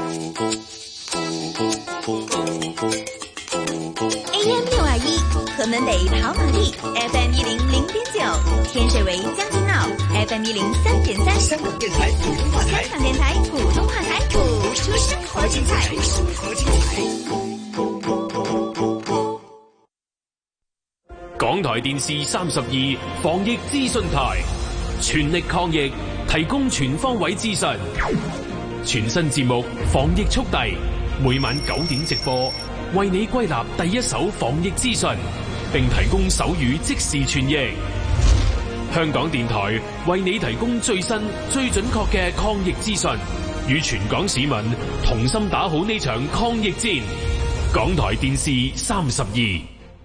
AM621河门北跑马地 FM100.9天水围将军澳 FM103.3 香港电台普通话台， 香港电台普通话台，谱出生活精彩。 港台電視32防疫資訊台，全力抗疫，提供全方位資訊。全新節目防疫速遞，每晚9點直播，為你歸納第一手防疫資訊，並提供手語即時傳譯。香港電台為你提供最新、最準確嘅抗疫資訊，與全港市民同心打好呢場抗疫戰。港台電視32。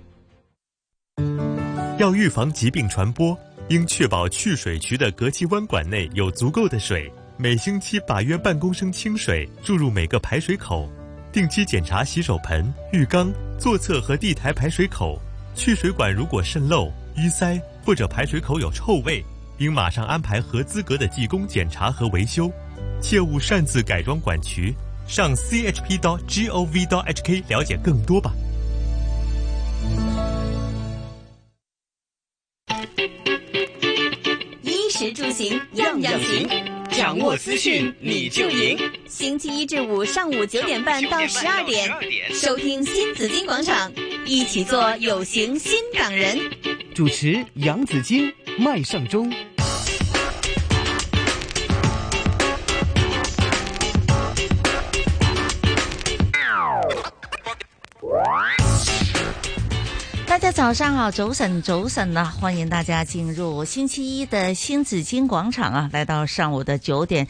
要預防疾病傳播，應確保蓄水渠的隔氣彎管內有足夠的水，每星期把約半公升清水注入每個排水口，定期檢查洗手盆、浴缸、座側和地台排水口。去水管如果滲漏、淤塞或者排水口有臭味，應馬上安排合資格的技工檢查和維修，切勿擅自改裝管渠。上 chp.gov.hk 了解更多吧。 衣食住行樣樣行， 掌握資訊你就贏。 星期一至5上午9點半到12點，收聽新紫荊廣場，一起做有型新港人。 主持楊紫荊、麥尚中。 大家早上好，早晨啊，歡迎大家進入星期一的新紫荊廣場啊，來到上午的9點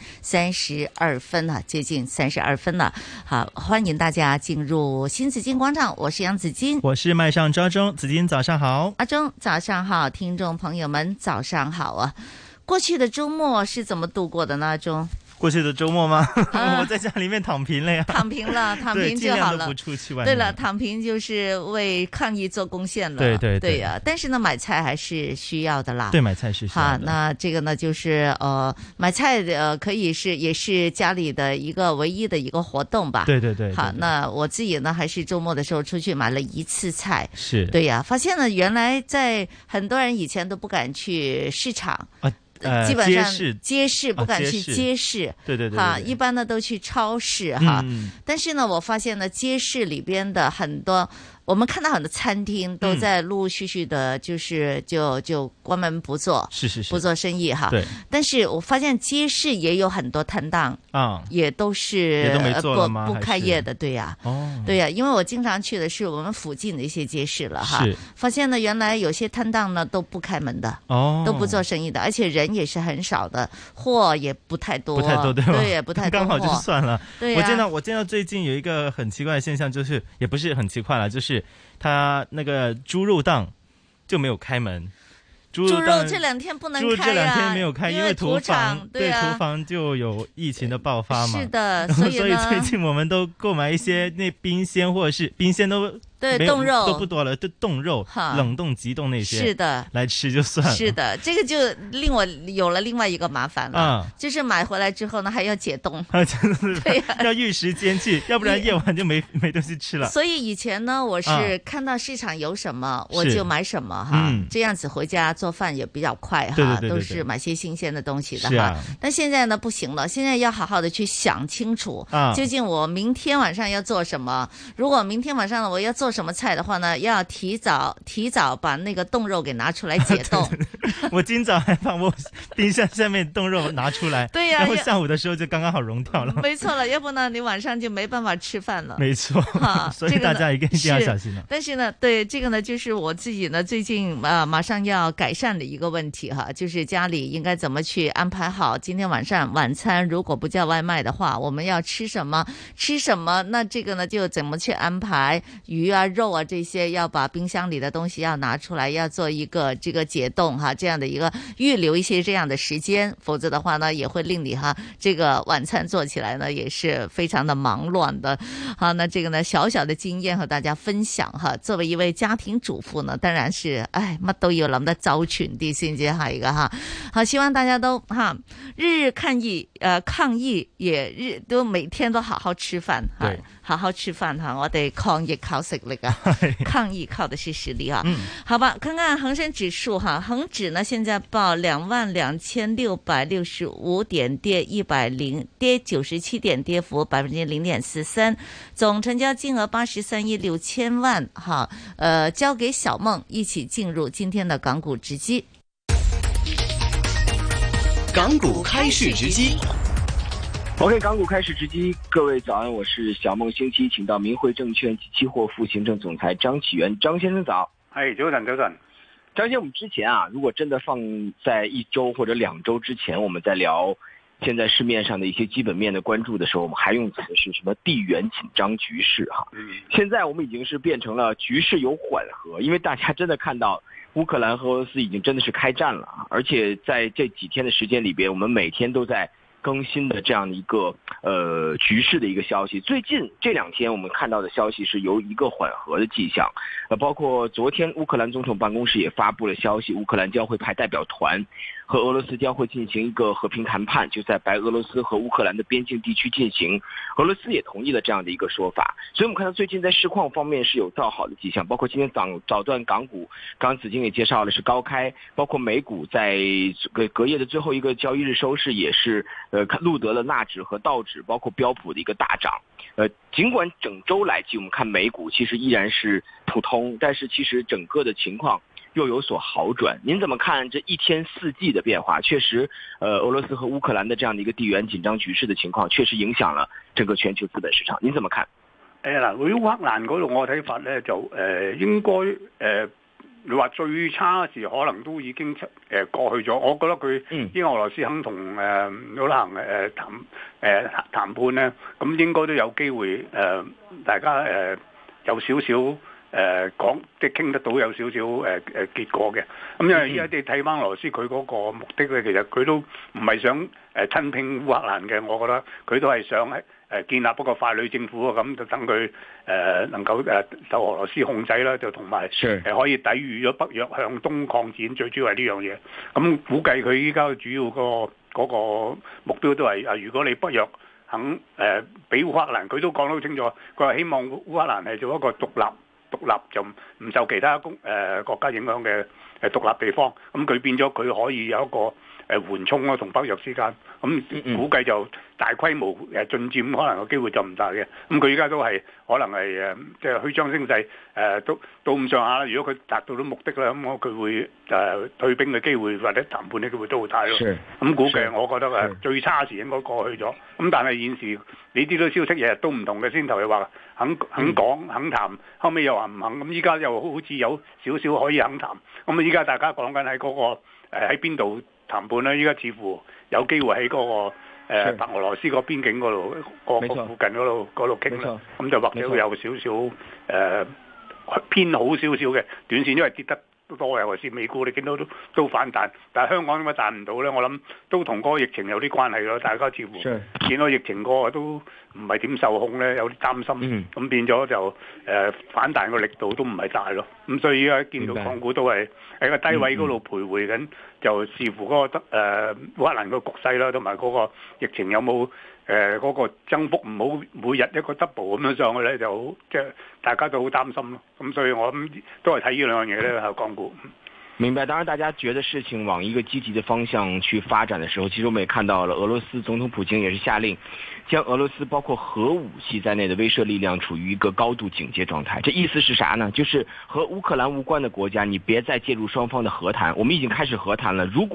32分啊，接近32分了。好，歡迎大家進入新紫荊廣場，我是楊紫荊， 我是麥尚中，紫荊早上好， 阿中早上好，聽眾朋友們早上好啊。過去的周末是怎麼度過的呢？阿中？ 過去的周末嗎？我在家裏面躺平了呀。躺平就好了。盡量都不出去外面。 對了，躺平就是為抗疫做貢獻了。對呀。但是呢，買菜還是需要的啦。 對，買菜是需要的。 好，那這個呢，就是買菜可以是也是家裏的一個唯一的一個活動吧。 對。 好，那我自己呢，還是周末的時候出去買了一次菜。 是。 對呀，發現呢，原來在很多人以前都不敢去市場。基本上街市不敢去街市， 對， 哈，一般呢都去超市哈。但是呢，我發現呢，街市裏邊的很多，我們看到很多餐廳都在陸陸續續的，就關門不做， 是不做生意哈。 對。 但是我發現街市也有很多攤檔啊，也都沒做了嗎？ 不開業的，對呀。哦。對呀，因為我經常去的是我們附近的一些街市了哈。是。發現呢，原來有些攤檔呢都不開門的，都不做生意的，而且人也是很少的，貨也不太多， 對吧？ 對，也不太多。 剛好就算了。 對呀。我見到最近有一個很奇怪的現象，就是也不是很奇怪了，就是他那個豬肉檔就沒有開門。豬肉這兩天不能開啊， 豬肉這兩天沒有開，因為屠房屠房就有疫情的爆發嘛。 是的，所以最近我們都購買一些那冰鮮或者是冰鮮都。 對，凍肉都不多了，就凍肉、冷凍、急凍那些， 是的， 來吃就算了。 是的，這個就令我有了另外一個麻煩了，就是買回來之後呢，還要解凍， 對，要預時間去，要不然夜晚就沒東西吃了。 所以以前呢，我是看到市場有什麼我就買什麼哈，這樣子回家做飯也比較快哈，都是買些新鮮的東西的哈。但現在呢不行了，現在要好好的去想清楚，究竟我明天晚上要做什麼。如果明天晚上呢我要做什麼菜的話呢，要提早把那個凍肉給拿出來解凍。 我今早還把我冰箱下面凍肉拿出來， 對呀， 然後下午的時候就剛剛好融掉了。 沒錯了，要不呢你晚上就沒辦法吃飯了。 沒錯，所以大家一定要小心了。 但是呢，對這個呢，就是我自己呢最近馬上要改善的一個問題哈，就是家裡應該怎麼去安排好今天晚上晚餐，如果不叫外賣的話，我們要吃什麼？那這個呢就怎麼去安排魚啊？ 啊、肉啊这些，要把冰箱里的东西要拿出来，要做一个这个解冻哈，这样的一个预留一些这样的时间，否则的话呢，也会令你这个晚餐做起來呢，也是非常的忙亂的。好，那這個呢，小小的經驗和大家分享哈。作為一位家庭主婦呢，當然是，乜都要諗得周全啲先至係噶哈。好，希望大家都日日抗疫，也都每天都好好吃飯，好好吃飯哈。我哋抗疫靠實力啊，抗疫靠的是實力啊。好吧，看看恒生指數恒指呢現在報22,665點，跌100，跌97點，跌幅0.43%，總成交金額83億6千萬。好，交給小夢一起進入今天的港股直擊。 港股開市直擊。 OK， 港股開市直擊，各位早安，我是小夢。星期請到明匯證券及期貨副行政總裁張啟源，張先生早。 早晨。 張先生，我們之前如果真的放在1周或者2周之前，我們在聊現在市面上的一些基本面的關注的時候，我們還用詞是什麼地緣緊張局勢哈。現在我們已經是變成了局勢有緩和，因為大家真的看到烏克蘭和俄羅斯已經真的是開戰了，而且在這幾天的時間裏邊，我們每天都在更新的這樣的一個局勢的一個消息。最近這2天我們看到的消息是有一個緩和的跡象，包括昨天烏克蘭總統辦公室也發布了消息，烏克蘭將會派代表團和俄羅斯將會進行一個和平談判，就在白俄羅斯和烏克蘭的邊境地區進行。俄羅斯也同意了這樣的一個說法，所以我們看到最近在市況方面是有造好的跡象，包括今天早段港股，剛剛子矜也介紹了是高開，包括美股在隔夜的最後一個交易日收市也是錄得了納指和道指包括標普的一個大漲。儘管整周來計，我們看美股其實依然是普通，但是其實整個的情況又有所好轉。您怎麼看這一天4季的變化？確實，俄羅斯和烏克蘭的這樣的一個地緣緊張局勢的情況，確實影響了整個全球資本市場。您怎麼看？ 烏克蘭嗰度我睇法咧就應該你話最差時可能都已經過去咗。我覺得佢因為俄羅斯肯同可能談判咧，咁應該都有機會大家有少少講，即係傾得到有少少結果嘅。咁因為依家你睇翻俄羅斯佢嗰個目的咧，其實佢都唔係想吞併烏克蘭嘅，我覺得佢都係想建立一個傀儡政府啊，咁就等佢能夠受俄羅斯控制啦，就同埋可以抵禦咗北約向東擴展，最主要係呢樣嘢。咁估計佢依家主要嗰個目標都係如果你北約肯俾烏克蘭，佢都講得好清楚，佢話希望烏克蘭係做一個獨立就唔受其他國家影響嘅獨立地方。咁佢變咗佢可以有一個緩衝咯，同北約之間。咁估計就大規模進佔可能個機會就唔大嘅。咁佢依家都係可能係即係虛張聲勢都到咁上下啦。如果佢達到咗目的啦，咁佢會退兵嘅機會或者談判嘅機會都好大咯。咁估計我覺得最差時應該過去咗。咁但係現時你知道消息日日都唔同嘅，先頭又話肯講肯談，後尾又話唔肯。咁依家又好似有少少可以肯談。咁依家大家講緊喺嗰個喺邊度談判咧？依家似乎有機會喺嗰個白俄羅斯個邊境嗰度，個附近嗰度傾啦。咁就或者會有少少偏好少少嘅短線，因為跌得多，尤其是美股你見到都反彈，但係香港點解彈唔到咧？我諗都同嗰個疫情有啲關係咯。大家似乎見到疫情嗰個都唔係點受控咧，有啲擔心，咁變咗就反彈個力度都唔係大咯。咁所以依家見到港股都係喺個低位嗰度徘徊緊，就視乎嗰個烏克蘭個局勢啦，同埋嗰個疫情有冇嗰個增幅唔好每日一個 double 咁樣上去咧，就即係大家都好擔心咯。咁所以我諗都係睇呢兩樣嘢咧，喺港股。 明白。當然大家覺得事情往一個積極的方向去發展的時候，其實我們也看到了俄羅斯總統普京也是下令將俄羅斯包括核武器在內的威懾力量處於一個高度警戒狀態。這意思是啥呢？就是和烏克蘭無關的國家，你別再介入雙方的和談。我們已經開始和談了，如果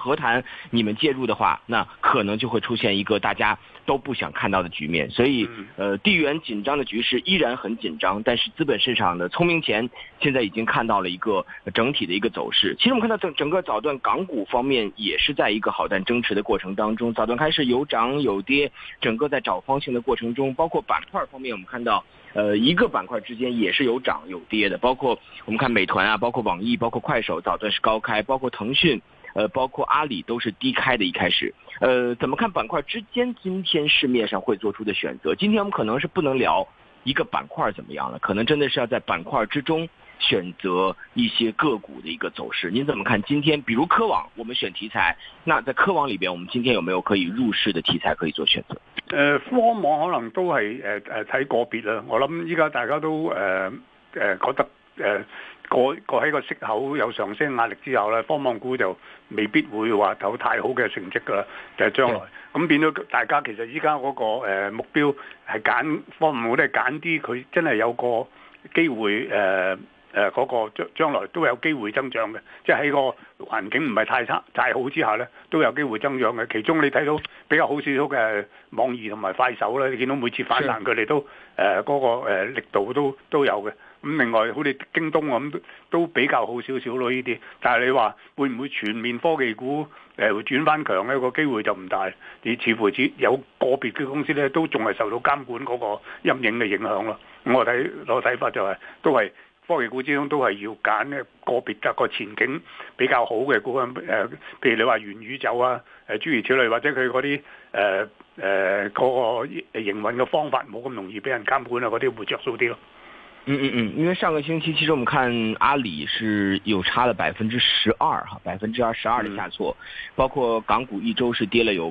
和谈你们介入的话，那可能就会出现一个大家都不想看到的局面。所以地缘紧张的局势依然很紧张，但是资本市场的聪明钱现在已经看到了一个整体的一个走势。其实我们看到整个早段港股方面也是在一个好淡争持的过程当中，早段开始有涨有跌，整个在找方向的过程中，包括板块方面我们看到一个板块之间也是有涨有跌的，包括我们看美团啊，包括网易，包括快手早段是高开，包括腾讯包括阿里都是低开的一开始。怎么看板块之间今天市面上会做出的选择？今天我们可能是不能聊一个板块怎么样了，可能真的是要在板块之中选择一些个股的一个走势。您怎么看今天比如科網我們選題材，那在科網裏邊我們今天有沒有可以入市的題材可以做選擇？ 科網可能都係睇個別啦。我諗依家大家都覺得喺個息口有上升壓力之後咧，科網股就未必會話有太好嘅成績㗎啦，就係將來。咁變咗大家其實依家嗰個目標係揀科網股，都係揀啲佢真係有個機會嗰個將來都有機會增長嘅，即係喺個環境唔係太好之下咧，都有機會增長嘅。其中你睇到比較好少少嘅網易同埋快手咧，你見到每次反彈佢哋都嗰個力度都有嘅。咁另外好似京東咁都比較好少少咯呢啲，但係你話會唔會全面科技股會轉翻強呢？個機會就唔大。你似乎只有個別嘅公司咧都仲係受到監管嗰個陰影嘅影響咯。我睇法就係都係科技股之中都係要揀咧個別嘅個前景比較好嘅股份，譬如你話元宇宙啊，諸如此類，或者佢嗰啲嗰個營運嘅方法冇咁容易俾人監管啊，嗰啲會着數啲咯。 因為上個星期其實我們看阿里是有差了12%哈，12%的下挫，包括港股一周是跌了有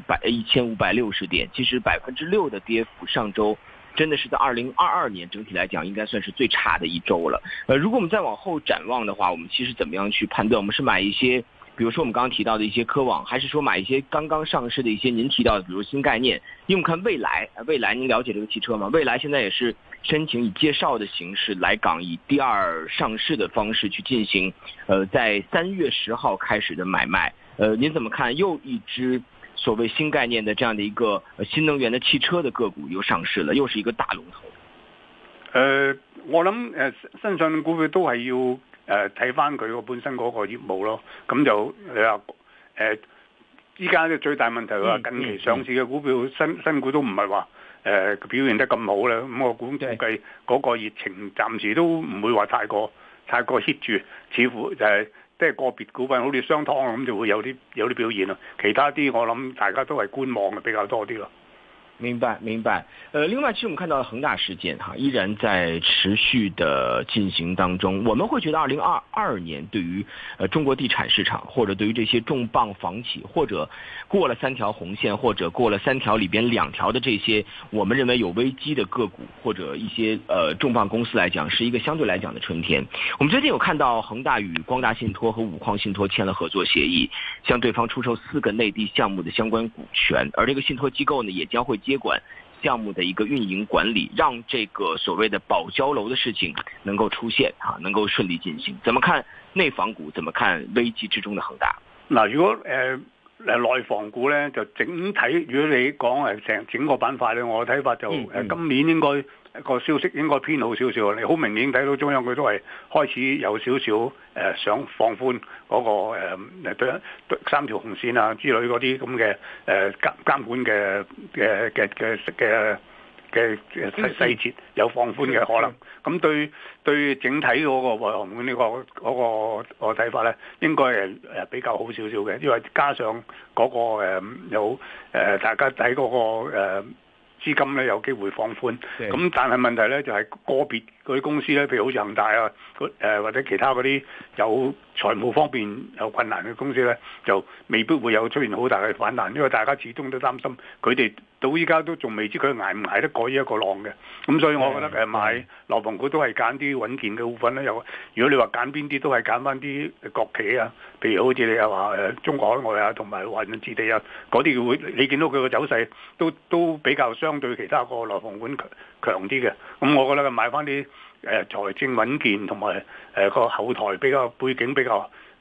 1560點，其實6%的跌幅，上周真的是在2022年整體來講應該算是最差的一周了。如果我們再往後展望的話，我們其實怎麼樣去判斷？我們是買一些比如說我們剛剛提到的一些科網，還是說買一些剛剛上市的一些您提到的比如新概念？因為我們看未來您了解這個汽車嗎？未來現在也是申請以介紹的形式來港，以第二上市的方式去進行在3月10號開始的買賣。您怎麼看又一支所謂新概念的這樣的一個新能源的汽車的個股又上市了，又是一個大龍頭？ 我諗新上股票都係要睇翻佢個本身嗰個業務咯。咁就你話依家嘅最大問題話近期上市嘅股票新股都唔係話表現得咁好啦。咁我估計嗰個熱情暫時都唔會話太過 hit 住，似乎就係即係個別股份好似商湯咁就會有啲表現咯。其他啲我諗大家都係觀望嘅比較多啲咯。 明白。另外，其實我們看到恒大事件依然在持續的進行當中。我們會覺得2022年對於中國地產市場，或者對於這些重磅房企，或者過了3條紅線，或者過了3條裏邊2條的這些我們認為有危機的個股，或者一些重磅公司來講，是一個相對來講的春天。我們最近有看到恒大與光大信託和五礦信託簽了合作協議，向對方出售4個內地項目的相關股權，而這個信託機構呢，也將會接管項目的一個運營管理，讓這個所謂的保交樓的事情能夠出現能夠順利進行。怎麼看內房股？怎麼看危機之中的恒大？ 嗱，如果內房股咧，就整體如果你講整個板塊咧，我睇法就今年應該個消息應該偏好少少。你好明顯睇到中央佢都係開始有少少想放寬嗰個對3條紅線啊之類嗰啲咁嘅監管嘅細節有放寬嘅可能。咁對整體嗰個內房呢個睇法咧，應該係比較好少少嘅，因為加上嗰個有大家睇嗰個資金咧有機會放寬，咁但係問題咧就係個別嗰啲公司咧，譬如好似恒大啊，或者其他嗰啲有財務方面有困難嘅公司咧，就未必會有出現好大嘅反彈，因為大家始終都擔心佢哋到依家都仲未知佢捱唔捱得過呢一個浪嘅。咁所以我覺得買內房股都係揀啲穩健嘅股份咧。如果你話揀邊啲，都係揀翻啲國企啊，譬如好似你又話中國海外啊，同埋華潤置地啊嗰啲會，你見到佢個走勢都比較相對其他個內房股強啲嘅。咁我覺得買翻啲財政穩健同埋個後台比較背景比較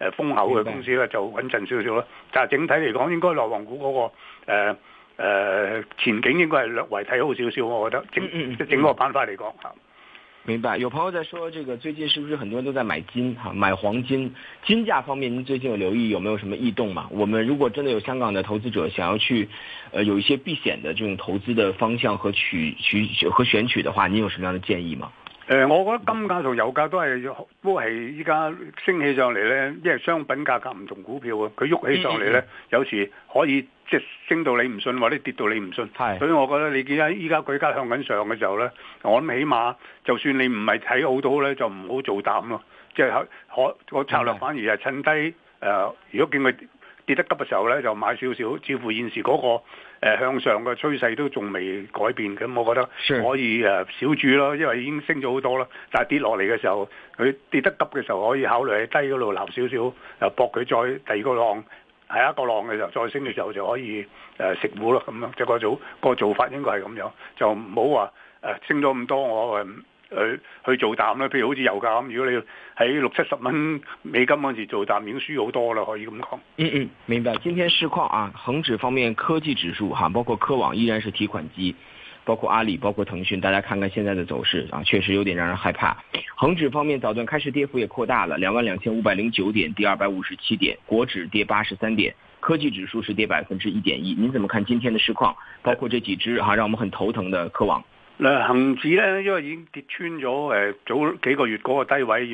豐厚嘅公司咧就穩陣少少啦。但係整體嚟講，應該內房股嗰個前景應該係略為睇好少少，我覺得整個板塊嚟講嚇。 明白，有朋友在說，這個最近是不是很多人都在買金哈，買黃金？金價方面，您最近有留意有沒有什麼異動嘛？我們如果真的有香港的投資者想要去，有一些避險的這種投資的方向和選取的話，您有什麼樣的建議嗎？ 我覺得金價同油價都係依家升起上嚟咧，因為商品價格唔同股票啊，佢喐起上嚟咧，有時可以即係升到你唔信，或者跌到你唔信。所以我覺得你見依家佢向緊上嘅時候咧，我諗起碼就算你唔係睇好到咧，就唔好做膽咯。即係個策略反而係趁低如果見佢跌得急嘅時候咧，就買少少。似乎現時嗰個向上嘅趨勢都仲未改變，咁我覺得可以少注咯，因為已經升咗好多啦。但係跌落嚟嘅時候，佢跌得急嘅時候，可以考慮喺低嗰度留少少，搏佢再第二個浪，下一個浪嘅時候再升嘅時候就可以食糊咯。咁樣即係個做法應該係咁樣，就唔好話升咗咁多我去做淡啦。譬如好似油價咁，如果你喺60-70蚊美金嗰陣時做淡，已經輸好多啦，可以咁講。 明白。今天市況啊，恒指方面科技指數哈，包括科網依然是提款機，包括阿里，包括騰訊，大家看看現在的走勢啊，確實有點讓人害怕。恒指方面早段開市跌幅也擴大了，22,509點，跌257點，國指跌83點，科技指數是跌1.1%。您怎麼看今天的市況？包括這幾隻哈，讓我們很頭疼的科網。 恒指咧，因為已經跌穿咗早幾個月嗰個低位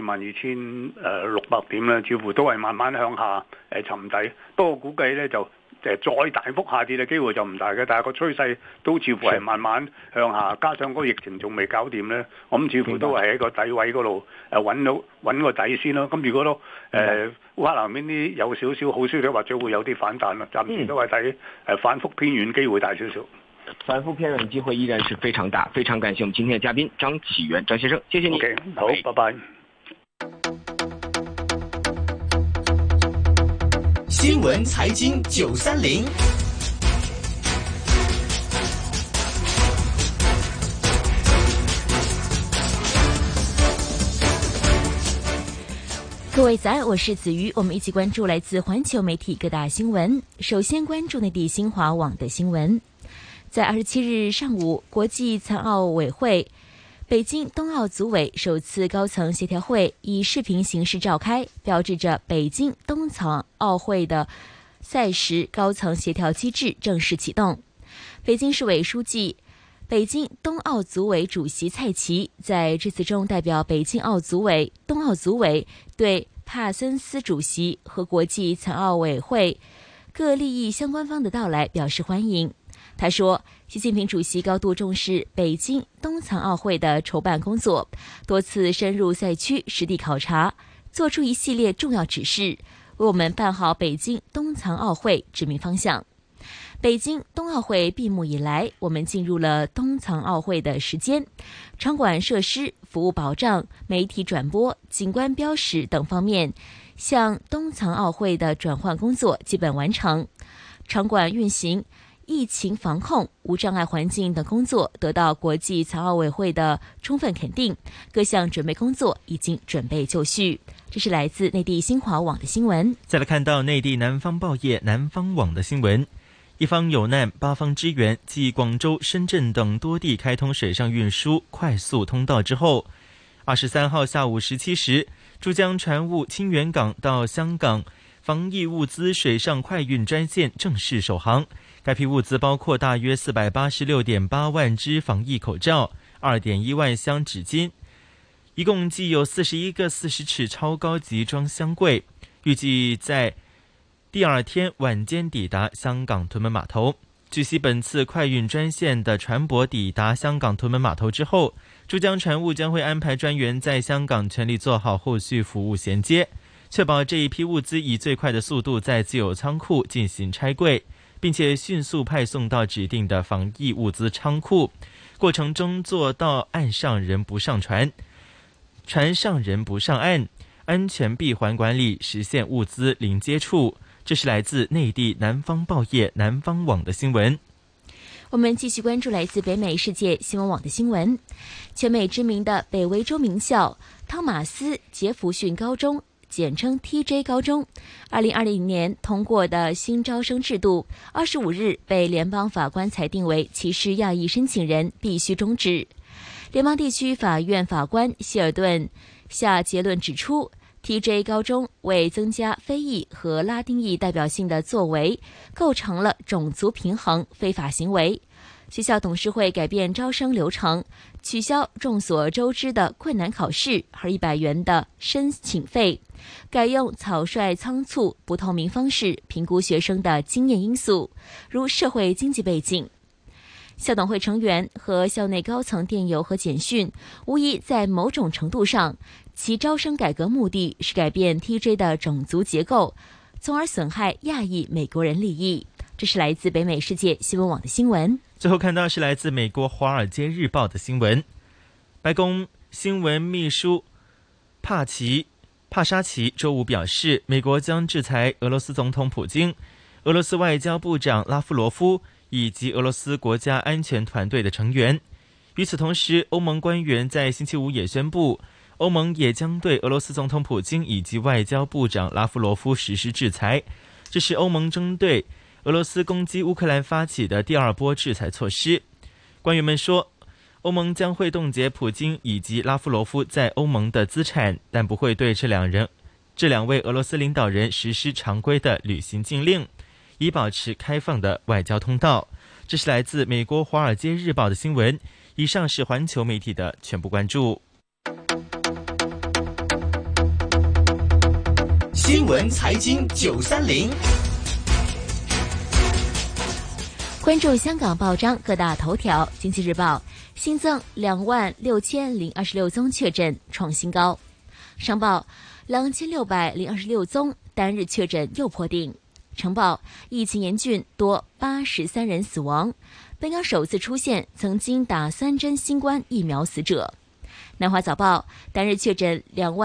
22,600點咧，似乎都係慢慢向下沉底。不過估計咧就再大幅下跌嘅機會就唔大嘅，但係個趨勢都似乎係慢慢向下，加上嗰個疫情仲未搞掂咧，我諗似乎都係喺個底位嗰度揾個底先咯。咁如果都烏克蘭邊啲有少少好消息，或者會有啲反彈啦。暫時都係睇反覆偏軟機會大少少。 反覆偏軟機會依然是非常大，非常感謝我們今天的嘉賓張啟源張先生，謝謝你。 Okay, 好，拜拜。 新聞財經930， 各位早安，我是子瑜，我們一起關注來自環球媒體各大新聞。首先關注內地新華網的新聞。在27日上午，國際殘奧委會北京冬奧組委首次高層協調會以視頻形式召開，標誌着北京冬殘奧會的賽事高層協調機制正式啟動。北京市委書記、北京冬奧組委主席蔡奇在致辭中代表北京冬奧組委對帕森斯主席和國際殘奧委會各利益相關方的到來表示歡迎。他說，習近平主席高度重視北京冬殘奧會的籌辦工作，多次深入賽區實地考察，做出一系列重要指示，為我們辦好北京冬殘奧會指明方向。北京冬奧會閉幕以來，我們進入了冬殘奧會的時間，場館設施、服務保障、媒體轉播、景觀標識等方面，向冬殘奧會的轉換工作基本完成，場館運行、疫情防控、無障礙環境等工作得到國際殘奧委會的充分肯定，各項準備工作已經準備就緒。這是來自內地新華網的新聞。 再來看到內地南方報業南方網的新聞，一方有難，八方支援。繼廣州、深圳等多地開通水上運輸快速通道之後，23號下午17時，珠江船務清遠港到香港防疫物資水上快運專線正式首航。該批物資包括大約486.8萬支防疫口罩、2.1萬箱紙巾，一共計有41個40尺超高集裝箱櫃，預計在第二天晚間抵達香港屯門碼頭。據悉，本次快運專線的船舶抵達香港屯門碼頭之後，珠江船務將會安排專員在香港全力做好後續服務銜接，確保這一批物資以最快的速度在自有倉庫進行拆櫃，並且迅速派送到指定的防疫物資倉庫，過程中做到岸上人不上船，船上人不上岸，安全閉環管理，實現物資零接觸。這是來自內地南方報業南方網的新聞。 我們繼續關注來自北美世界新聞網的新聞。全美知名的北維州名校湯馬斯傑弗遜高中简称 TJ 高中，2020年通过的新招生制度，25日被联邦法官裁定为歧视亚裔申请人，必须终止。联邦地区法院法官希尔顿下结论指出， TJ 高中为增加非裔和拉丁裔代表性的作为，构成了种族平衡非法行为。学校董事会改变招生流程，取消众所周知的困难考试和100元的申请费，改用草率仓促不透明方式评估学生的经验因素，如社会经济背景。校董会成员和校内高层电邮和简讯，无疑在某种程度上，其招生改革目的是改变 TJ 的种族结构，从而损害亚裔美国人利益。这是来自北美世界新闻网的新闻。 最后看到是来自美国《华尔街日报》的新闻，白宫新闻秘书帕沙奇周五表示，美国将制裁俄罗斯总统普京、俄罗斯外交部长拉夫罗夫以及俄罗斯国家安全团队的成员。与此同时，欧盟官员在星期五也宣布，欧盟也将对俄罗斯总统普京以及外交部长拉夫罗夫实施制裁。这是欧盟针对俄罗斯攻击乌克兰发起的第2波制裁措施。官员们说，欧盟将会冻结普京以及拉夫罗夫在欧盟的资产，但不会对这两位俄罗斯领导人实施常规的旅行禁令，以保持开放的外交通道。这是来自美国《华尔街日报》的新闻。以上是环球媒体的全部关注。 新闻财经930， 关注香港报章各大头条。经济日报新增26026宗确诊，创新高。商报2626宗单日确诊又破顶。成报疫情严峻，多83人死亡，本港首次出现曾经打3针新冠疫苗死者。南华早报单日确诊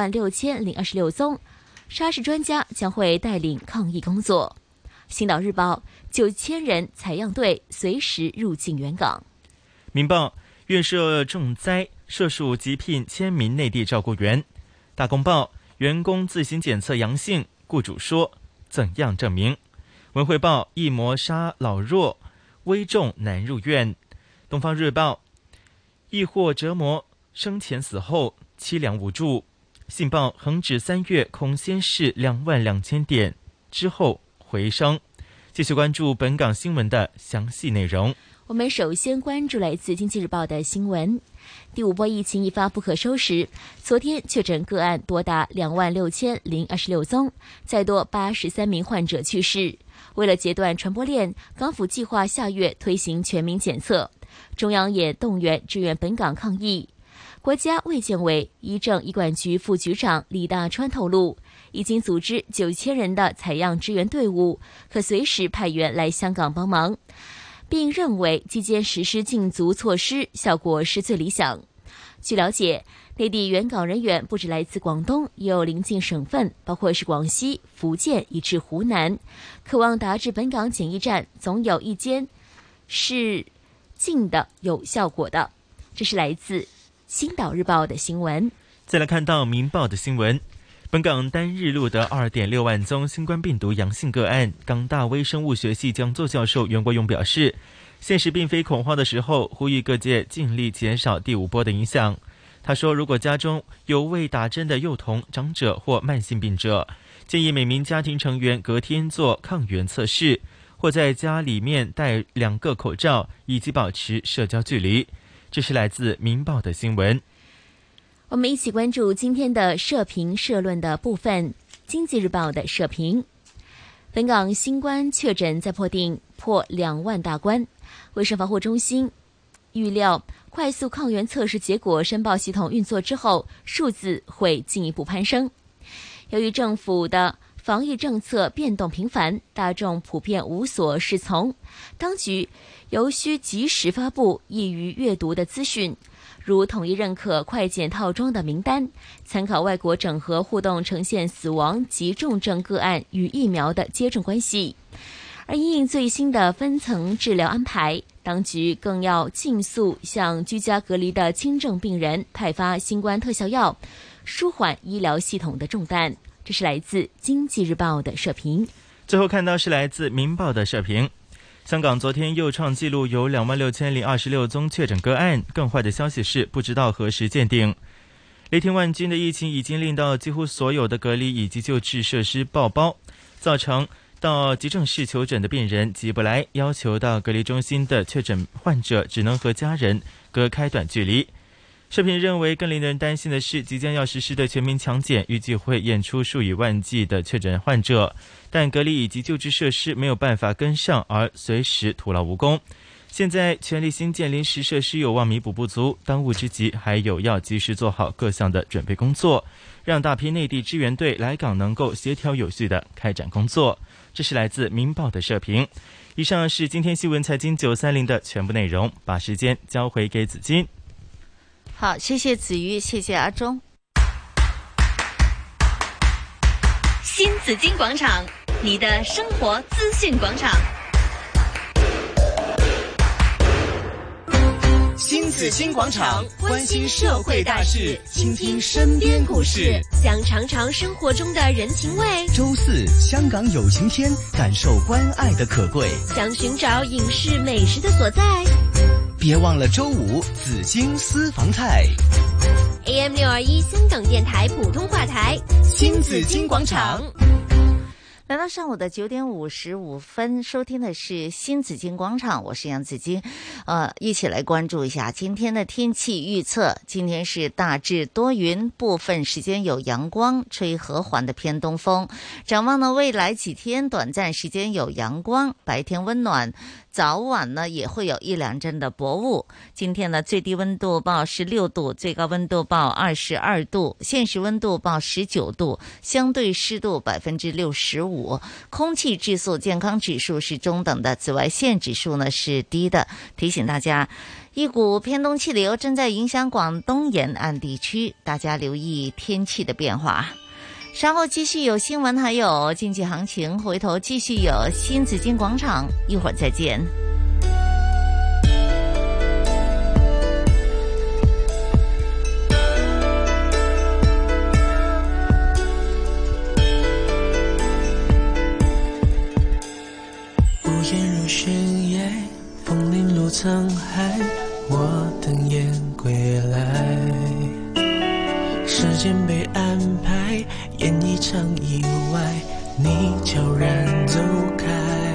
26026宗，沙士专家将会带领抗疫工作。星岛日报9000人采样队随时入境原港。 民报院舍重灾，社署急聘1000名内地照顾员。大公报员工自行检测阳性，雇主说怎样证明？文汇报一谋杀老弱，危重难入院。东方日报亦获折磨，生前死后凄凉无助。信报恒指3月恐先是22000点，之后回升。继续关注本港新闻的详细内容。 我们首先关注来自经济日报的新闻。第5波疫情一发不可收拾，昨天确诊个案多达26026宗，再多83名患者去世。为了截断传播链，港府计划下月推行全民检测，中央也动员支援本港抗疫。国家卫健委医政医管局副局长李大川透露，已经组织9000人的采样支援队伍，可随时派员来香港帮忙，并认为期间实施禁足措施效果是最理想。据了解，内地援港人员不止来自广东，也有邻近省份，包括是广西、福建以至湖南，渴望达至本港检疫站总有一间是近的有效果的。这是来自星岛日报的新闻。 再来看到民报的新闻，本港单日录得2.6万宗新冠病毒阳性个案。港大微生物学系讲座教授袁国勇表示，现实并非恐慌的时候，呼吁各界尽力减少第5波的影响。他说，如果家中有未打针的幼童、长者或慢性病者，建议每名家庭成员隔天做抗原测试，或在家里面戴2个口罩，以及保持社交距离。这是来自民报的新闻。 我们一起关注今天的社评社论的部分。经济日报的社评，本港新冠确诊再破2万大关，卫生防护中心预料快速抗原测试结果申报系统运作之后，数字会进一步攀升。由于政府的防疫政策变动频繁，大众普遍无所适从，当局尤需及时发布易于阅读的资讯，如统一认可快检套装的名单，参考外国整合互动呈现死亡及重症个案与疫苗的接种关系。而因应最新的分层治疗安排，当局更要尽速向居家隔离的轻症病人派发新冠特效药，舒缓医疗系统的重担。 这是来自经济日报的社评。 最后看到是来自明报的社评。香港昨天又创纪录，有26,026宗确诊个案。更坏的消息是，不知道何时见顶。雷霆万钧的疫情已经令到几乎所有的隔离以及救治设施爆包，造成到急症室求诊的病人挤不来，要求到隔离中心的确诊患者只能和家人隔开短距离。社评认为，更令人担心的是，即将要实施的全民强检预计会验出数以万计的确诊患者，但隔离以及救治设施没有办法跟上，而随时徒劳无功。现在全力新建临时设施有望弥补不足，当务之急还有要及时做好各项的准备工作，让大批内地支援队来港能够协调有序的开展工作。这是来自明报的社评。以上是今天新闻财经930的全部内容，把时间交回给子金。 好，谢谢子瑜，谢谢阿忠。 新紫金广场，你的生活资讯广场。 新紫金广场，关心社会大事，倾听身边故事， 想尝尝生活中的人情味。 周四，香港有晴天，感受关爱的可贵。 想寻找影视美食的所在。 别忘了周五紫金私房菜。 AM 621香港电台普通话台， 新紫金广场。 来到上午的9点55分，收听的是新紫金广场，我是杨紫金。一起来关注一下今天的天气预测。今天是大致多云，部分时间有阳光，吹和缓的偏东风。展望呢，未来几天短暂时间有阳光，白天温暖，早晚呢也会有一两阵的薄雾。今天呢，最低温度报16度，最高温度报22度，现实温度报19度，相对湿度65%。空气质素健康指数是中等的，紫外线指数呢是低的。提醒大家，一股偏东气流正在影响广东沿岸地区，大家留意天气的变化。稍后继续有新闻，还有经济行情，回头继续有新紫金广场，一会儿再见。 悬崖，风铃路沧海，我等雁归来。时间被安排，演一场意外，你悄然走开。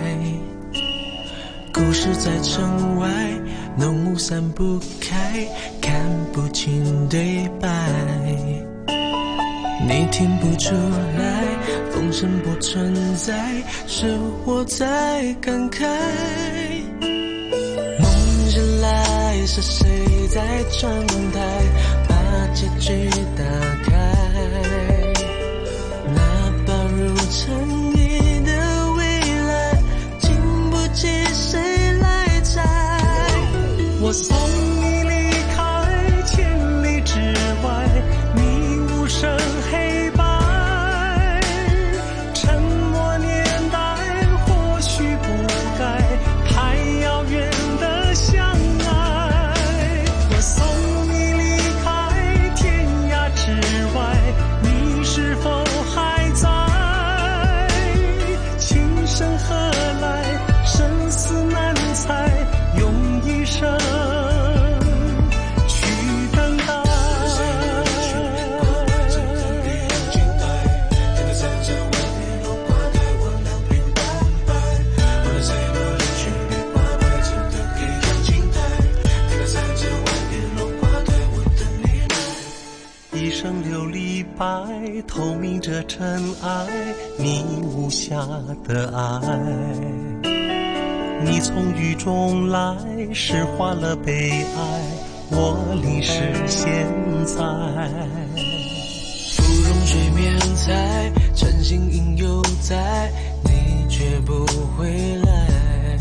故事在城外，浓雾散不开，看不清对白。你听不出来，风声不存在，是我在感慨。梦醒来，是谁在窗台把结局打开？那把如尘埃的未来，经不起谁来摘。我送你离开千里之外，你无声黑白，沉默年代或许不该太遥远的相爱。我送你离开天涯之外，你是否还在？情深何来，生死难猜，用一生6里白，透明着尘埃，你无瑕的爱。你从雨中来，释化了悲哀，我淋湿现在。芙蓉水面采，晨星影犹在，你却不回来。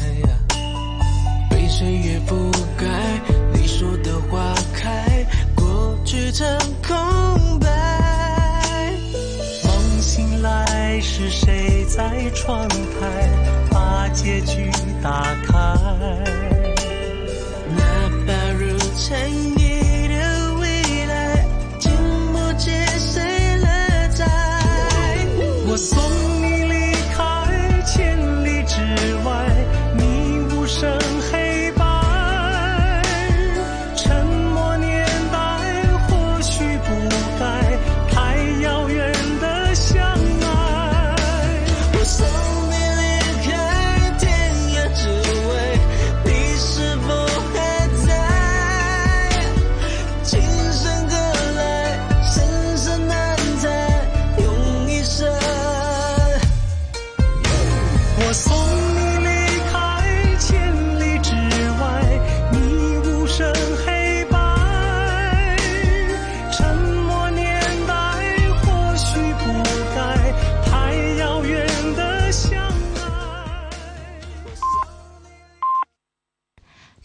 被岁月覆盖，你说的花开，过去成空白。梦醒来，是谁在窗台把结局打开？那把如尘埃的未来，经不起谁来摘。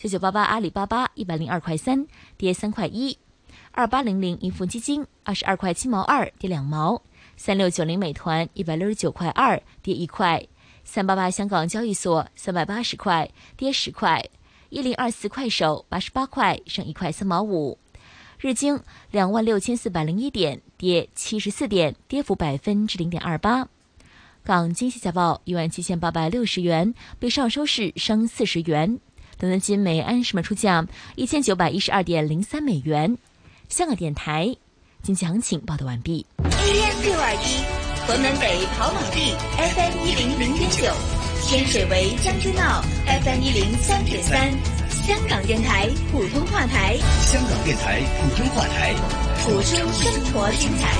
，9988阿里巴巴102块3，跌3块1；2800盈富基金22块7毛2，跌2毛；3690美团169块2，跌1块；388香港交易所380块，跌10块；1024快手88块，升1块3毛5；日经26401点，跌74点，跌幅0.28%。港金西甲报17860元，比上收市升40元。伦敦金每安士卖出价1912.03美元。香港电台经济行情报道完毕。 AM621屯门北跑马地 FM100.9，天水围将军澳 FM103.3，香港电台普通话台， 香港电台普通话台， 谱出生活精彩。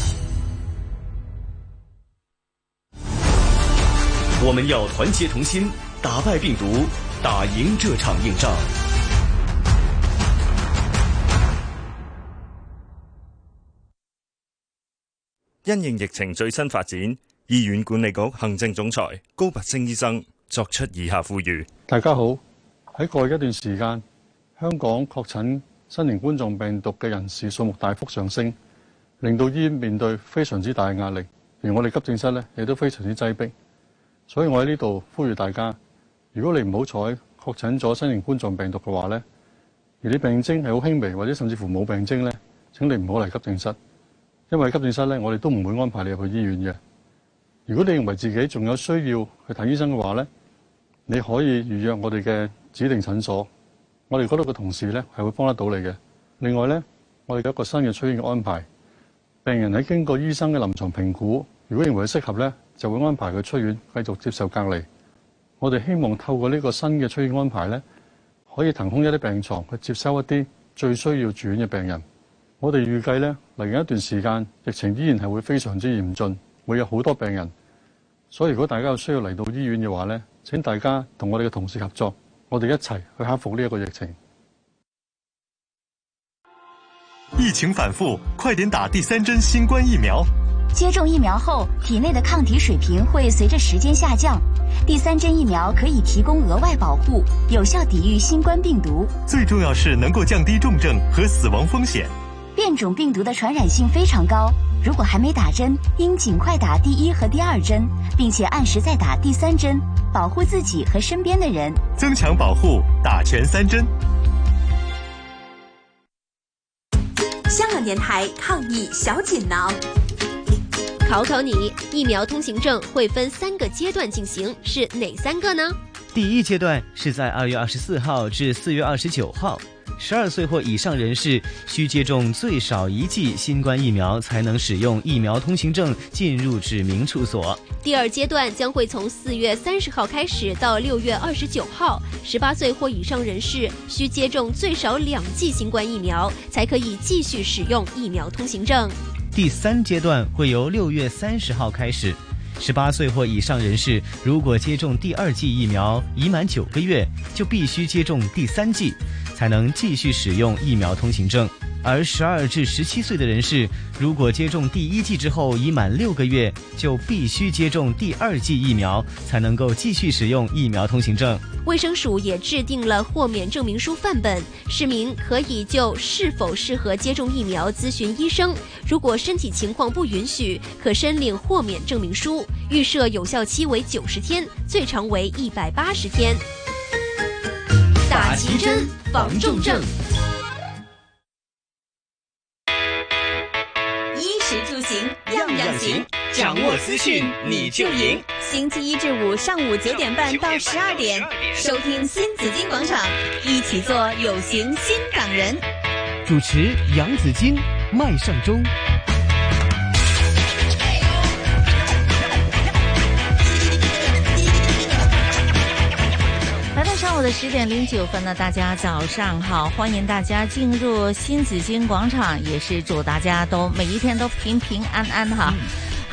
我们要团结同心，打败病毒，打赢这场硬仗。 因應疫情最新發展，醫院管理局行政總裁高拔陞醫生作出以下呼籲。 大家好，喺過去一段時間，香港確診新型冠狀病毒嘅人士數目大幅上升，令到醫院面對非常之大嘅壓力，而我哋急症室呢亦都非常之擠迫。所以我喺呢度呼籲大家，如果你唔好彩確診咗新型冠狀病毒嘅話呢，而你病徵係好輕微或者甚至乎冇病徵呢，請你唔好嚟急症室，因為急症室呢，我哋都唔會安排你入去醫院嘅。如果你認為自己仲有需要去睇醫生嘅話呢，你可以預約我哋嘅指定診所，我哋嗰度嘅同事呢係會幫得到你嘅。另外呢，我哋有一個新嘅出院嘅安排，病人喺經過醫生嘅臨床評估，如果認為適合呢，就會安排佢出院繼續接受隔離。我哋希望透過呢個新嘅出院安排呢，可以騰空一啲病床去接收一啲最需要住院嘅病人。我哋預計呢，嚟緊一段時間疫情依然係會非常之嚴峻，會有好多病人。所以如果大家有需要嚟到醫院嘅話呢，請大家同我哋嘅同事合作，我哋一齊去克服呢一個疫情。 疫情反复，快點打第3針新冠疫苗。 接種疫苗後，體內的抗體水平會隨着時間下降。第3針疫苗可以提供額外保護，有效抵禦新冠病毒。 最重要是能夠降低重症和死亡風險。 變種病毒的傳染性非常高，如果還沒打針，應盡快打第1和第2針，並且按時再打第3針，保護自己和身邊的人。 增強保護，打全3針。 香港電台抗疫小錦囊。 考考你，疫苗通行證會分3個階段進行，是哪3個呢？ 第一階段是在2月24號至4月29號，12歲或以上人士需接種最少1劑新冠疫苗，才能使用疫苗通行證進入指明處所。 第二階段將會從4月30號開始到6月29號，18歲或以上人士需接種最少2劑新冠疫苗，才可以繼續使用疫苗通行證。 第3階段會由6月30號開始，18歲或以上人士如果接種第2劑疫苗已滿9個月，就必須接種第3劑，才能繼續使用疫苗通行證。而12至17歲的人士如果接種第1劑之後已滿6個月，就必須接種第2劑疫苗，才能夠繼續使用疫苗通行證。 衛生署也制定了豁免證明書範本，市民可以就是否適合接種疫苗諮詢醫生，如果身體情況不允許，可申領豁免證明書，預設有效期為90天，最長為180天。 打齊針，防重症。衣食住行樣樣行， 掌握資訊你就贏。 星期一至五上午9點半到12點，收聽新紫荊廣場，一起做有型新港人。 主持楊子矜、麥尚中。 来到上午的10點09分呢，大家早上好，歡迎大家進入新紫荊廣場，也是祝大家都每一天都平平安安哈。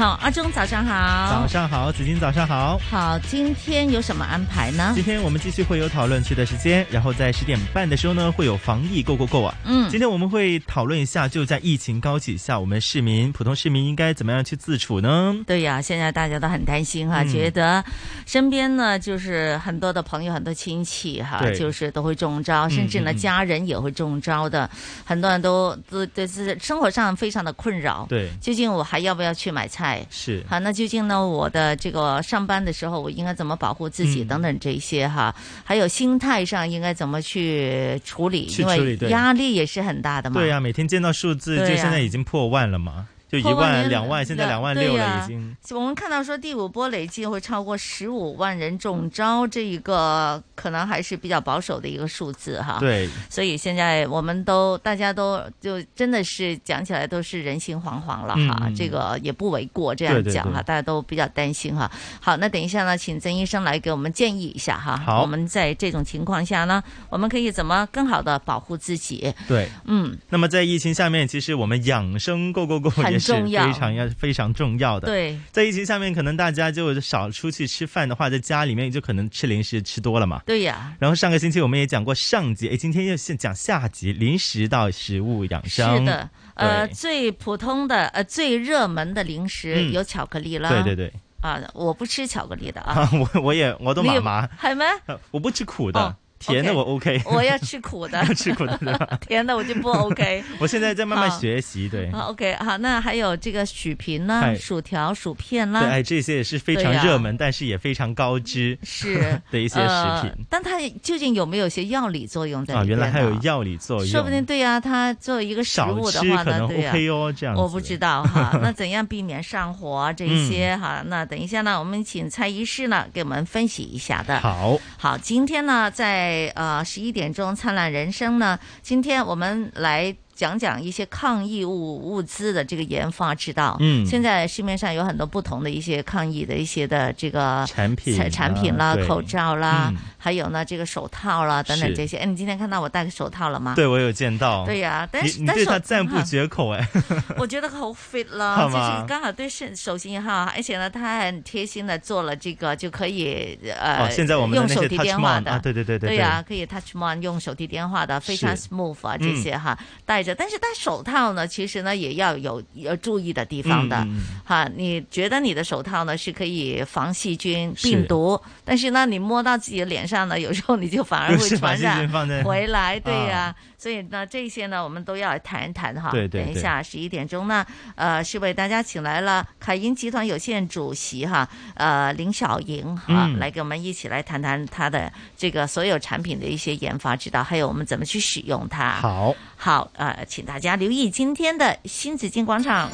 好，阿忠早上好。 早上好，子金早上好。 好，今天有什么安排呢？ 今天我们继续会有讨论区的时间，然后在10点半的时候呢，会有防疫 Go Go Go 啊。今天我们会讨论一下，就在疫情高企下，我们普通市民应该怎么样去自处呢？ 对呀，现在大家都很担心哈，觉得身边呢就是很多的朋友、很多亲戚哈，就是都会中招，甚至呢家人也会中招的，很多人都是生活上非常的困扰。 对， 究竟我还要不要去买菜？ 是好，那究竟呢我的这个上班的时候我应该怎么保护自己等等这些哈，还有心态上应该怎么去处理，因为压力也是很大的嘛。 对呀，每天见到数字就现在已经破万了嘛。就1万、2万，现在2万6了已经。 我们看到说第5波累计会超过15万人中招，这一个可能还是比较保守的一个数字哈。 对， 所以现在我们大家都就真的是讲起来都是人心惶惶了哈，这个也不为过这样讲哈，大家都比较担心哈。好，那等一下呢，请曾医生来给我们建议一下哈。好，我们在这种情况下呢，我们可以怎么更好的保护自己？ 对，那么在疫情下面，其实我们养生 Go Go Go 也是非常重要的。 对， 在疫情下面，可能大家就少出去吃饭的话，在家里面就可能吃零食吃多了嘛。 对呀。 然后上个星期我们也讲过上集，今天又讲下集，零食到食物养生。 是的，最普通的最热门的零食有巧克力了。 对。 啊，我不吃巧克力的啊。 我都麻。 係咩？ 我不吃苦的。甜的我 OK， 我要吃苦的， 吃苦的对吧？ 甜的我就不 OK。 我现在在慢慢学习，对。 OK， 好，那还有这个薯片啦、薯条、薯片啦， 对，这些也是非常热门，但是也非常高脂的一些食品。 但它究竟有没有一些药理作用在里面？ 原来还有药理作用， 说不定对呀。它作为一个食物的话呢， 对呀 ，OK 哦，这样子。 我不知道哈，那怎样避免上火这些哈？那等一下呢，我们请蔡医师呢给我们分析一下的。好，今天呢在11点钟灿烂人生呢，今天我们来讲讲一些抗疫物资的这个研发之道。现在市面上有很多不同的一些抗疫的一些的这个产品啦，口罩啦，还有呢这个手套啦等等这些。你今天看到我戴个手套了吗？ 对，我有见到。 对呀，但是你对它赞不绝口哎。 我觉得好 fit 了，就是刚好对手型哈，而且呢，它还很贴心的做了这个就可以现在我们用手提电话的， 对呀，可以 touch mon 用手提电话的，非常 smooth 啊这些哈，戴着。但是戴手套呢，其实呢也要有注意的地方的哈。你觉得你的手套呢是可以防细菌、病毒，但是呢你摸到自己的脸上呢，有时候你就反而会传染回来，对呀。所以呢这些呢我们都要来谈一谈哈。等一下11点钟呢，是为大家请来了凯银集团有限主席哈，林小莹哈，来给我们一起来谈谈他的这个所有产品的一些研发之道，还有我们怎么去使用它。好，请大家留意今天的新紫荆广场。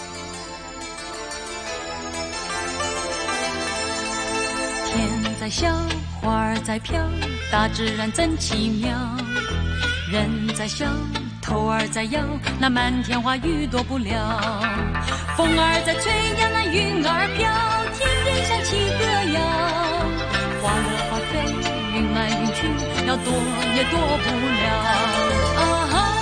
天在笑，花儿在飘，大自然真奇妙。人在笑，头儿在摇，那满天花雨躲不了。风儿在吹呀，那云儿飘，天边响起歌谣。花乐花飞，云来云去，要躲也躲不了。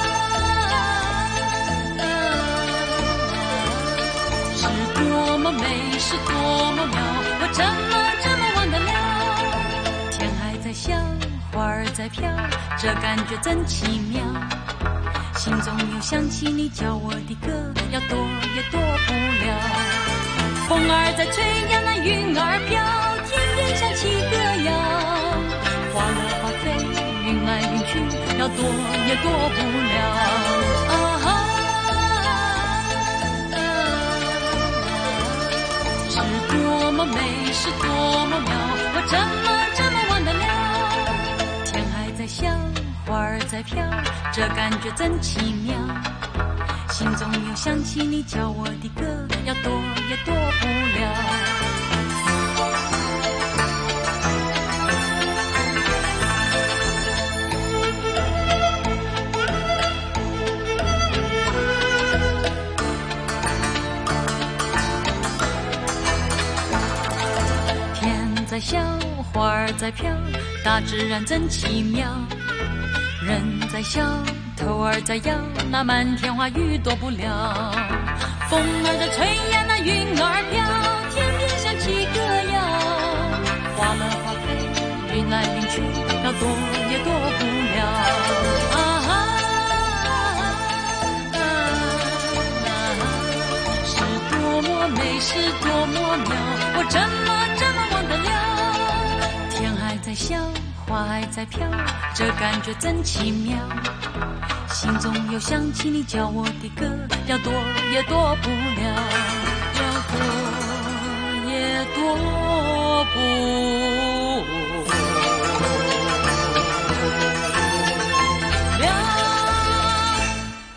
是多么美，是多么妙，我怎么忘得了？天还在笑，花儿在飘，这感觉真奇妙。心中又想起你教我的歌，要躲也躲不了。风儿在吹呀，那云儿飘，天边响起歌谣。花乐花飞，云来云去，要躲也躲不了。是多么美，是多么妙，我怎么忘得了？天还在笑，花儿在飘，这感觉真奇妙。心中又想起你教我的歌，要躲也躲不了。天在笑，花儿在飘，大自然真奇妙。人在笑，头儿在摇，那满天花雨躲不了。风风儿在吹呀，那云儿飘，天边响起歌谣，花了花开，云来云去，要躲也躲不了。是多么美，是多么妙，我怎么忘得了？天还在笑，花还在飘，这感觉真奇妙。心中又想起你教我的歌，要躲也躲不了，要躲也躲不了。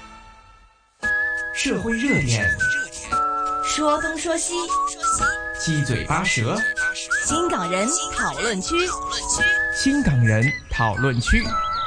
社会热点， 说东说西， 七嘴八舌， 新港人讨论区， 新港人讨论区。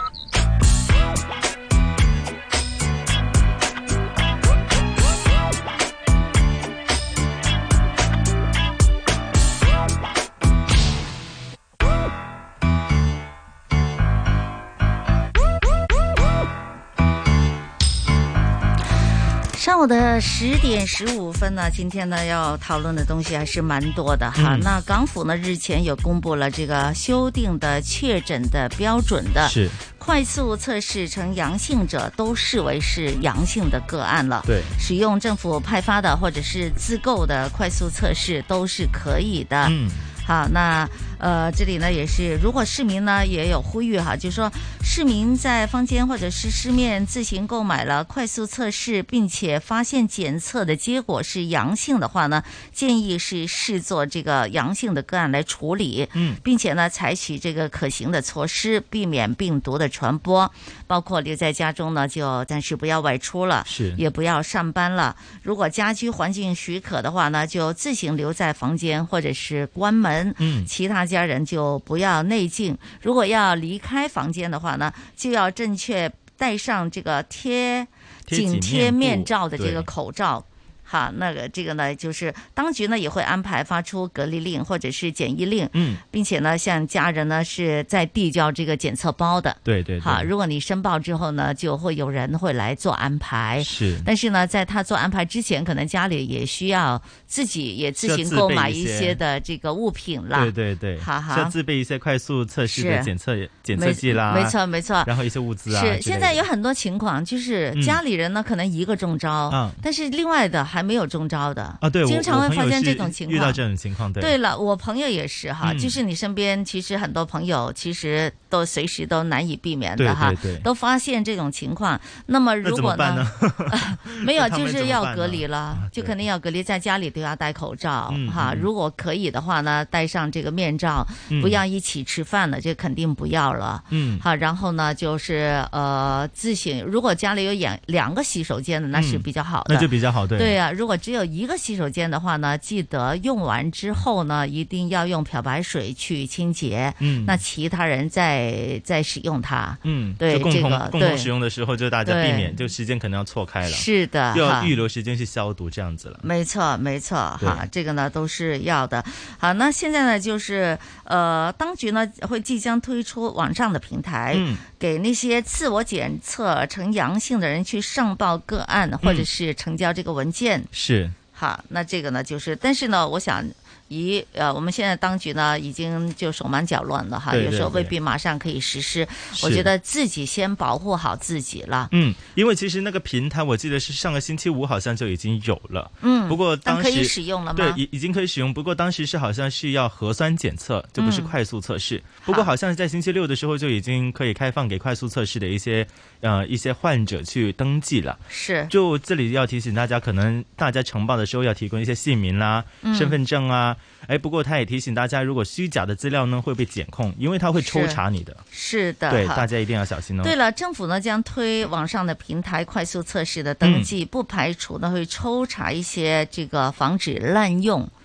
上午的10点15分呢，今天呢要讨论的东西还是蛮多的哈。那港府呢日前有公布了这个修订的确诊的标准的， 是快速测试呈阳性者都视为是阳性的个案了。 对， 使用政府派发的或者是自购的快速测试都是可以的。好，那这里呢也是，如果市民呢也有呼吁哈，就是说市民在坊间或者是市面自行购买了快速测试，并且发现检测的结果是阳性的话呢，建议是视作这个阳性的个案来处理，并且呢采取这个可行的措施，避免病毒的传播，包括留在家中呢就暂时不要外出了， 是也不要上班了。如果家居环境许可的话呢，就自行留在房间或者是关门。其他家人就不要内进。如果要离开房间的话呢，就要正确戴上这个紧贴面罩的这个口罩。好，那个这个呢，就是当局呢也会安排发出隔离令或者是检疫令，并且呢，向家人呢是在递交这个检测包的。 对对。 好，如果你申报之后呢，就会有人会来做安排。 是。 但是呢，在他做安排之前，可能家里也需要自己也自行购买一些的这个物品啦。 对对对。 好好。 需要自备一些快速测试的检测剂啦。 没错没错。 然后一些物资啊。 是。现在有很多情况，就是家里人呢可能一个中招，但是另外的还没有中招的。 啊，对， 经常会发现这种情况， 遇到这种情况，对。 对了，我朋友也是哈，就是你身边其实很多朋友其实都随时都难以避免的哈， 对， 都发现这种情况。那么如果呢，没有就是要隔离了，就肯定要隔离，在家里都要戴口罩哈。如果可以的话呢，戴上这个面罩，不要一起吃饭了，这肯定不要了。好，然后呢就是自行，如果家里有2个洗手间的，那是比较好的， 那就比较好，对。 对啊，如果只有1个洗手间的话呢，记得用完之后呢，一定要用漂白水去清洁。那其他人再使用它。对， 就共同使用的时候，就大家避免，就时间可能要错开了。 是的， 要预留时间去消毒，这样子了。 没错，没错，哈，这个呢都是要的。好，那现在呢就是当局呢会即将推出网上的平台，给那些自我检测呈阳性的人去上报个案，或者是呈交这个文件。 是。 好，那这个呢就是，但是呢，我想我们现在当局呢已经就手忙脚乱了哈，有时候未必马上可以实施。我觉得自己先保护好自己了。 因为其实那个平台我记得是上个星期5好像就已经有了。不过当时可以使用了吗？ 对，已经可以使用。不过当时是好像是要核酸检测，就不是快速测试。不过好像在星期6的时候就已经可以开放给快速测试的一些患者去登记了。 是。 就这里要提醒大家，可能大家呈报的时候要提供一些姓名啦、身份证啊。不过他也提醒大家，如果虚假的资料呢会被检控，因为他会抽查你的。 是的， 对，大家一定要小心哦。 对了，政府呢将推网上的平台快速测试的登记，不排除呢会抽查一些这个防止滥用。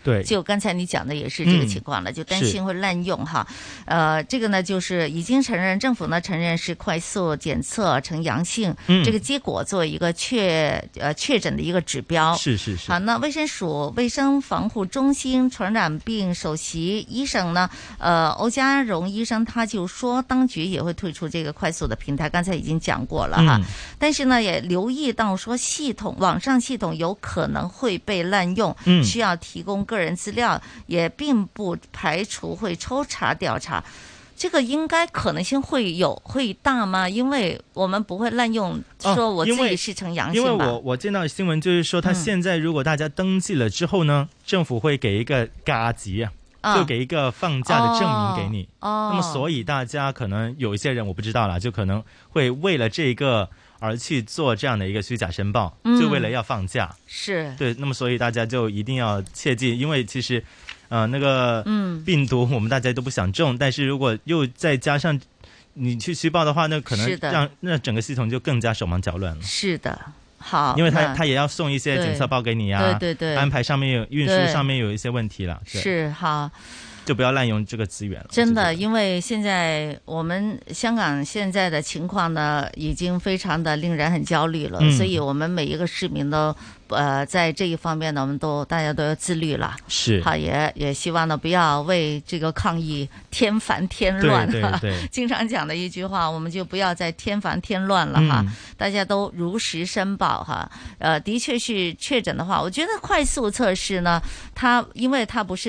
对， 就刚才你讲的也是这个情况了，就担心会滥用哈。这个呢就是已经承认，政府呢承认是快速检测呈阳性，这个结果作为一个确诊的一个指标。 是。 好，那卫生署卫生防护中心传染病首席医生呢，欧家荣医生他就说，当局也会退出这个快速的平台，刚才已经讲过了哈。但是呢，也留意到说网上系统有可能会被滥用，需要提供个人资料，也并不排除会抽查调查。这个应该可能性会大吗？因为我们不会滥用说我自己是呈阳性吧。 因为我见到新闻就是说，他现在如果大家登记了之后呢，政府会给一个假期就给一个放假的证明给你。那么所以大家可能有一些人我不知道啦，就可能会为了这个而去做这样的一个虚假申报，就为了要放假。 是对，那么所以大家就一定要切记，因为其实那个病毒我们大家都不想中，但是如果又再加上你去虚报的话，那可能让那整个系统就更加手忙脚乱了。 是的，好， 因为他也要送一些检测包给你啊， 对， 安排上面运输上面有一些问题了。 是好。 就不要滥用这个资源了。 真的，因为现在我们香港现在的情况呢，已经非常的令人很焦虑了，所以我们每一个市民都在这一方面呢，我们大家都要自律了。 是， 好，也希望呢不要为这个抗疫添烦添乱。 对， 经常讲的一句话，我们就不要再添烦添乱了哈。大家都如实申报哈。的确是确诊的话，我觉得快速测试呢，因为它不是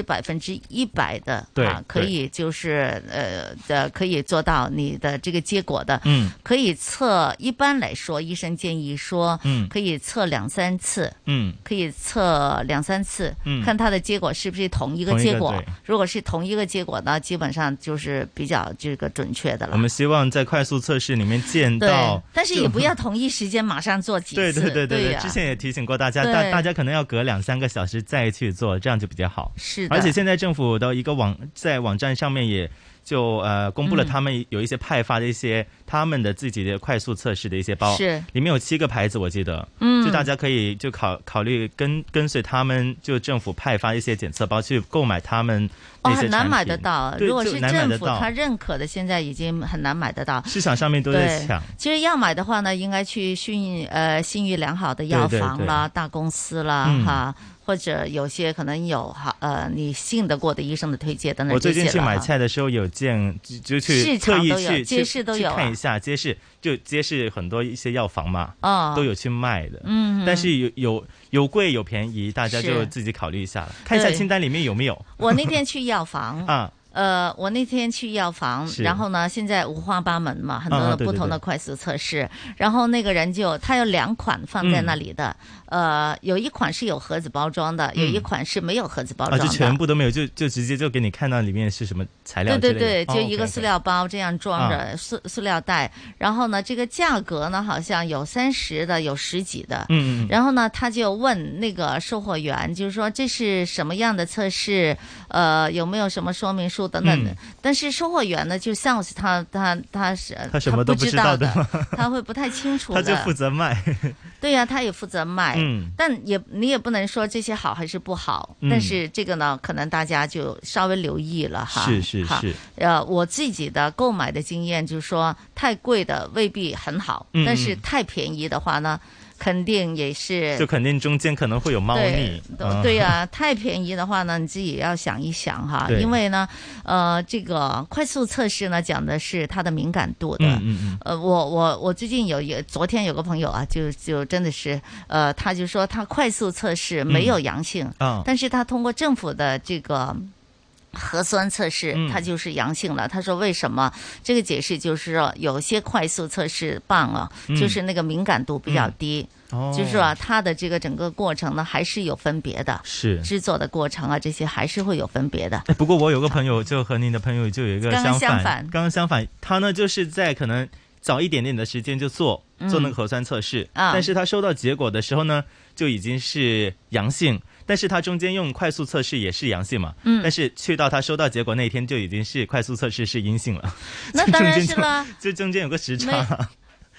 100%的， 对， 可以就是可以做到你的这个结果的。可以测，一般来说，医生建议说，可以测2-3次。可以测2-3次，看它的结果是不是同一个结果。如果是同一个结果呢，基本上就是比较这个准确的了。 我们希望在快速测试里面见到， 但是也不要同一时间马上做几次。 对，之前也提醒过大家，大家可能要隔2-3个小时再去做，这样就比较好。 是的， 而且现在政府的一个在网站上面也就公布了他们有一些派发的一些他们的自己的快速测试的一些包， 是里面有7个牌子，我记得，就大家可以就考虑跟随他们就政府派发一些检测包去购买他们那些产品。 很难买得到，如果是政府他认可的，现在已经很难买得到， 市场上面都在抢。 其实要买的话呢，应该去信誉良好的药房啦、大公司啦哈。或者有些可能有你信得过的医生的推荐等等。 我最近去买菜的时候有见，就去特意去街市都有看一下，街市很多一些药房嘛，都有去卖的。但是有贵有便宜，大家就自己考虑一下了，看一下清单里面有没有。 我那天去药房我那天去药房，然后呢，现在五花八门嘛，很多的不同的快速测试，然后那个人他有2款放在那里的，有一款是有盒子包装的，有一款是没有盒子包装的， 就全部都没有，就直接就给你看到里面是什么材料之类的。 对，就一个塑料包这样装着，塑料袋，然后呢，这个价格呢好像有30的，有10几的，然后呢，他就问那个售货员，就是说这是什么样的测试，有没有什么说明书等等的，但是售货员呢，就 sales 他什么都不知道的， 他会不太清楚的， 他就负责卖。 对呀，他也负责卖，但你也不能说这些好还是不好，但是这个呢，可能大家就稍微留意了哈。 是。 我自己的购买的经验就是说，太贵的未必很好，但是太便宜的话呢，肯定也是， 就肯定中间可能会有猫腻。 对呀，太便宜的话呢，你自己也要想一想哈，因为呢，这个快速测试呢讲的是它的敏感度的。我最近昨天有个朋友啊，就真的是他就说他快速测试没有阳性，但是他通过政府的这个核酸测试它就是阳性了。他说为什么？这个解释就是说有些快速测试棒就是那个敏感度比较低，就是说它的这个整个过程呢还是有分别的，是制作的过程这些还是会有分别的。 不过我有个朋友就和您的朋友就有一个刚刚相反，他呢就是在可能早一点点的时间就做那个核酸测试，但是他收到结果的时候呢就已经是阳性，但是他中间用快速测试也是阳性嘛，但是去到他收到结果那天就已经是快速测试是阴性了， 那当然是了， 就中间有个时差。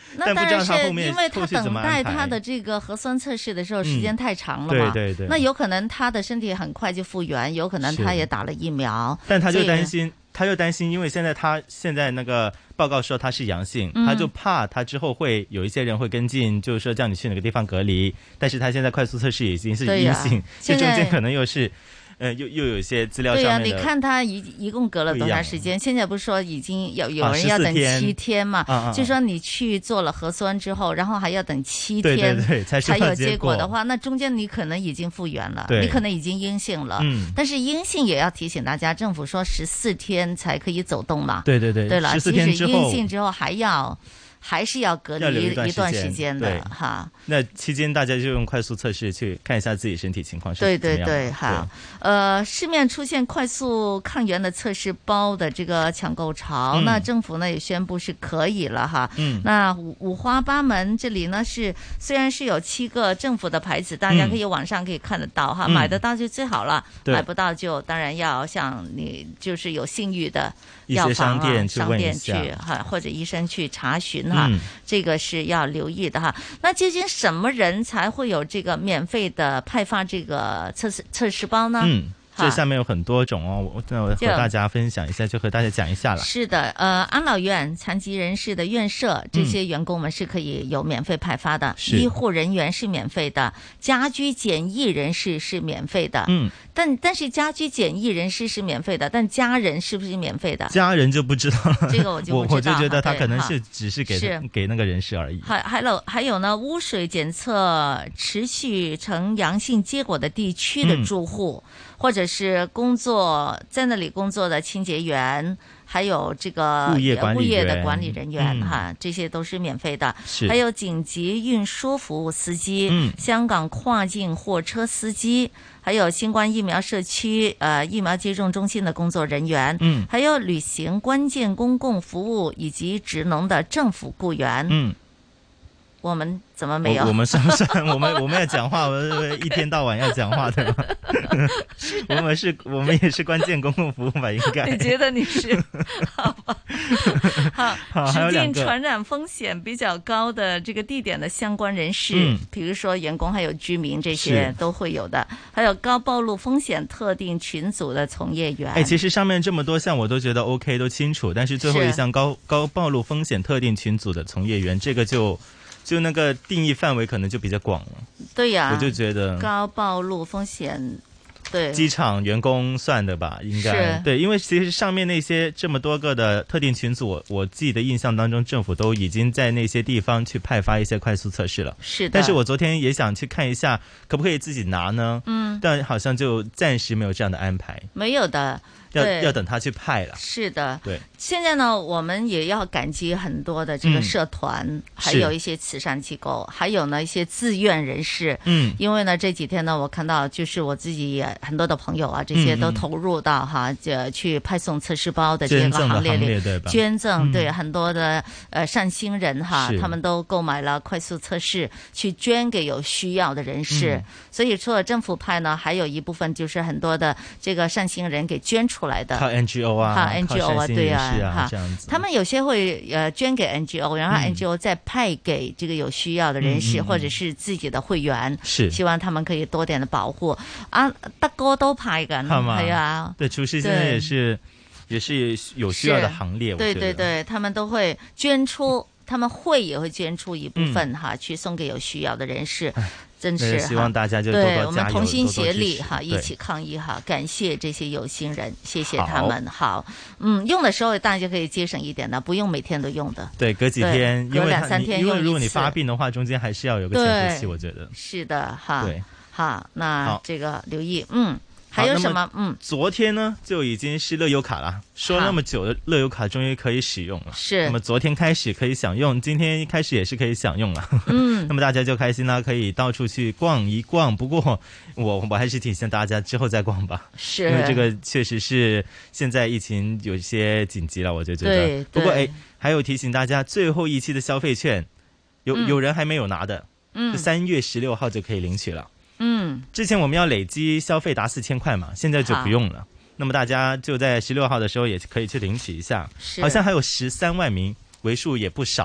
但不知道他后面因为他等待他的这个核酸测试的时候时间太长了嘛， 对对对， 那有可能他的身体很快就复原，有可能他也打了疫苗， 但他就担心，因为现在那个报告说他是阳性，他就怕他之后会有一些人会跟进，就是说叫你去哪个地方隔离，但是他现在快速测试已经是阴性，这中间可能又是。又有一些资料上面的。 对呀，你看他一共隔了多长时间？现在不是说已经有人要等7天嘛？就说你去做了核酸之后，然后还要等7天， 对，才有结果的话，那中间你可能已经复原了，你可能已经阴性了。但是阴性也要提醒大家，政府说14天才可以走动嘛。 对了，即使阴性之后还是要隔离一段时间的哈。 那期间大家就用快速测试去看一下自己身体情况是怎么样的。 对，好。市面出现快速抗原的测试包的这个抢购潮，那政府呢也宣布是可以了哈。那五花八门，这里呢虽然是有7个政府的牌子，大家可以网上可以看得到哈，买得到就最好了，买不到就当然要像你就是有信誉的药房商店去哈，或者医生去查询。这个是要留意的哈。那究竟什么人才会有这个免费的派发这个测试包呢？ 这下面有很多种哦，我和大家分享一下，就和大家讲一下了。 是的，安老院、残疾人士的院舍，这些员工们是可以有免费派发的。医护人员是免费的，家居检疫人士是免费的。但是家居检疫人士是免费的，但家人是不是免费的？ 家人就不知道了。 这个我就不知道。 我就觉得他可能是只是给那个人士而已。 还有呢，污水检测持续呈阳性结果的地区的住户。或者是在那里工作的清洁员，还有这个物业的管理人员哈，这些都是免费的。还有紧急运输服务司机，香港跨境货车司机，还有新冠疫苗社区疫苗接种中心的工作人员，还有履行关键公共服务以及职能的政府雇员。我们怎么没有？ 我们算不算？我们要讲话，一天到晚要讲话，对吧？我们也是关键公共服务吧？应该？ 你觉得你是？好吧。好，指定传染风险比较高的这个地点的相关人士，比如说员工还有居民，这些都会有的。还有高暴露风险特定群组的从业员。 其实上面这么多项我都觉得 OK， 都清楚，但是最后一项高暴露风险特定群组的从业员，这个就那个定义范围可能就比较广了。 对呀， 我就觉得高暴露风险，对， 机场员工算的吧，应该对，因为其实上面那些这么多个的特定群组，我自己的印象当中，政府都已经在那些地方去派发一些快速测试了。 是的， 但是我昨天也想去看一下，可不可以自己拿呢？但好像就暂时没有这样的安排。 没有的。 要等他去派了。 是的， 对。 现在呢，我们也要感激很多的这个社团，还有一些慈善机构，还有呢一些自愿人士。因为呢这几天呢，我看到就是我自己也很多的朋友啊，这些都投入到去派送测试包的这个行列里，捐赠对很多的善心人他们都购买了快速测试去捐给有需要的人士。所以除了政府派呢，还有一部分就是很多的这个善心人给捐出来的， 靠 NGO 啊 ，NGO 啊，对啊， 这样子。 他们有些会捐给 NGO， 然后 NGO 再派给这个有需要的人士，或者是自己的会员，希望他们可以多点的保护啊。德哥都派緊，係啊， 对，厨师现在也是有需要的行列， 对，他们都会捐出，他们也会捐出一部分去送给有需要的人士。真是希望大家就多多加油， 我们同心协力一起抗疫感谢这些有心人，谢谢他们。好，用的时候大家可以节省一点的，不用每天都用的。 对，隔几天， 隔2-3天用一次。 因为如果你发病的话，中间还是要有个潜伏期，我觉得是的对， 好，那这个留意，还有什么？ 昨天呢就已经是乐悠卡了，说那么久的乐悠卡终于可以使用了。 是， 那么昨天开始可以享用，今天开始也是可以享用了。那么大家就开心啦，可以到处去逛一逛。不过我还是提醒大家之后再逛吧， 是， 因为这个确实是现在疫情有些紧急了，我就觉得。 对。 不过还有提醒大家，最后一期的消费券有人还没有拿的，3月16号就可以领取了。之前我们要累积消费达4000块嘛，现在就不用了。那么大家就在16号的时候也可以去领取一下，好像还有13万名，为数也不少。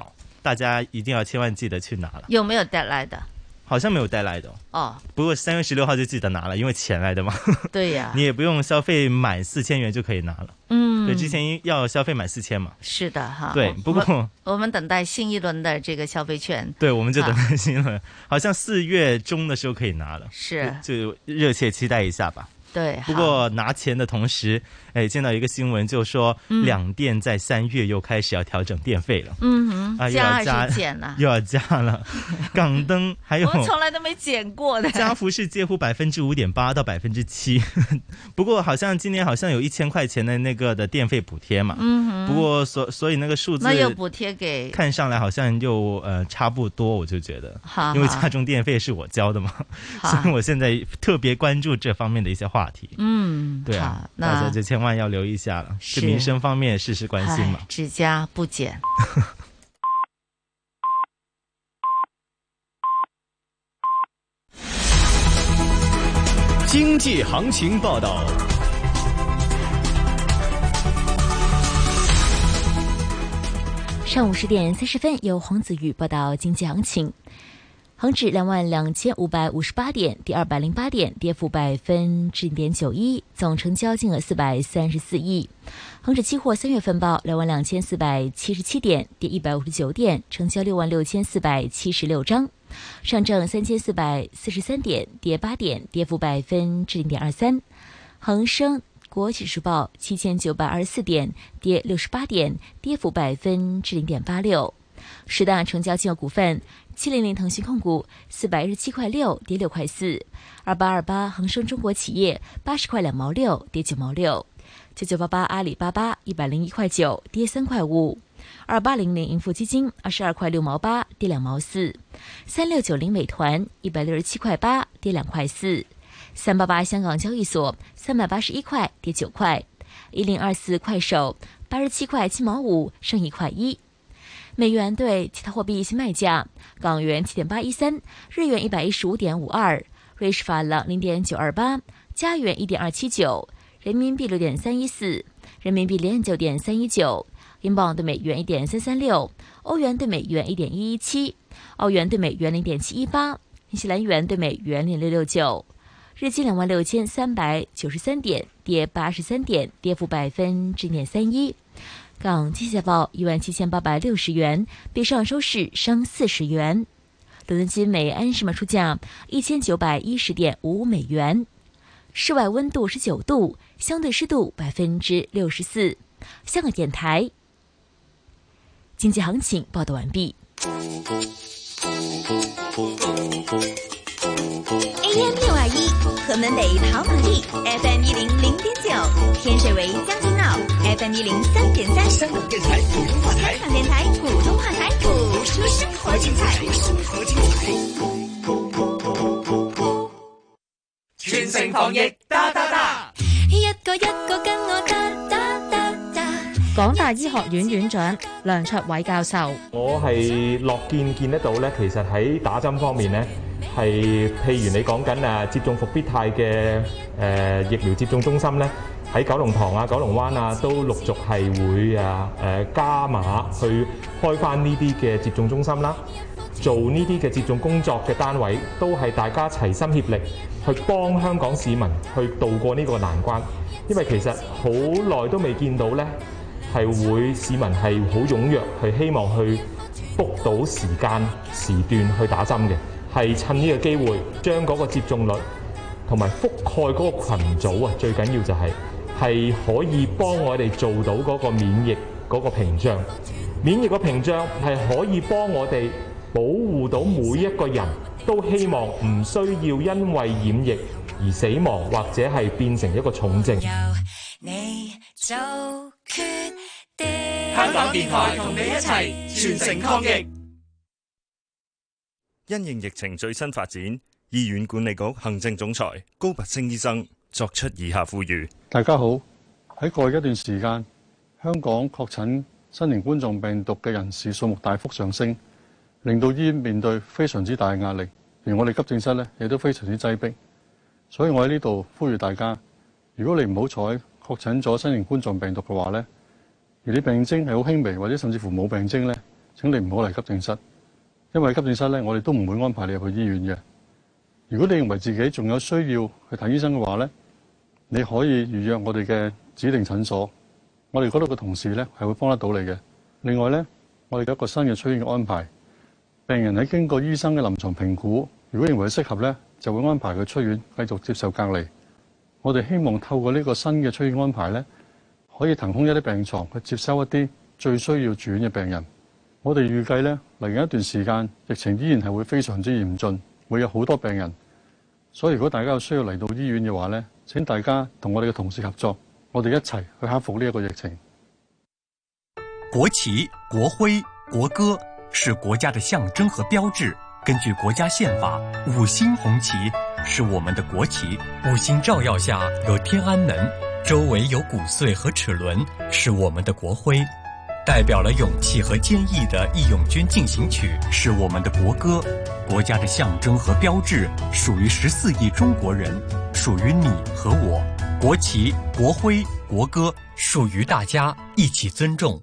大家一定要千万记得去拿了。 有没有带来的？ 好像没有带来的哦。 不过3月16号就记得拿了，因为钱来的嘛。 对呀。 你也不用消费满4000元就可以拿了。对，之前要消费满4000嘛。 是的哈。 对，不过我们等待新一轮的这个消费券。 对，我们就等待新一轮，好像4月中的时候可以拿了。 是， 就热切期待一下吧。 对， 不过拿钱的同时，见到一个新闻就说，两电在3月又开始要调整电费了。 加还是减了？ 又要加了。港灯还有我们从来都没减过的， 加幅是介乎5.8%到7%。不过好像今年好像有1000块钱的那个的电费补贴嘛。不过所以那个数字那又补贴给看上来好像又差不多，我就觉得，因为家中电费是我交的嘛，所以我现在特别关注这方面的一些话题。对啊，大家就千万要留意一下了，这民生方面事事关心嘛， 只加不减。 经济行情报道。 上午10点30分，由黄子玉报道经济行情。恒指22558点，跌208点，跌幅0.91%，总成交金额434亿。恒指期货3月份报22477点，跌159点，成交66476张。上证3443点，跌8点，跌幅0.23%。恒生国指数报7924点，跌68点，跌幅0.86%。10大成交金额股份：700腾讯控股417块6，跌6块4；2828恒生中国企业80块2毛6，跌9毛6；9988阿里巴巴101块9，跌3块5；2800盈富基金22块6毛8，跌2毛4；3690美团167块8，跌2块4；388香港交易所381块，跌9块；1024快手87块7毛5，升1块1。美元对其他货币一些卖价：港元7.813，日元115.52，瑞士法郎0.928，加元1.279，人民币6.314，人民币0.9.319，英镑对美元1.336，欧元对美元1.117，澳元对美元0.718，新西兰元对美元0.669。日经26393点，跌83点，跌幅1.31%。港机械报17860元，比上收市升40元。伦敦金每安士卖出价1910.55美元。室外温度19度，相对湿度64%。香港电台经济行情报道完毕。 AM621，河门北跑马地 FM100.9，天水围将军澳 FM103.3， 香港电台普通话台， 香港电台普通话台，谱出生活精彩， 生活精彩。全城防疫打打打， 一個跟我打打打打。 港大醫學院院長梁卓偉教授， 我係樂見得到咧，其實喺打針方面咧，係譬如你講緊接種復必泰嘅疫苗接種中心咧，喺九龍塘啊、九龍灣啊，都陸續係會加碼去開翻呢啲嘅接種中心啦。做呢啲嘅接種工作嘅單位，都係大家齊心協力去幫香港市民去渡過呢個難關。因為其實好耐都未見到咧，係會市民係好踴躍去希望去 book 到時間時段去打針嘅，係趁呢個機會將嗰個接種率同埋覆蓋嗰個群組啊，最緊要就係可以幫我哋做到嗰個免疫嗰個屏障。免疫個屏障係可以幫我哋保護到每一個人，都希望唔需要因為染疫而死亡，或者係變成一個重症。 香港電台同你一齊全城抗疫。 因應疫情最新發展，醫院管理局行政總裁高拔陞醫生作出以下呼籲： 大家好，喺過去一段時間，香港確診新型冠狀病毒嘅人士數目大幅上升，令到醫院面對非常之大嘅壓力，而我哋急症室咧亦都非常之擠迫。所以我喺呢度呼籲大家，如果你唔好彩確診咗新型冠狀病毒嘅話咧，而啲病徵係好輕微或者甚至乎冇病徵咧， 請你唔好嚟急症室，因為急症室咧，我哋都唔會安排你入去醫院嘅。如果你認為自己仲有需要去睇醫生嘅話咧，你可以預約我哋嘅指定診所，我哋嗰度嘅同事咧係會幫得到你嘅。另外咧，我哋有一個新嘅出院嘅安排，病人喺經過醫生嘅臨床評估，如果認為適合咧，就會安排佢出院繼續接受隔離。我哋希望透過呢個新嘅出院安排咧，可以騰空一啲病床去接收一啲最需要住院嘅病人。我哋預計咧，嚟緊一段時間疫情依然係會非常之嚴峻，會有好多病人。所以如果大家有需要嚟到醫院嘅話咧，請大家同我哋嘅同事合作，我哋一齊去克服呢一個疫情。 國旗、國徽、國歌是國家的象徵和標誌。根據國家憲法，5星紅旗是我們的國旗，5星照耀下有天安門，周圍有谷穗和齒輪，是我們的國徽。代表了勇氣和堅毅的義勇軍進行曲是我們的國歌，國家的象徵和標誌屬於14億中國人，屬於你和我。國旗、國徽、國歌屬於大家，一起尊重。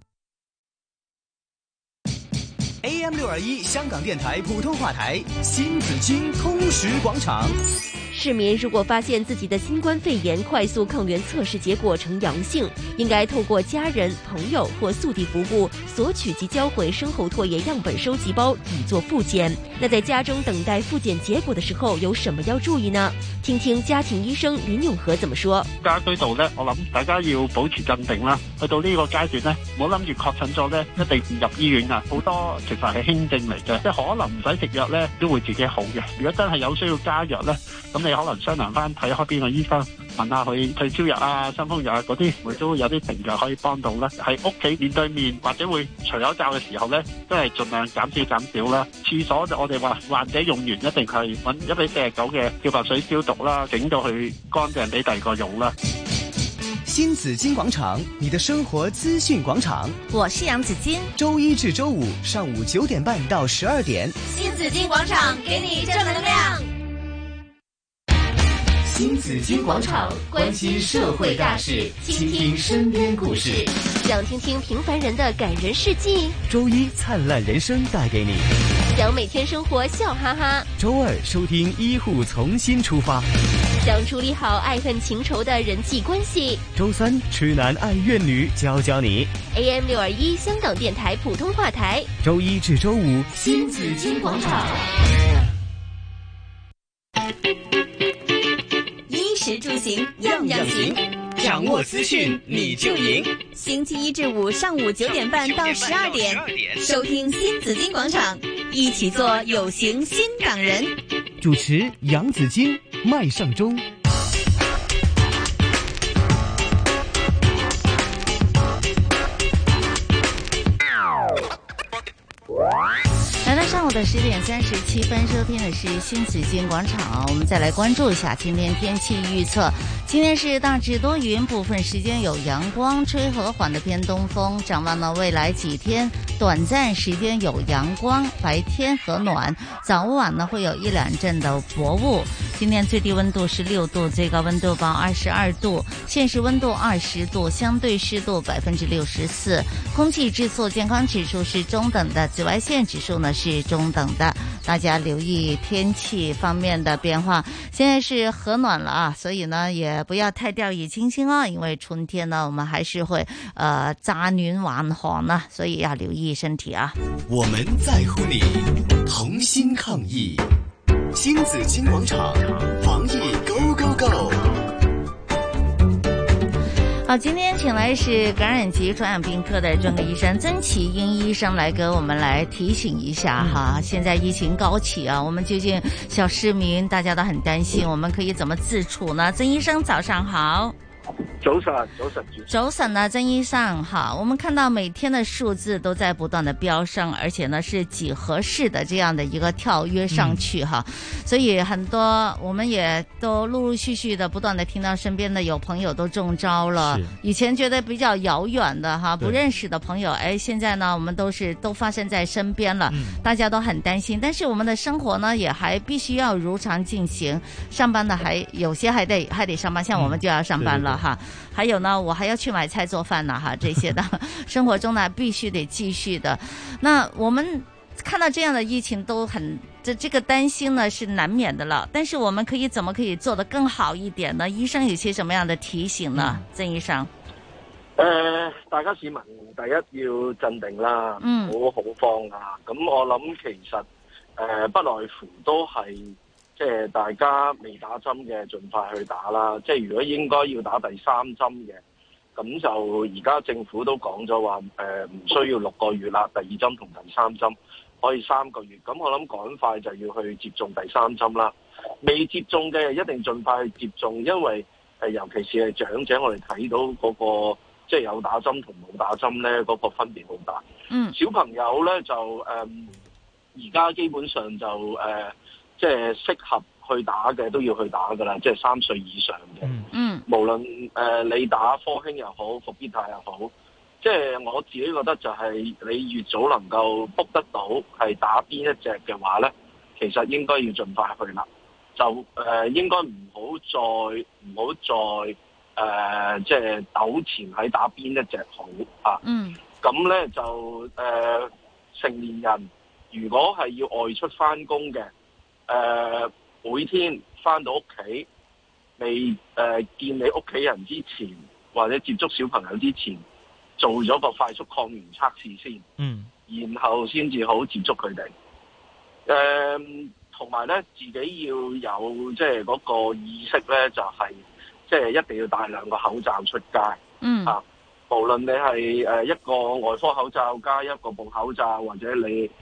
AM621香港電台普通話台，新紫荊通識廣場。 市民如果發現自己的新冠肺炎快速抗原測試結果呈陽性，應該透過家人、朋友或速遞服務索取及交回生喉唾液樣本收集包以做複檢。那在家中等待複檢結果的時候，有什麼要注意呢？聽聽家庭醫生林永和怎麼說。 家居度呢，我諗大家要保持鎮定啦。去到呢個階段呢，唔好諗住確診咗呢，一定唔入醫院啊。好多其實係輕症嚟嘅，即係可能唔使食藥呢，都會自己好嘅。如果真係有需要加藥呢，咁你可能商量翻睇開邊個醫生，問下佢退燒藥啊、傷風藥啊嗰啲，會都有啲停藥可以幫到啦。喺屋企面對面或者會除口罩嘅時候呢，都係盡量減少啦。廁所就我哋話患者用完一定係揾1:49嘅漂白水消毒啦，整到佢乾淨俾第二個用啦。 新紫荊廣場，你的生活資訊廣場。 我是楊子矜， 周一至周五上午9點半到12點。 新紫荊廣場，給你正能量。 新紫荊廣場，關心社會大事，傾聽身邊故事。 想聽聽平凡人的感人事跡？ 周一燦爛人生帶給你。 想每天生活笑哈哈？ 周二收聽醫護從新出發。 想處理好愛恨情仇的人際關係？ 周三痴男愛怨女，教教你。 AM621香港電台普通話台， 周一至周五新紫荊廣場。 衣食住行樣樣行， 掌握資訊你就贏。 星期一至五上午9點半到12點，收聽新紫荊廣場，一起做有型新港人。 主持楊子矜、麥尚中。 来到上午的10點37分，收聽的是新紫荊廣場。我們再來關注一下今天天氣預測。今天是大致多雲，部分時間有陽光，吹和緩的偏東風。展望呢，未來幾天短暫時間有陽光，白天和暖，早晚呢會有一兩陣的薄霧。今天最低溫度是6度，最高溫度報22度，現時溫度20度，相對濕度64%，空氣質素健康指數是中等的，紫外線指數呢是中等的。大家留意天氣方面的變化。現在是和暖了啊，所以呢也不要太掉以輕心啊，因為春天呢我們還是會乍暖還寒啊，所以要留意身體啊。 我們在乎你，同心抗疫。新紫荊廣場，防疫 Go Go Go！ 好，今天請來是感染及傳染病科的專科醫生曾祈殷醫生來給我們來提醒一下哈。現在疫情高起啊，我們究竟小市民大家都很擔心，我們可以怎麼自處呢？曾醫生早上好。 早晨啊，曾醫生好。我們看到每天的數字都在不斷的飆升，而且呢是幾何式的這樣的一個跳躍上去哈，所以很多我們也都陸陸續續的不斷的聽到身邊的有朋友都中招了。以前覺得比較遙遠的哈，不認識的朋友，哎，現在呢我們都發生在身邊了，大家都很擔心。但是我們的生活呢也還必須要如常進行，上班的還有些還得上班，像我們就要上班了哈。 还有呢，我还要去买菜做饭呢哈，这些的生活中呢必须得继续的。那我们看到这样的疫情都很这个担心呢是难免的了，但是我们怎么可以做得更好一點呢？醫生有些什麼樣的提醒呢？曾醫生， 大家市民第一要鎮定啦，唔好恐慌啊。咁我諗其實不外乎都係即係大家未打針嘅盡快去打啦。即係如果應該要打第三針嘅，咁就而家政府都講咗話唔需要6個月啦，第二針同第三針。可以3個月，咁我諗趕快就要去接種第三針啦。未接種嘅一定盡快去接種，因為尤其是係長者，我哋睇到嗰個即係有打針同冇打針咧，嗰個分別好大。小朋友咧就而家基本上就即係適合去打嘅都要去打㗎啦，即係3歲以上嘅。無論你打科興又好，復必泰又好。即係我自己覺得就係你越早能夠 book 得到係打邊一隻嘅話咧，其實應該要盡快去啦。就應該唔好再即係糾纏喺打邊一隻好啊。咁咧就成年人如果係要外出翻工嘅，每天翻到屋企未見你屋企人之前，或者接觸小朋友之前，做咗個快速抗原測試先，然後先至好接觸佢哋。同埋咧，自己要有即係嗰個意識咧，就係即係一定要戴2個口罩出街。無論你係一個外科口罩加一個布口罩，或者你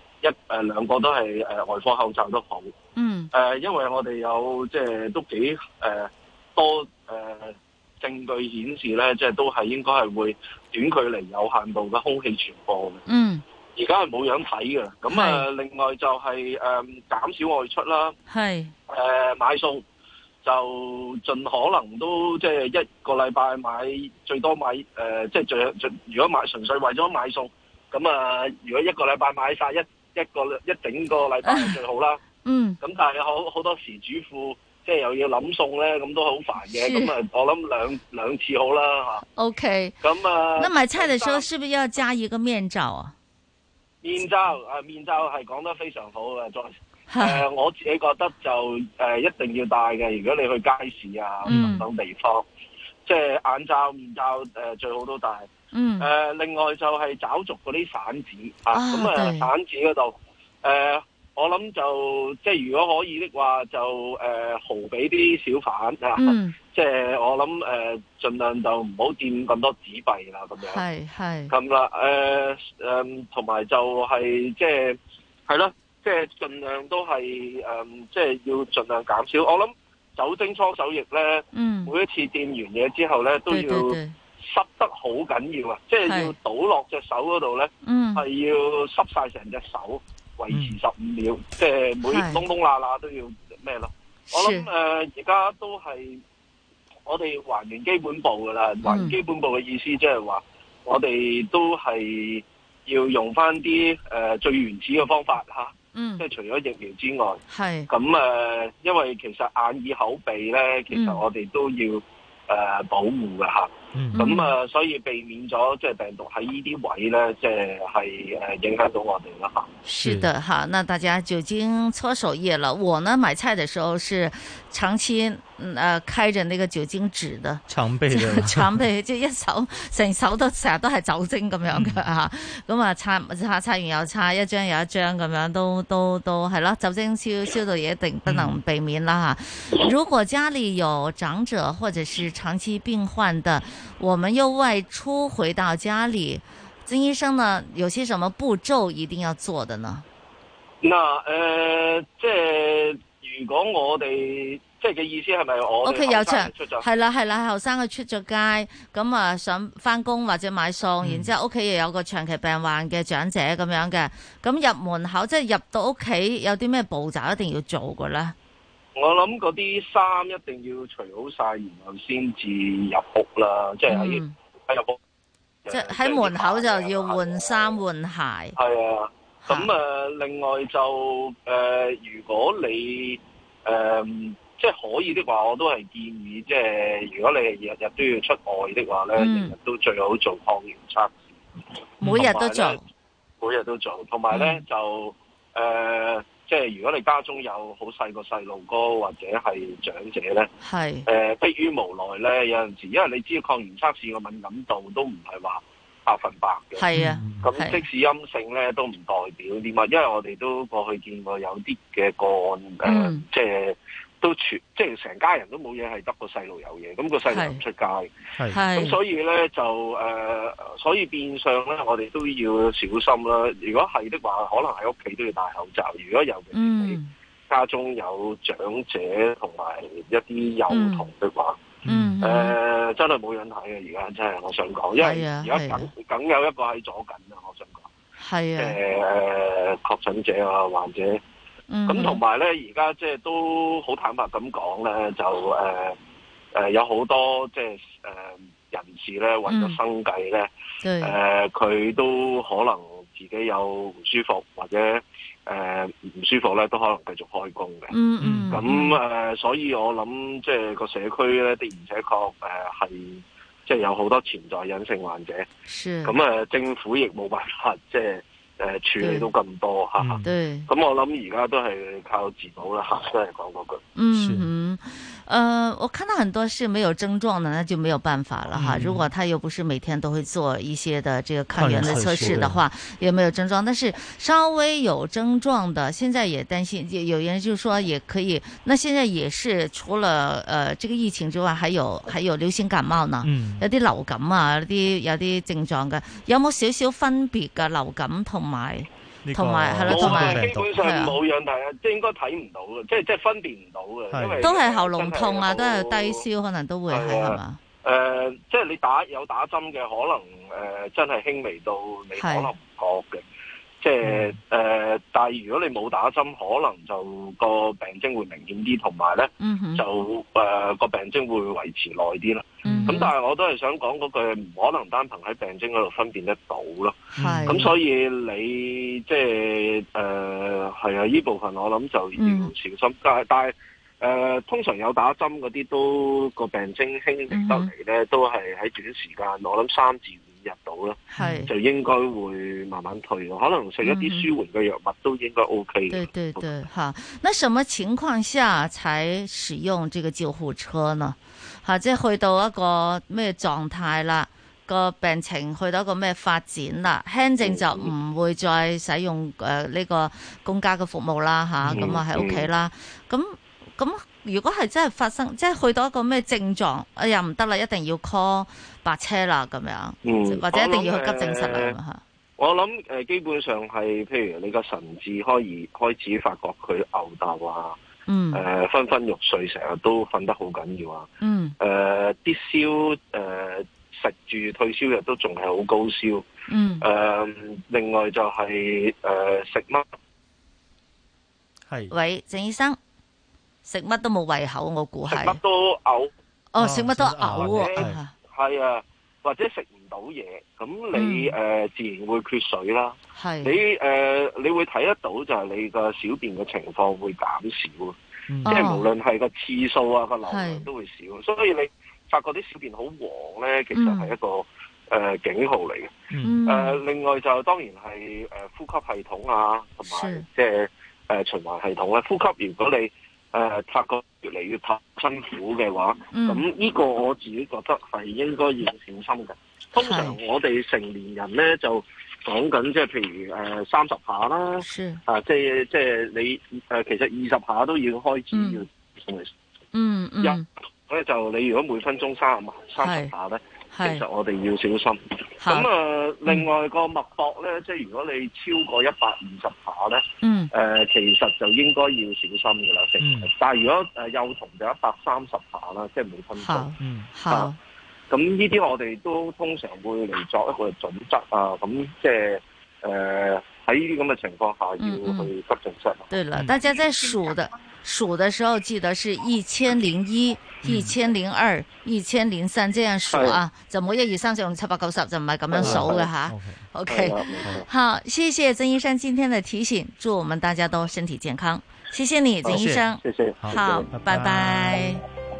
2個都係外科口罩都好。因為我哋有即係都幾多證據顯示咧，即係都係應該係會短距離有限度嘅空氣傳播嘅。而家係冇樣睇嘅。咁另外就係減少外出啦。買餸就盡可能都即係1個禮拜買最多買即係如果買純粹為咗買餸，咁如果1個禮拜買晒一整個禮拜係最好啦。咁但係好多時主婦即係又要諗餸咧，咁都好煩嘅。咁我諗兩次好啦嚇。OK。咁那買菜的時候是不是要加一個面罩啊？面罩係講得非常好嘅，我自己覺得就一定要戴嘅。如果你去街市啊等等地方，即係眼罩、面罩最好都戴。另外就係找續嗰啲散紙咁散紙嗰度我諗就即係如果可以的話，就豪俾啲小販即係我諗盡量就唔好掂咁多紙幣啦，咁樣。咁啦，同埋就係即係係咯，即係盡量都係即係要盡量減少。我諗酒精搓手液咧，每一次掂完嘢之後咧，都要濕得好緊要啊！即係要倒落隻手嗰度咧，係要濕晒成隻手。維持15秒，即係每窿窿罅罅都要咩咯？我諗而家都係我哋還原基本步噶啦，還原基本步嘅意思即係話我哋都係要用翻啲最原始嘅方法嚇，即係除咗疫苗之外，咁因為其實眼耳口鼻咧，其實我哋都要保護嘅嚇。所以避免咗即係病毒喺呢啲位咧，即係影響到我哋啦嚇。 是的哈，那大家酒精搓手液了。我呢買菜的時候是長期開着那個酒精紙的， 常備的， 常備即係一手成手都成日都係酒精咁樣嘅嚇。咁啊擦完又擦，一張又一張咁樣，都係咯，酒精消毒也一定不能避免啦嚇。如果家裏有長者或者是長期病患的，我們又外出回到家裏，曾醫生呢，有些什麼步驟一定要做的呢？ 嗱，即係如果我哋即係嘅意思係咪我哋後生出咗？係啦，後生佢出咗街，咁啊想翻工或者買餸，然之後屋企又有個長期病患嘅長者咁樣嘅，咁入門口即係入到屋企有啲咩步驟一定要做嘅咧？我諗嗰啲衫一定要除好晒，然後先至入屋啦，即係喺入屋。即係喺門口就要換衫換鞋。係啊，咁另外就如果你即係可以的話，我都係建議，即係如果你日日都要出外的話咧，日日都最好做抗原測試， 每日都做， 每日都做。同埋咧就即係如果你家中有好細個細路哥或者係長者咧，迫於無奈咧，有陣時因為你知道抗原測試個敏感度都唔係話100%嘅， 係啊， 咁即使陰性咧都唔代表啲乜，因為我哋都過去見過有啲嘅個案，即係都即係成家人都冇嘢，係得個細路有嘢，咁個細路唔出街，咁所以咧就所以變相咧我哋都要小心啦。如果係的話，可能喺屋企都要戴口罩。如果尤其是你家中有長者同埋一啲幼童的話，真係冇樣睇嘅。而家真係我想講，因為而家梗有一個喺左近啊，我想講，確診者啊，患者。咁同埋咧，而家即係都好坦白咁講咧，就有好多即係人士咧，為咗生計咧，佢都可能自己有唔舒服或者唔舒服咧，都可能繼續開工嘅。咁所以我諗即係個社區咧的而且確係即係有好多潛在隱性患者。咁政府亦冇辦法即係處理到咁多嚇，咁我諗而家都係靠自保啦嚇，都係講嗰句。 我看到很多是沒有症狀的，那就沒有辦法了哈。如果他又不是每天都會做一些的這個抗原的測試的話，也沒有症狀。但是稍微有症狀的，現在也擔心，有人就說也可以。那現在也是除了這個疫情之外，還有流行感冒呢，有啲流感啊，有啲症狀嘅，有冇少少分別嘅流感同埋？同埋係咯，同埋基本上冇樣睇啊，即係應該睇唔到嘅，即係分辨唔到嘅，因為都係喉嚨痛啊，都係低燒，可能都會係嘛？ 即係你有打針嘅，可能真係輕微到你可能唔覺嘅，即係但係如果你冇打針，可能就個病徵會明顯啲，同埋咧就個病徵會維持耐啲啦。咁但係我都係想講嗰句，唔可能單憑喺病徵嗰度分辨得到咯。咁所以你即係係啊，呢部分我諗就要小心。但係通常有打針嗰啲都個病徵輕微得嚟咧，都係喺短時間，我諗3至5日到啦，就應該會慢慢退咯。可能食一啲舒緩嘅藥物都應該 OK 嘅。 對，好。那什麼情況下才使用這個救護車呢？即係去到一個咩狀態啦，個病情去到一個咩發展啦，輕症就唔會再使用呢個公家嘅服務啦嚇，咁啊喺屋企啦。咁如果係真係發生，即係去到一個咩症狀，又唔得啦，一定要 call 白車啦咁樣，或者一定要去急症室啦嚇。 我諗基本上係，譬如你個神志開始發覺佢吽哣啊。昏昏欲睡，成日都瞓得好緊要啊！啲燒食住退燒藥都仲係好高燒。另外就係食乜？ 喂，鄭醫生，食乜都冇胃口，我估係。 食乜都嘔。 食乜都嘔喎。 係啊，或者食唔到嘢，咁你自然會缺水啦。你會睇得到就係你個小便嘅情況會減少，即係無論係個次數啊個流量都會少，所以你發覺啲小便好黃咧，其實係一個警號嚟嘅。另外就當然係呼吸系統啊，同埋即係循環系統啦。呼吸如果你發覺越嚟越辛苦嘅話，咁呢個我自己覺得係應該要小心嘅。通常我哋成年人咧就講緊即係譬如30下啦，即係你其實20下都要開始要咧就你如果每分鐘30下咧，其實我哋要小心。咁另外個脈搏咧，即係如果你超過120下咧，其實就應該要小心㗎啦。但係如果幼童就130下啦，即係每分鐘。咁呢啲我哋都通常會嚟作一個準則啊，咁即係喺呢啲咁嘅情況下要去急症室。 對了，大家在數數的時候記得是1001、1002、1003這樣數啊，就冇1、2、3、4、5、6、7、8、9、10就唔係咁樣數嘅吓。OK， 好，謝謝曾醫生今天的提醒，祝我們大家都身體健康。謝謝你，曾醫生。 謝謝。 好，拜拜。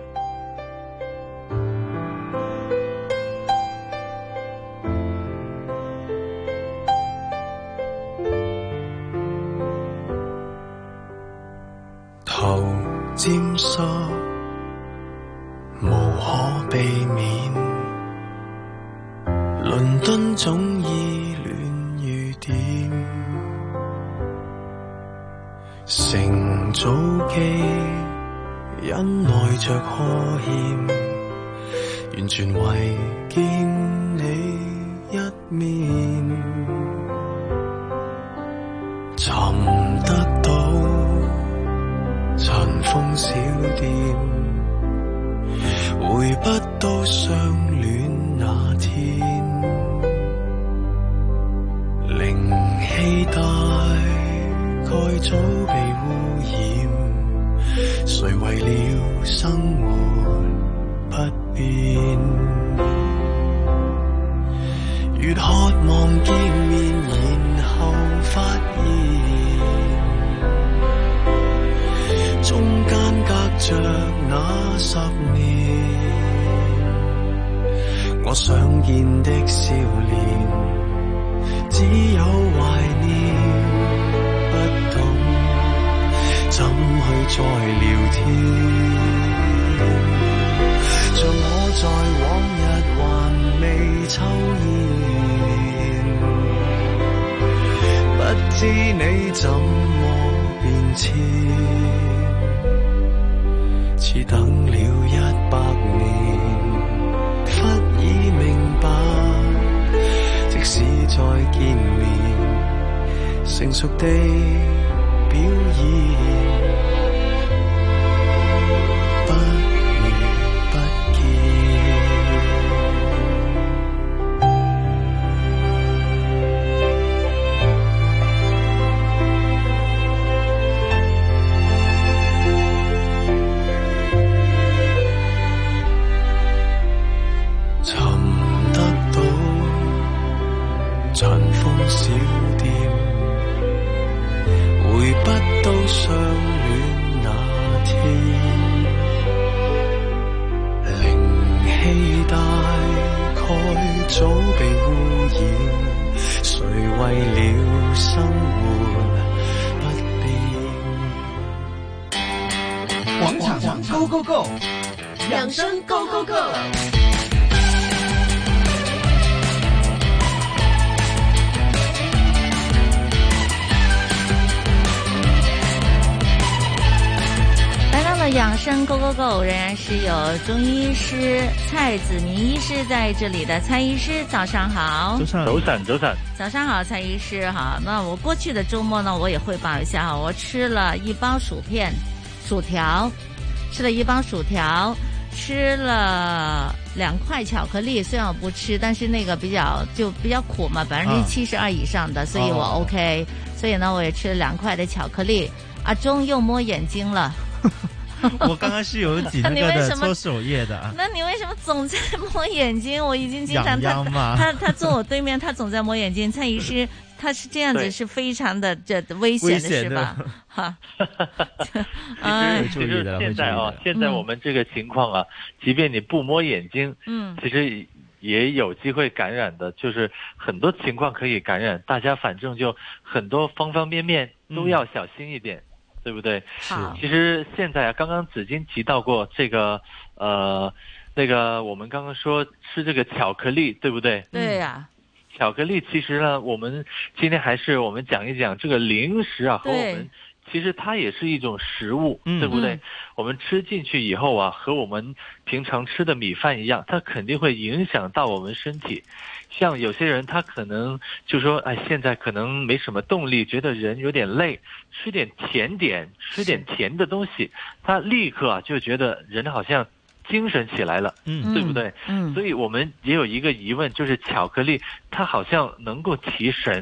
頭沾濕，無可避免。倫敦總依戀雨點，乘早機忍耐着呵欠，完全為見你一面，尋得到塵封小店，回不到相戀那天，靈氣大概早被污染，誰為了生活不變，越渴望見面，然後發現中間隔着那10年，我想見的少年只有懷念，不懂怎去再聊天，像我在往日還未抽煙，不知你怎麼變遷，似等了100年，忽已明白，即使再見面，成熟地表現，不如不見。塵封小店，回不到相戀那天，靈氣大概早被污染，誰為了生活不變。 廣場 Go Go Go， 養生 Go Go Go。 養生 Go Go Go 仍然是有中醫師蔡子明醫師在這裡的。蔡醫師早上好。 早晨早上好，蔡醫師好。那我過去的周末呢，我也匯報一下，我吃了1包薯條，吃了2塊巧克力，雖然我不吃，但是那個比較苦嘛，72%以上的，所以我 OK，所以呢我也吃了2塊的巧克力。阿忠又摸眼睛了。 我剛剛是有擠那個的搓手液的。 那你為什麼總在摸眼睛？我已經經常他坐我對面，他總在摸眼睛。蔡醫師，他是這樣子是非常的危險的，是吧？哈。 其實現在我們這個情況啊，即便你不摸眼睛，其實也有機會感染的，就是很多情況可以感染。大家反正就很多方方面面都要小心一點。對不對？其實現在啊，剛剛子矜提到過這個，那個我們剛剛說吃這個巧克力，對不對？ 對呀。 巧克力其實呢，我們今天還是我們講一講這個零食啊，和我們其實它也是一種食物，對不對？我們吃進去以後啊，和我們平常吃的米飯一樣，它肯定會影響到我們身體。像有些人他可能就說，哎，現在可能沒什麼動力，覺得人有點累，吃點甜點，吃點甜的東西，他立刻啊就覺得人好像精神起來了，對不對？所以我們也有一個疑問，就是巧克力它好像能夠提神，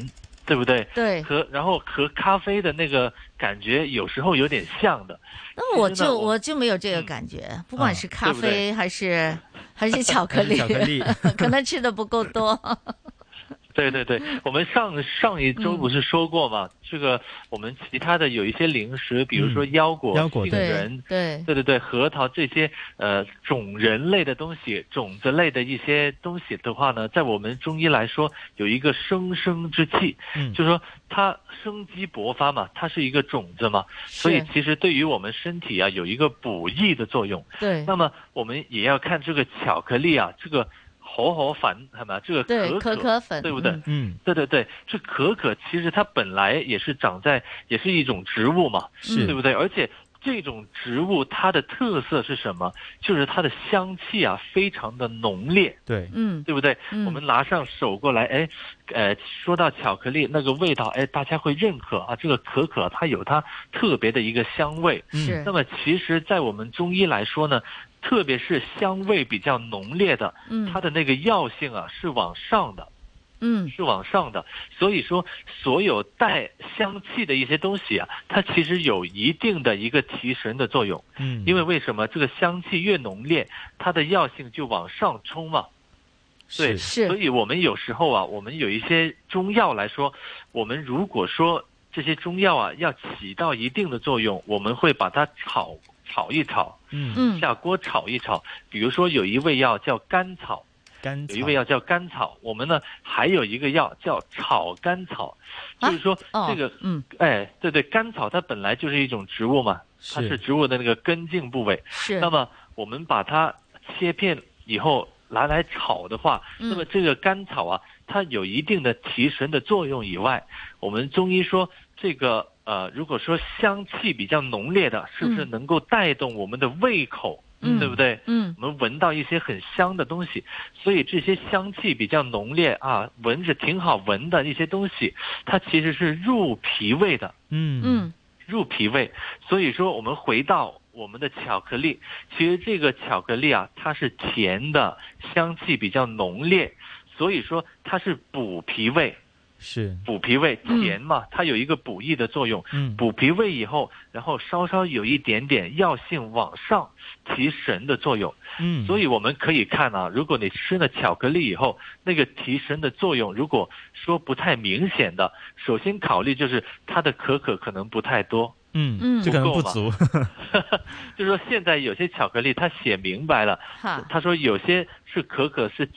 对不对？ 对， 然后和咖啡的那个感觉有时候有点像的。 那我就没有这个感觉，不管是咖啡还是巧克力，可能吃的不够多。 对对对，我们上一周不是说过吗？这个我们其他的有一些零食，比如说腰果、杏仁，对，核桃这些种仁类的东西、种子类的一些东西的话呢，在我们中医来说有一个生之气，就是说它生机勃发嘛，它是一个种子嘛，所以其实对于我们身体啊有一个补益的作用。 对， 那么我们也要看这个巧克力啊，这个可粉，係咪？這個可粉， 對不對？對，這可其實它本來也是長在，也是一種植物嘛，對不對？而且這種植物它的特色是什麼？就是它的香氣啊，非常的濃烈， 對， 對不對？我們拿上手過來，說到巧克力那個味道，大家會認可啊，這個可它有它特別的一個香味。 是。 那麼其實在我們中醫來說呢，特別是香味比較濃烈的，它的那個藥性啊是往上的，是往上的。所以說，所有帶香氣的一些東西啊，它其實有一定的一個提神的作用。因為為什麼這個香氣越濃烈，它的藥性就往上衝嘛。對，所以我們有時候啊，我們有一些中藥來說，我們如果說這些中藥啊要起到一定的作用，我們會把它炒一炒，下鍋炒一炒。比如說有一味藥叫甘草，有一味藥叫甘草，我們呢還有一個藥叫炒甘草，就是說這個，對，甘草它本來就是一種植物嘛，它是植物的那個根莖部位。是。那麼我們把它切片以後拿來炒的話，那麼這個甘草啊，它有一定的提神的作用以外，我們中醫說這個如果說香氣比較濃烈的，是不是能夠帶動我們的胃口，對不對？我們聞到一些很香的東西，所以這些香氣比較濃烈啊，聞着挺好聞的一些東西，它其實是入脾胃的，入脾胃。所以說我們回到我們的巧克力，其實這個巧克力啊，它是甜的，香氣比較濃烈，所以說它是補脾胃。 是補脾胃，甜嘛，它有一個補益的作用。補脾胃以後，然後稍稍有一點點藥性往上提神的作用。所以我們可以看啊，如果你吃了巧克力以後，那個提神的作用，如果說不太明顯的，首先考慮就是它的可能不太多。 這可能不足。 就是說現在有些巧克力它寫明白了，他說有些是可是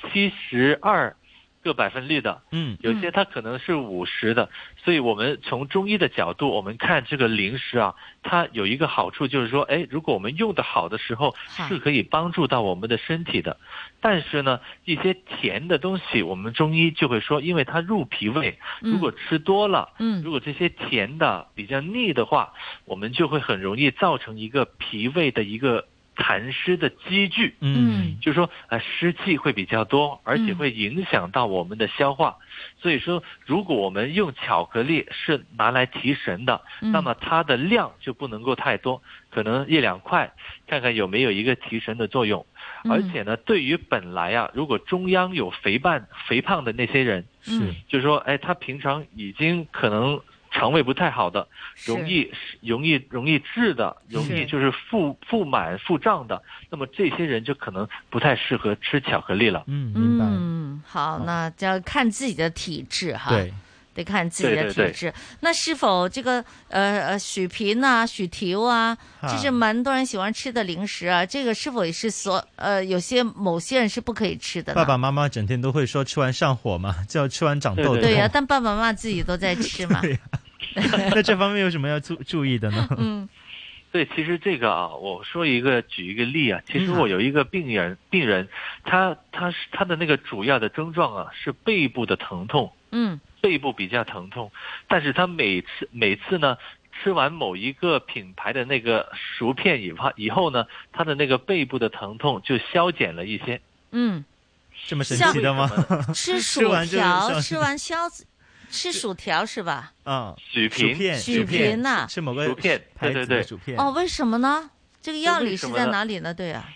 72個百分率的，有些它可能是50的，所以我們從中醫的角度，我們看這個零食啊，它有一個好處就是說，如果我們用得好的時候，是可以幫助到我們的身體的。但是呢，一些甜的東西，我們中醫就會說，因為它入脾胃，如果吃多了，如果這些甜的比較膩的話，我們就會很容易造成一個脾胃的一個痰濕的積聚，就是說濕氣會比較多，而且會影響到我們的消化。所以說，如果我們用巧克力是拿來提神的，那麼它的量就不能夠太多，可能1-2塊，看看有沒有一個提神的作用。而且呢，對於本來啊，如果中央有肥胖的那些人，就是說，他平常已經可能腸胃不太好的，容易滯的，容易就是腹滿腹脹的，那麼這些人就可能不太適合吃巧克力了。 明白。 好，那就要看自己的體質哈。 對， 得看自己的體質。對。那是否這個薯片啊、薯條啊，這是蠻多人喜歡吃的零食啊，這個是否也是某些人是不可以吃的呢？ 爸爸媽媽整天都會說吃完上火嘛，叫吃完長痘痘。 對呀，但爸爸媽媽自己都在吃嘛。 對呀。那這方面有什麼要注意的呢？ 對，其實這個啊，我舉一個例啊，其實我有一個病人，他的那個主要的症狀啊是背部的疼痛，背部比較疼痛，但是他每次呢吃完某一個品牌的那個薯片以後呢，他的那個背部的疼痛就消減了一些。 這麼神奇的嗎？ 吃薯條，吃薯條是吧？ 薯片呐， 吃某個薯片， 對。 薯片。 哦，為什麼呢？這個藥理是在哪裡呢？對啊。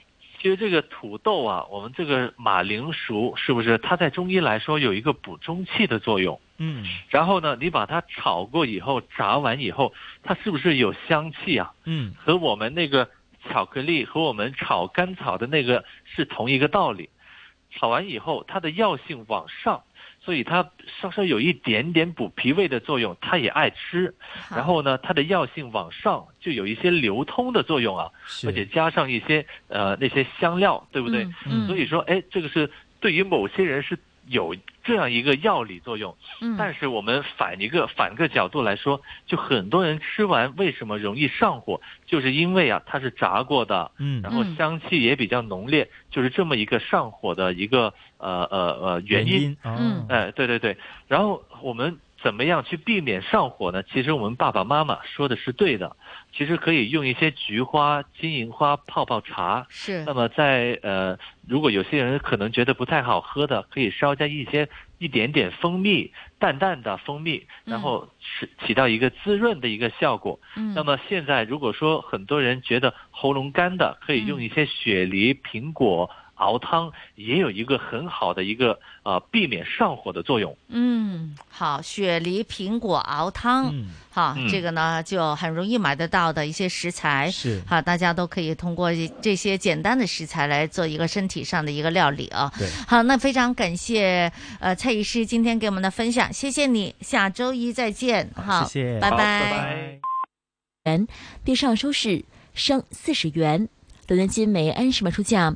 其实这个土豆啊，我们这个马铃薯是不是它在中医来说有一个补中气的作用？然后呢，你把它炒过以后，炸完以后，它是不是有香气啊？和我们那个巧克力和我们炒甘草的那个是同一个道理。炒完以后，它的药性往上，所以它稍稍有一点点补脾胃的作用，它也爱吃。然后呢，它的药性往上，就有一些流通的作用啊，而且加上一些那些香料，对不对？所以说，这个是对于某些人是有这样一个药理作用。但是我们反个角度来说，就很多人吃完为什么容易上火，就是因为啊它是炸过的，然后香气也比较浓烈，就是这么一个上火的一个原因。对。然后我们怎么样去避免上火呢？其实我们爸爸妈妈说的是对的，其实可以用一些菊花、金银花泡泡茶。是。那么在如果有些人可能觉得不太好喝的，可以稍加一点点蜂蜜，淡淡的蜂蜜，然后起到一个滋润的一个效果。那么现在如果说很多人觉得喉咙干的，可以用一些雪梨、苹果熬汤，也有一个很好的一个避免上火的作用。 好，雪梨苹果熬汤，这个呢就很容易买得到的一些食材，是好，大家都可以通过这些简单的食材来做一个身体上的一个料理啊。对，好，那非常感谢蔡医师今天给我们的分享，谢谢你，下周一再见。好，谢谢，拜拜。 地上收市升40元。伦敦金每安士卖出价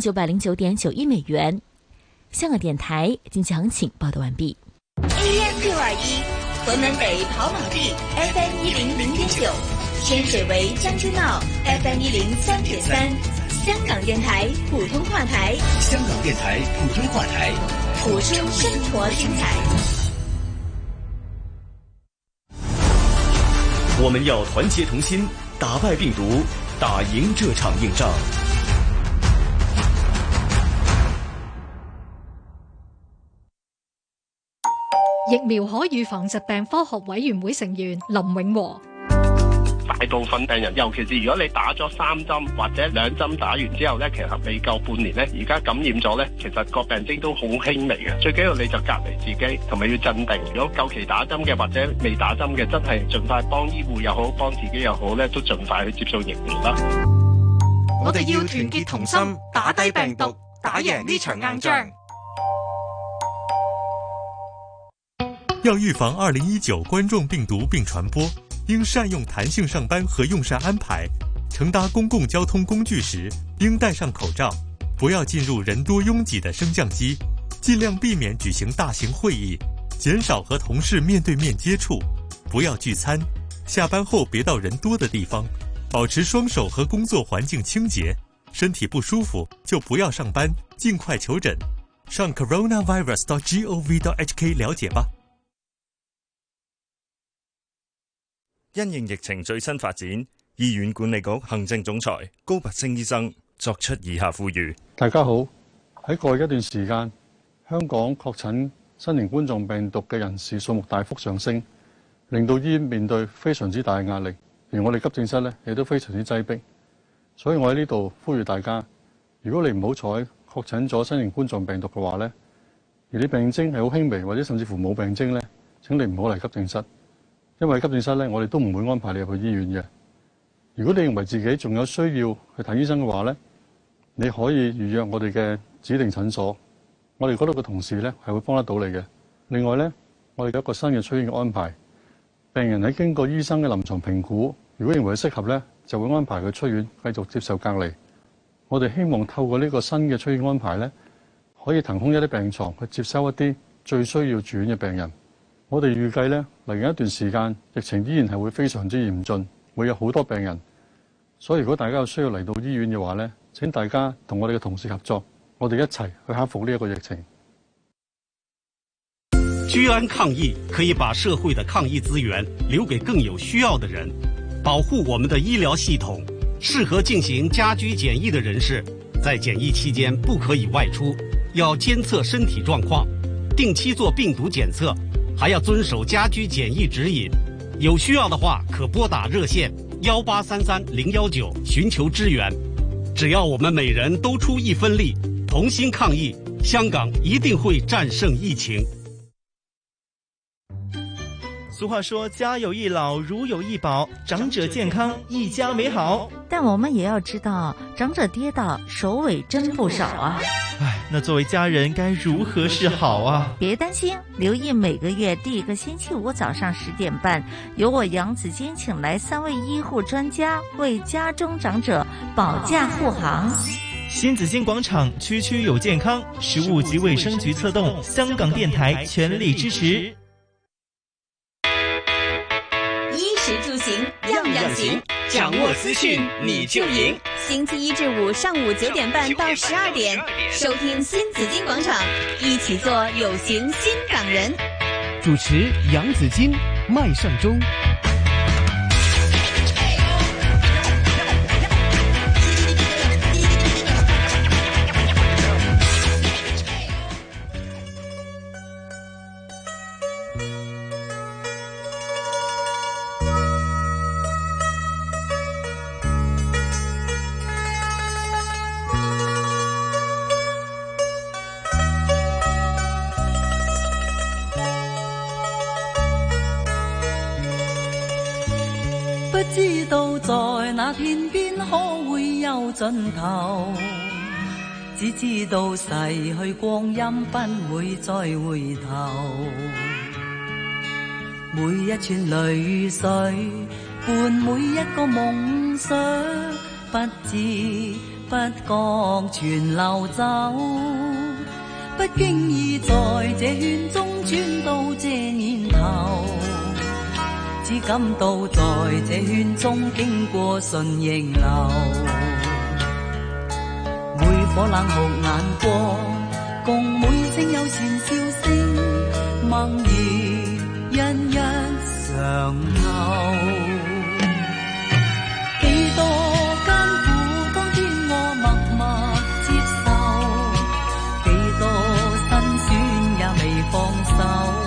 1909.91美元。香港电台经济行情报道完毕。 AM621，屯门北跑马地 FM100.9，天水围将军澳 FM103.3，香港电台普通话台， 香港电台普通话台， 谱出生活精彩。 我们要团结同心，打败病毒，打贏這場硬仗。 疫苗可預防疾病科學委員會成員林永和。 大部分病人，尤其是如果你打咗3針或者2針打完之後呢，其實未夠半年呢，而家感染咗呢，其實個病徵都好輕微嘅。最緊要你就隔離自己，同埋要鎮定。如果夠期打針嘅或者未打針嘅，真係盡快幫醫護又好，幫自己又好呢，都盡快去接種疫苗啦。 我哋要團結同心，打低病毒，打贏呢場硬仗。 要預防2019冠狀病毒並傳播，應善用彈性上班和用膳安排。乘搭公共交通工具時，應戴上口罩，不要進入人多擁擠的升降機，盡量避免舉行大型會議，減少和同事面對面接觸，不要聚餐。下班後別到人多的地方，保持雙手和工作環境清潔。身體不舒服就不要上班，盡快求診。上 coronavirus.gov.hk 了解吧。 因應疫情最新發展，醫院管理局行政總裁高拔陞醫生作出以下呼籲。 大家好，喺過去一段時間，香港確診新型冠狀病毒嘅人士數目大幅上升，令到醫院面對非常之大嘅壓力，而我哋急症室呢亦都非常之擠迫。所以我喺呢度呼籲大家，如果你唔好彩確診咗新型冠狀病毒嘅話呢，而你病徵係好輕微或者甚至乎冇病徵呢，請你唔好嚟急症室。因為急症室咧，我哋都唔會安排你入去醫院嘅。如果你認為自己仲有需要去睇醫生嘅話咧，你可以預約我哋嘅指定診所，我哋嗰度嘅同事咧係會幫得到你嘅。另外咧，我哋有一個新嘅出院嘅安排，病人喺經過醫生嘅臨床評估，如果認為適合咧，就會安排佢出院繼續接受隔離。我哋希望透過呢個新嘅出院安排咧，可以騰空一啲病床去接收一啲最需要住院嘅病人。我哋預計呢，嚟緊一段時間，疫情依然係會非常之嚴峻，會有好多病人。所以如果大家有需要嚟到醫院嘅話呢，請大家同我哋嘅同事合作，我哋一齊去克服呢一個疫情。 居安抗疫可以把社會的抗疫資源留給更有需要的人，保護我們的醫療系統。適合進行家居檢疫的人士，在檢疫期間不可以外出，要監測身體狀況，定期做病毒檢測。還要遵守家居檢疫指引，有需要的話可撥打熱線1833-019尋求支援。 只要我们每人都出一分力，同心抗疫，香港一定会战胜疫情。 俗话说，家有一老，如有一宝，长者健康，一家美好。 但我们也要知道，长者跌倒，首尾真不少啊。 那作为家人该如何是好啊？ 别担心，留意每个月第一个星期五早上10点半，由我杨子金请来3位医护专家，为家中长者保驾护航。 新紫荆广场区区有健康，食物及卫生局策动，香港电台全力支持。 衣食住行样样行， 掌握资讯你就赢。 星期一至五上午9点半到12点，收听新紫荆广场，一起做有型新港人。 主持杨紫荆、麦尚中。 不知道在那天边可會有盡頭，只知道逝去光陰不會再回頭。每一串淚水伴每一個夢想，不知不覺全流走。不經意在這圈中轉到這年頭，只感到在這圈中經過順逆流，每顆冷酷眼光，共每聲友善笑聲，猛然一一嘗透。幾多艱苦當天我默默接受，幾多辛酸也未放手。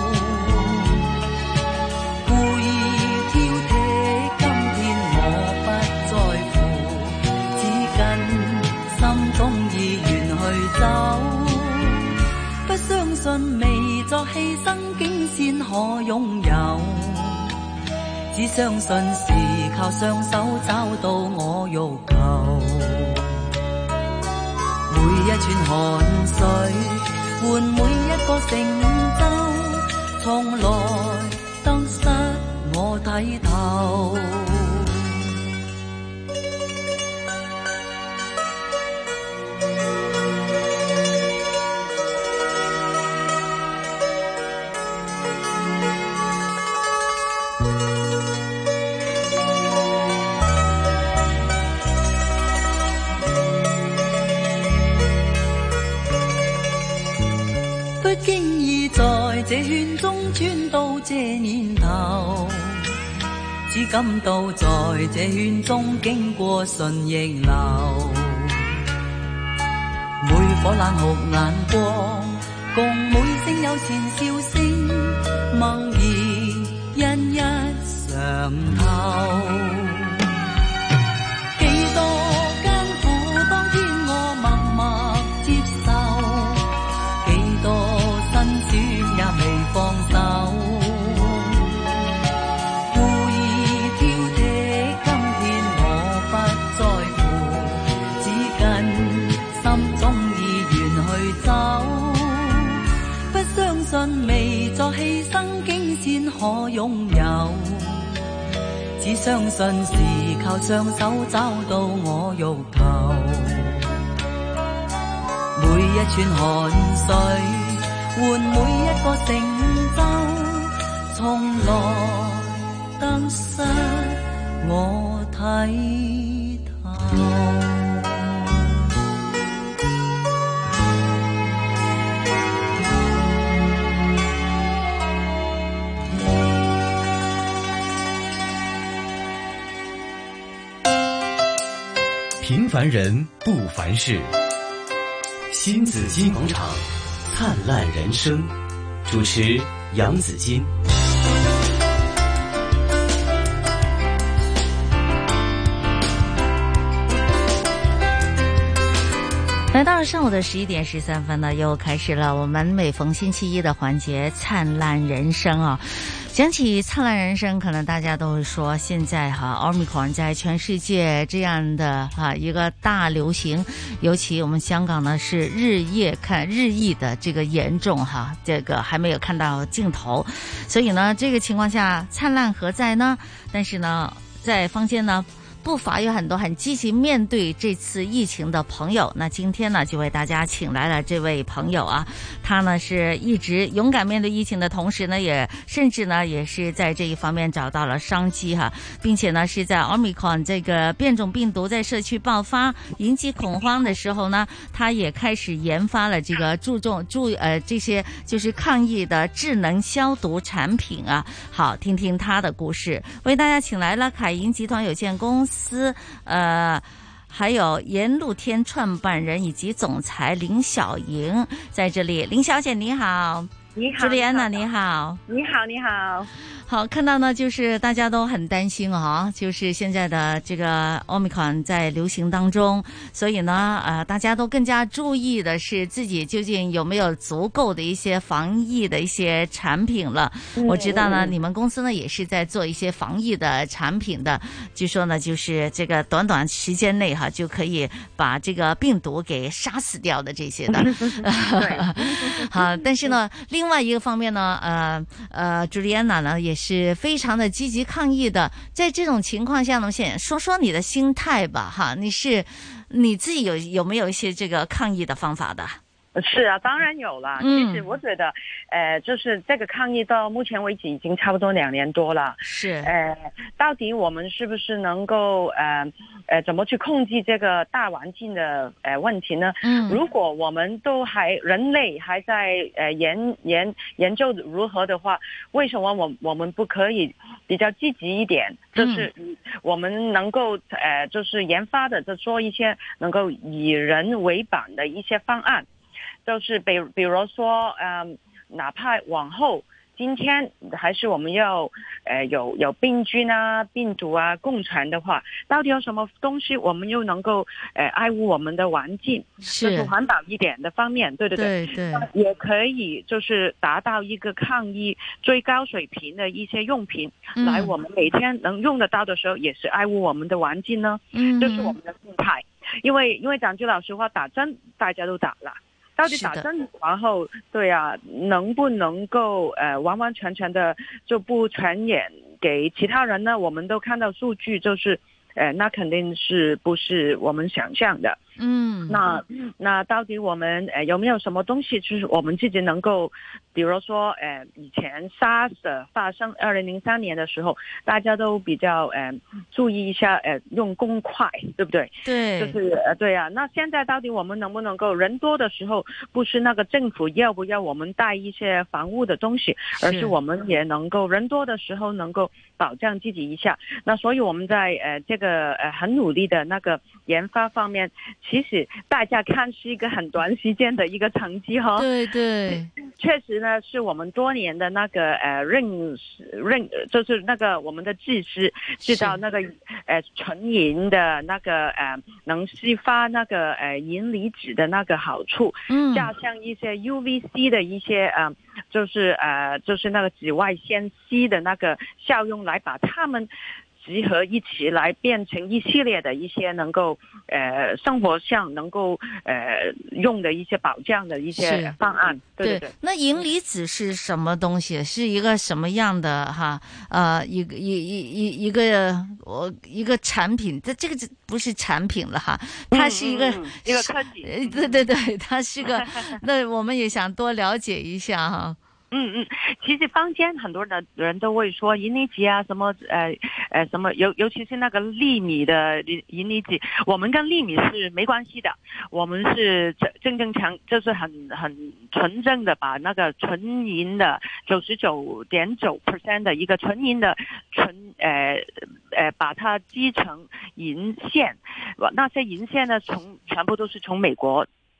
不相信未作犧牲竟先可擁有，只相信是靠雙手找到我欲求。每一串汗水換每一個成就，從來得失我睇透。不經意在這圈中轉到這年頭，只感到在這圈中經過順逆流，每顆冷酷眼光，共每聲友善笑聲，猛然一一嘗透。未作犧牲竟先可擁有，只相信是靠雙手找到我欲求。每一串汗水換每一個成就，從來得失我睇透。 平凡人不凡事，新紫荆广场，灿烂人生。主持杨紫荆。 来到了上午的11点13分呢，又开始了我们每逢星期一的环节灿烂人生啊。讲起灿烂人生，可能大家都会说现在Omicron 在全世界这样的一个大流行，尤其我们香港呢是日益的这个严重这个还没有看到尽头，所以呢这个情况下灿烂何在呢？但是呢在坊间呢不乏有很多很积极面对这次疫情的朋友，那今天呢就为大家请来了这位朋友啊，他呢是一直勇敢面对疫情的同时呢，甚至呢也是在这一方面找到了商机并且呢是在 Omicron 这个变种病毒在社区爆发引起恐慌的时候呢，他也开始研发了这个这些就是抗疫的智能消毒产品啊。好，听听他的故事，为大家请来了凯银集团有限公司还有严露天创办人以及总裁林小莹在这里。林小姐你好。 你好， 朱丽安娜你好。 你好你好。 好，看到呢就是大家都很担心就是现在的这个 Omicron 在流行当中，所以呢大家都更加注意的是自己究竟有没有足够的一些防疫的一些产品了。我知道呢你们公司呢也是在做一些防疫的产品的，据说呢就是这个短短时间内就可以把这个病毒给杀死掉的这些的好，但是呢另外一个方面呢朱丽安娜呢也是非常的积极抗疫的。在这种情况下呢，先说说你的心态吧你自己有没有一些这个抗疫的方法的？ 是啊，当然有了。其实我觉得就是这个抗疫到目前为止已经差不多2年多了。 是到底我们是不是能够怎么去控制这个大环境的问题呢？如果我们都人类还在研究如何的话，为什么我们不可以比较积极一点？就是我们能够就是研发的就做一些能够以人为本的一些方案。就是比如说哪怕往后今天还是我们要有病菌啊病毒啊共存的话，到底有什么东西我们又能够爱护我们的环境，就是环保一点的方面，对也可以就是达到一个抗疫最高水平的一些用品来我们每天能用得到的时候也是爱护我们的环境呢。这是我们的心态。因为讲句老实话，打针大家都打了，到底打针然后对啊能不能够完完全全的就不传染给其他人呢？我们都看到数据就是那肯定是不是我们想象的。那到底我们有没有什么东西就是我们自己能够，比如说以前 SARS 发生2003年的时候，大家都比较注意一下用公筷，对不对？ 对， 就是对啊。那现在到底我们能不能够人多的时候，不是那个政府要不要我们带一些防护的东西，而是我们也能够人多的时候能够保障自己一下。那所以我们在这个很努力的那个研发方面，其实大家看是一个很短时间的一个成绩对对， 确实呢是我们多年的那个就是那个我们的技师知道那个纯银的那个能释发那个银离子的那个好处，加上一些 UVC 的一些就是那个紫外线 C 的那个效用，来把它们集合一起来变成一系列的一些能够生活上能够用的一些保障的一些方案。对。 那银离子是什么东西？是一个什么样的一个产品？这个不是产品了它是一个科技。 对，它是个那我们也想多了解一下其实坊间很多的人都会说银离子啊什么什么尤其是那个粒米的银离子，我们跟粒米是没关系的，我们是正就是很纯正的把那个纯银的 99.9% 的一个纯银的把它击成银线，那些银线呢全部都是从美国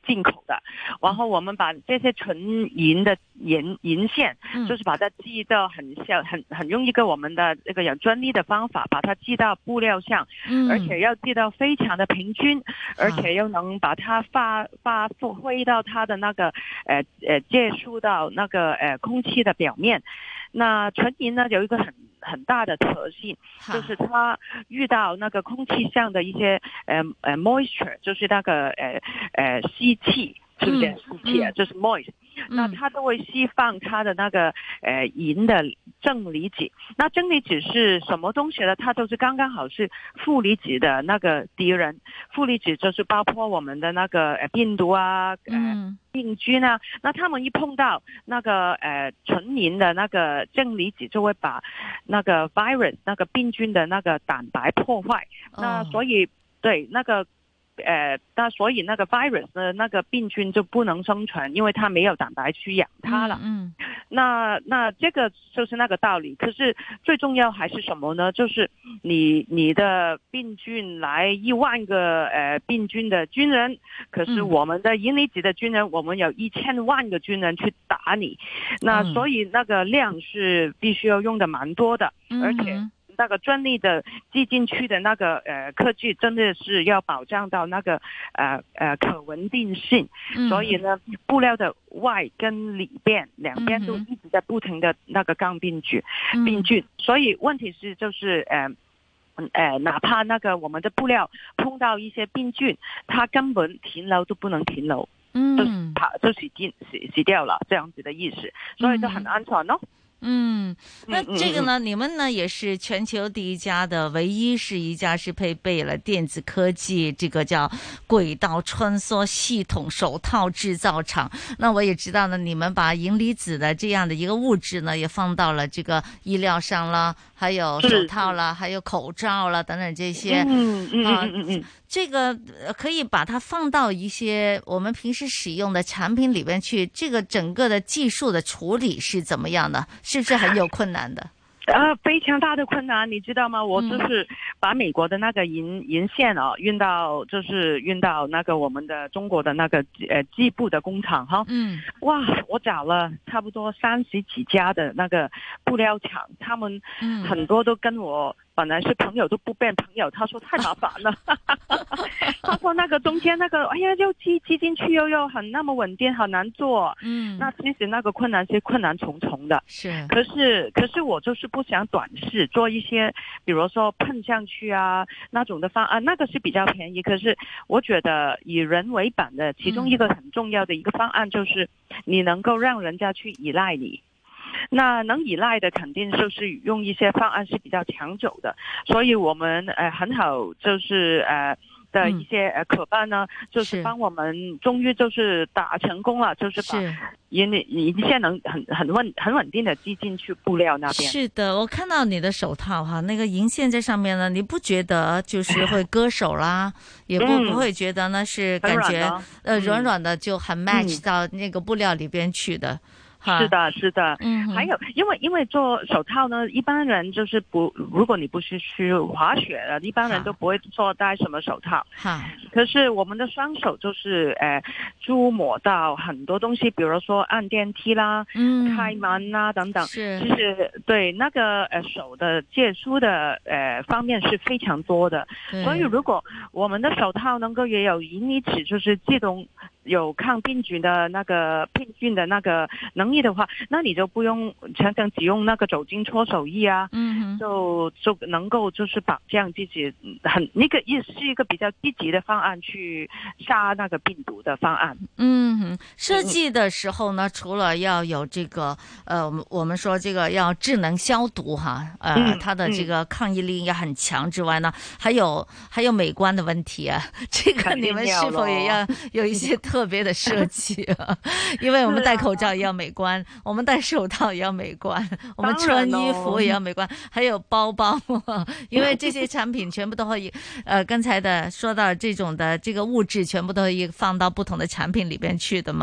进口的，然后我们把这些纯银的银线，就是把它系到很用一个我们的这个有专利的方法把它系到布料上，而且要系到非常的平均，而且又能把它发挥到它的那个接触到那个空气的表面。那纯银呢有一个很大的特性，就是它遇到那个空气上的一些moisture， 就是那个吸气，是不是吸气啊？就是 moist。那它都会释放它的那个银的正离子。那正离子是什么东西呢？它都是刚刚好是负离子的那个敌人。负离子就是包括我们的那个病毒啊，病菌啊。那他们一碰到那个纯银的那个正离子，就会把那个 virus 那个病菌的那个蛋白破坏。那所以对那个。那所以那个 virus 呢，那个病菌就不能生存，因为它没有蛋白去养它了。那这个就是那个道理。可是最重要还是什么呢？就是你的病菌来1万个病菌的军人，可是我们的银离子的军人，我们有1000万个军人去打你。那所以那个量是必须要用的蛮多的，而且。那个专利的寄进去的那个科技真的是要保障到那个可稳定性，所以呢布料的外跟里边两边都一直在不停的那个抗病菌，所以问题是就是哪怕那个我们的布料碰到一些病菌，它根本停留都不能停留，就洗掉了这样子的意思，所以就很安全哦。 那这个呢，你们呢也是全球第一家的，唯一是一家是配备了电子科技，这个叫轨道穿梭系统手套制造厂。那我也知道呢，你们把银离子的这样的一个物质呢，也放到了这个衣料上了，还有手套了，还有口罩了等等这些。这个可以把它放到一些我们平时使用的产品里边去，这个整个的技术的处理是怎么样的？是不是很有困难的？ 非常大的困难，你知道吗？我就是把美国的那个银线运到那个我们的中国的那个织布的工厂哈。哇，我找了差不多30几家的那个布料厂，他们很多都跟我。本来是朋友都不变朋友，他说太麻烦了，他说那个中间那个，哎呀，又寄进去又很那么稳定，很难做。那其实那个困难是困难重重的。是。可是我就是不想短视，做一些比如说喷上去啊那种的方案，那个是比较便宜。可是我觉得以人为本的其中一个很重要的一个方案就是你能够让人家去依赖你。那能依赖的肯定就是用一些方案是比较长久的，所以我们很好就是的一些伙伴呢，就是帮我们终于就是打成功了，就是把银线能很稳定的系进去布料那边。 是的，我看到你的手套哈，那个银线在上面呢，你不觉得就是会割手啦，也不会觉得呢是感觉软软的就很 match 到那个布料里边去的。 是的，还有因为做手套呢，一般人就是如果你不是去滑雪的，一般人都不会说戴什么手套。可是我们的双手就是触摸到很多东西，比如说按电梯啦、开门啦等等，其实对那个手的接触的方面是非常多的。所以如果我们的手套能够也有银离子，就是这种有抗病菌的那个能力的话，那你就不用常常只用那个酒精搓手液啊，就能够就是保障自己那个也是一个比较积极的方案去杀那个病毒的方案。 设计的时候呢，除了要有这个我们说这个要智能消毒哈，它的这个抗疫力应该很强之外呢，还有美观的问题啊，这个你们是否也要有一些特别的设计啊？因为我们戴口罩也要美观，我们戴手套也要美观，我们穿衣服也要美观，还有包包，因为这些产品全部都会刚才的说到这种的这个物质全部都会放到不同的产品里边去的嘛。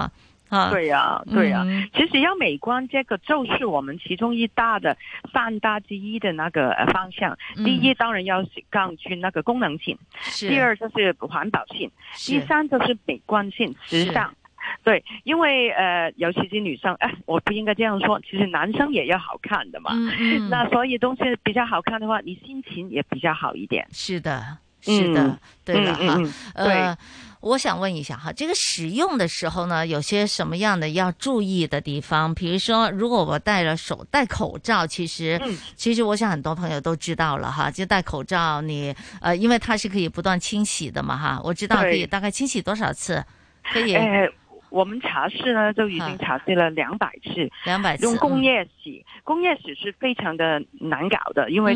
对呀，对呀。其实要美观，这个就是我们其中3大之一的那个方向。第一，当然要讲究那个功能性；第二就是环保性；第三就是美观性、时尚。对，因为尤其是女生，我不应该这样说，其实男生也要好看的嘛。那所以东西比较好看的话，你心情也比较好一点。 是的，是的，对了哈。对，我想问一下哈，这个使用的时候呢，有些什么样的要注意的地方？比如说，如果我戴口罩，其实我想很多朋友都知道了哈，就戴口罩你因为它是可以不断清洗的嘛哈，我知道可以大概清洗多少次？可以。 我们茶室呢就已经茶洗了200次，200次用工业洗，工业洗是非常的难搞的，因为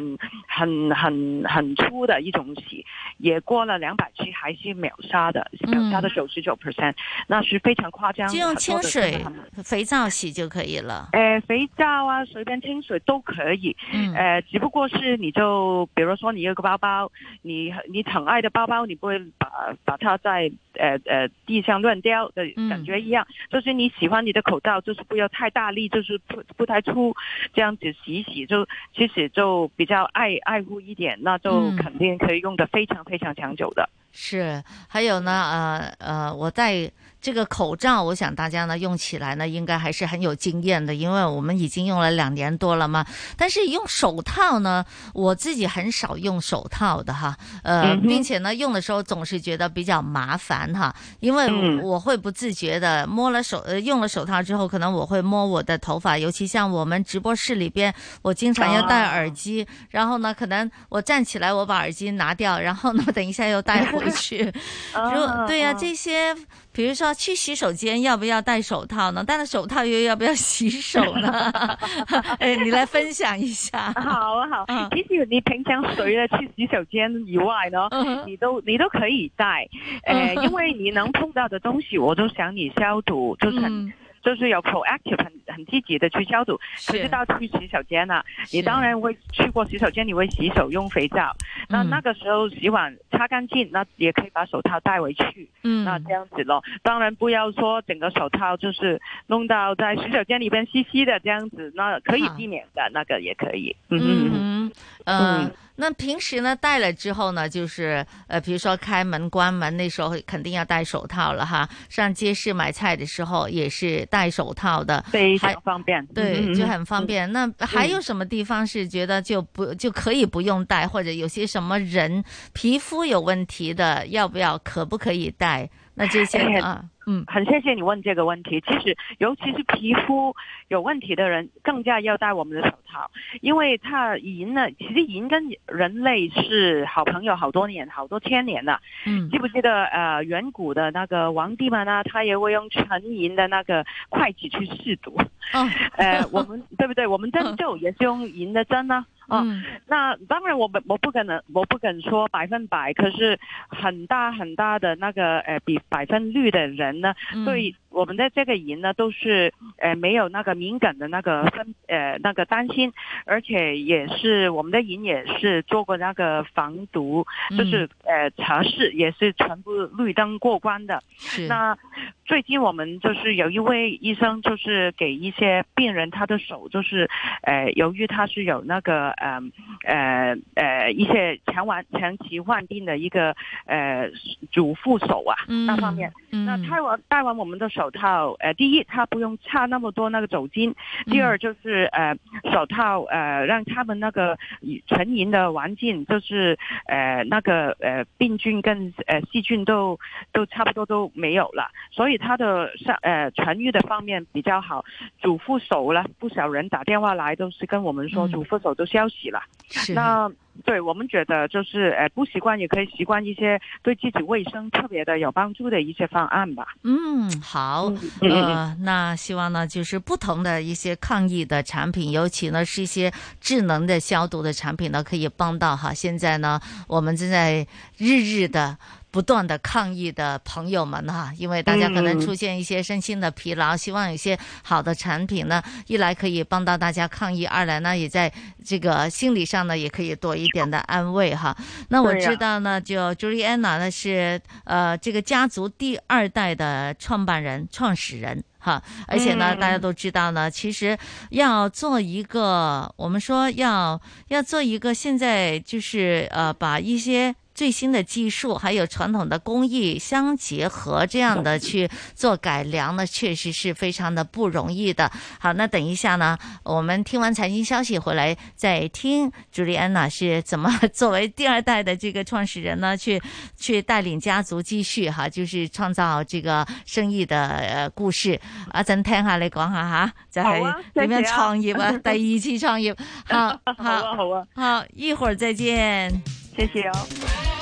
很粗的一种洗，也过了200次还是秒杀的99%，那是非常夸张。 就用清水、肥皂洗就可以了。 肥皂啊，随便清水都可以。只不过是你就比如说你有个包包，你疼爱的包包，你不会把它在地上乱掉的感觉一样，就是你喜欢你的口罩，就是不要太大力，就是不太粗，这样子洗洗，就其实就比较爱护一点，那就肯定可以用得非常非常长久的。 是，还有呢，我戴这个口罩，我想大家呢用起来呢应该还是很有经验的，因为我们已经用了2年多了嘛。但是用手套呢，我自己很少用手套的哈，并且呢用的时候总是觉得比较麻烦哈，因为我会不自觉的用了手套之后，可能我会摸我的头发，尤其像我们直播室里边，我经常要戴耳机，然后呢可能我站起来我把耳机拿掉，然后呢等一下又戴回去。对呀，这些比如说去洗手间要不要戴手套呢？戴了手套又要不要洗手呢？你来分享一下。 好啊好，其实你平常除了去洗手间以外呢，你都可以戴，因为你能碰到的东西，我都想你消毒，就是有 proactive 很积极的去消毒。可是到去洗手间了，你当然会去过洗手间，你会洗手用肥皂，那个时候洗碗擦干净，那也可以把手套带回去，那这样子咯。当然不要说整个手套就是弄到在洗手间里边稀稀的这样子，那可以避免的，那个也可以。 那平时呢戴了之后呢，就是比如说开门关门那时候肯定要戴手套了哈，上街市买菜的时候也是戴手套的， 非常方便。 对，就很方便。那还有什么地方是觉得就可以不用戴，或者有些什么人皮肤有问题的，可不可以戴？那这些很谢谢你问这个问题。其实尤其是皮肤有问题的人更加要戴我们的手套，因为它银呢，其实银跟人类是好朋友好多年，好多千年了。记不记得远古的那个皇帝们呢，他也会用纯银的那个筷子去试毒。我们对不对？我们针灸也是用银的针呢。那当然我不敢说100%，可是很大很大的那个比%率的人呢，对我们的这个银呢都是没有那个敏感的那个担心，而且也是我们的银也是做过那个防毒，就是测试也是全部绿灯过关的。那最近我们就是有一位医生，就是给一些病人他的手就是由于他是有那个一些长期患病的一个主副手啊，那方面，那戴完我们的手套，第一他不用擦那么多那个酒精，第二就是手套让他们那个纯银的环境，就是那个病菌跟细菌都差不多都没有了，所以他的痊愈的方面比较好。主副手了，不少人打电话来都是跟我们说主副手都消息了。那对我们觉得就是不习惯也可以习惯一些对自己卫生特别的有帮助的一些方案吧。 好，那希望呢就是不同的一些抗疫的产品，尤其呢是一些智能的消毒的产品呢，可以帮到哈。现在呢我们正在日的不断的抗疫的朋友们哈，因为大家可能出现一些身心的疲劳，希望有一些好的产品呢，一来可以帮到大家抗疫，二来呢也在这个心理上呢也可以多一點的安慰哈。那我知道呢，就 Juliana 呢是這個家族第2代的創始人哈，而且呢，大家都知道呢，其實要做一個，我們說要做一個，現在就是把一些最新的技術還有傳統的工藝相結合，這樣的去做改良呢，確實是非常的不容易的。好，那等一下呢，我們聽完財經消息回來再聽 Juliana 是怎麼作為第2代的這個創始人呢，去帶領家族繼續哈，就是創造這個生意的故事。阿陣聽下你講下吓，就係點樣創業啊？第2次創業，好啊，好，一會兒再見， 謝謝哦。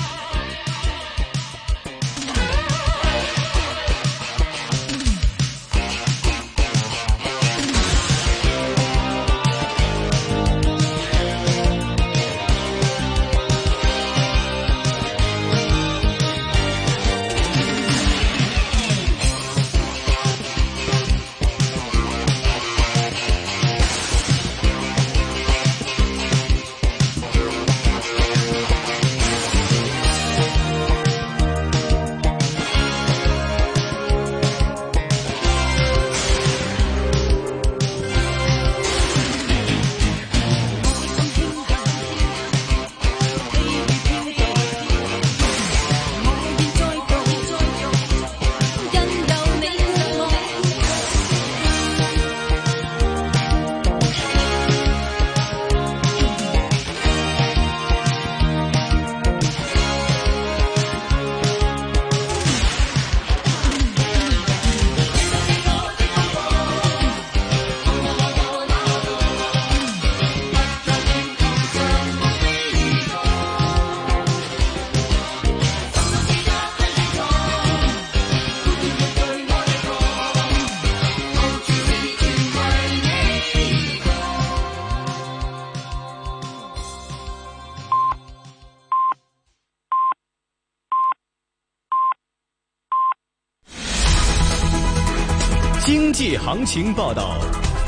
经济行情报道。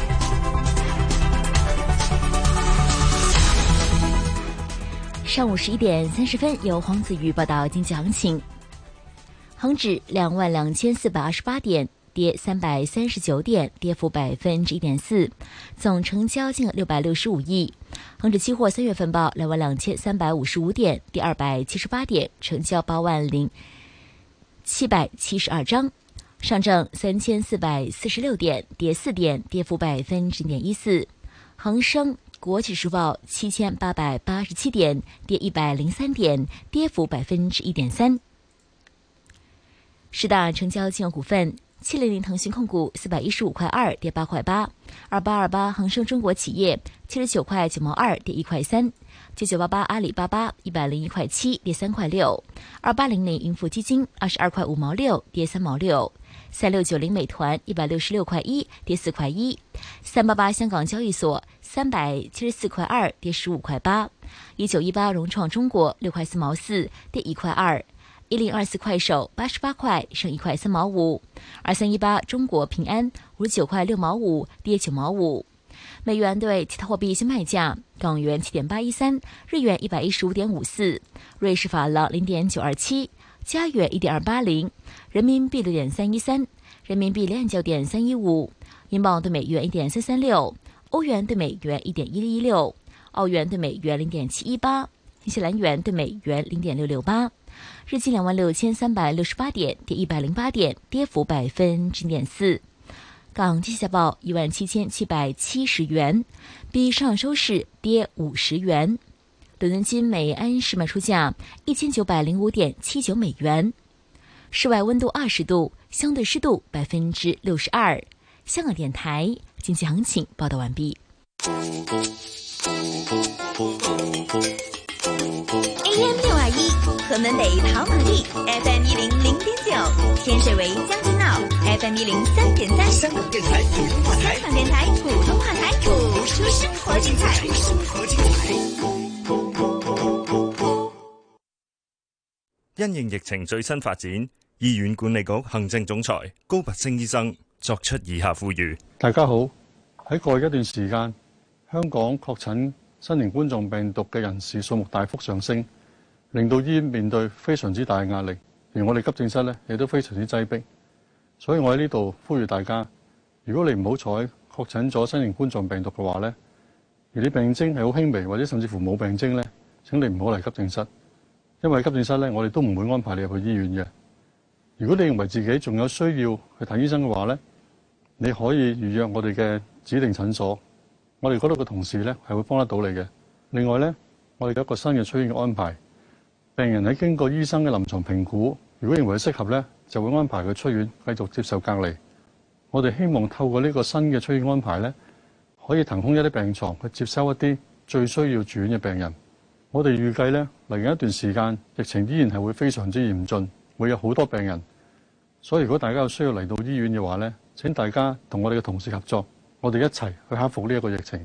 上午11点30分，由黄子瑜报道经济行情。恒指22428点，跌339点，跌幅1.4%，总成交金额665亿。恒指期货3月份报22355点，跌278点，成交80772张。上证3446点，跌4点，跌幅0.14%。恒生国企指数报7887点，跌103点，跌幅1.3%。十大成交金额股份：700腾讯控股415块2，跌8块8；2828恒生中国企业79块9毛2，跌1块3；9988阿里巴巴101块7，跌3块6；2800盈富基金22块5毛6，跌3毛6；3690美团166块1，跌4块1；388香港交易所374块2，跌15块8；1918融创中国6块4毛4，跌1块2；1024快手88块，升1块3毛5；2318中国平安59块6毛5，跌9毛5。美元对其他货币新卖价：港元7.813，日元115.54，瑞士法郎0.927，加元1.280，人民币6.313，人民币2.9.315，英镑对美元1.336，欧元对美元1.116，澳元对美元0.718，新西兰元对美元0.668。日经26368点，跌108点，跌幅0.4%。港金价报17770元，比上收市跌50元。伦敦金每安士卖出价1905.79美元。室外温度20度，相对湿度62%。香港電台經濟行情報道完畢。 AM 621河門北跑馬地 FM 100.9，天水圍將軍澳 FM 103.3，香港電台普通話台，播出生活精彩。 因應疫情最新發展，醫院管理局行政總裁高拔陞醫生作出以下呼籲： 大家好，喺過去一段時間，香港確診新型冠狀病毒嘅人士數目大幅上升，令到醫院面對非常之大嘅壓力，而我哋急症室咧亦都非常之擠迫。所以我喺呢度呼籲大家，如果你唔好彩確診咗新型冠狀病毒嘅話咧，而你病徵係好輕微或者甚至乎冇病徵咧，請你唔好嚟急症室，因為急症室咧我哋都唔會安排你入去醫院嘅。如果你認為自己仲有需要去睇醫生嘅話咧，你可以預約我哋嘅指定診所，我哋嗰度嘅同事咧係會幫得到你嘅。另外咧，我哋有一個新嘅出院嘅安排，病人喺經過醫生嘅臨床評估，如果認為適合咧，就會安排佢出院繼續接受隔離。我哋希望透過呢個新嘅出院安排咧，可以騰空一啲病床去接收一啲最需要住院嘅病人。我哋預計咧嚟緊一段時間，疫情依然係會非常之嚴峻，會有好多病人。所以如果大家有需要嚟到醫院嘅話咧，請大家同我哋嘅同事合作，我哋一齊去克服呢一個疫情。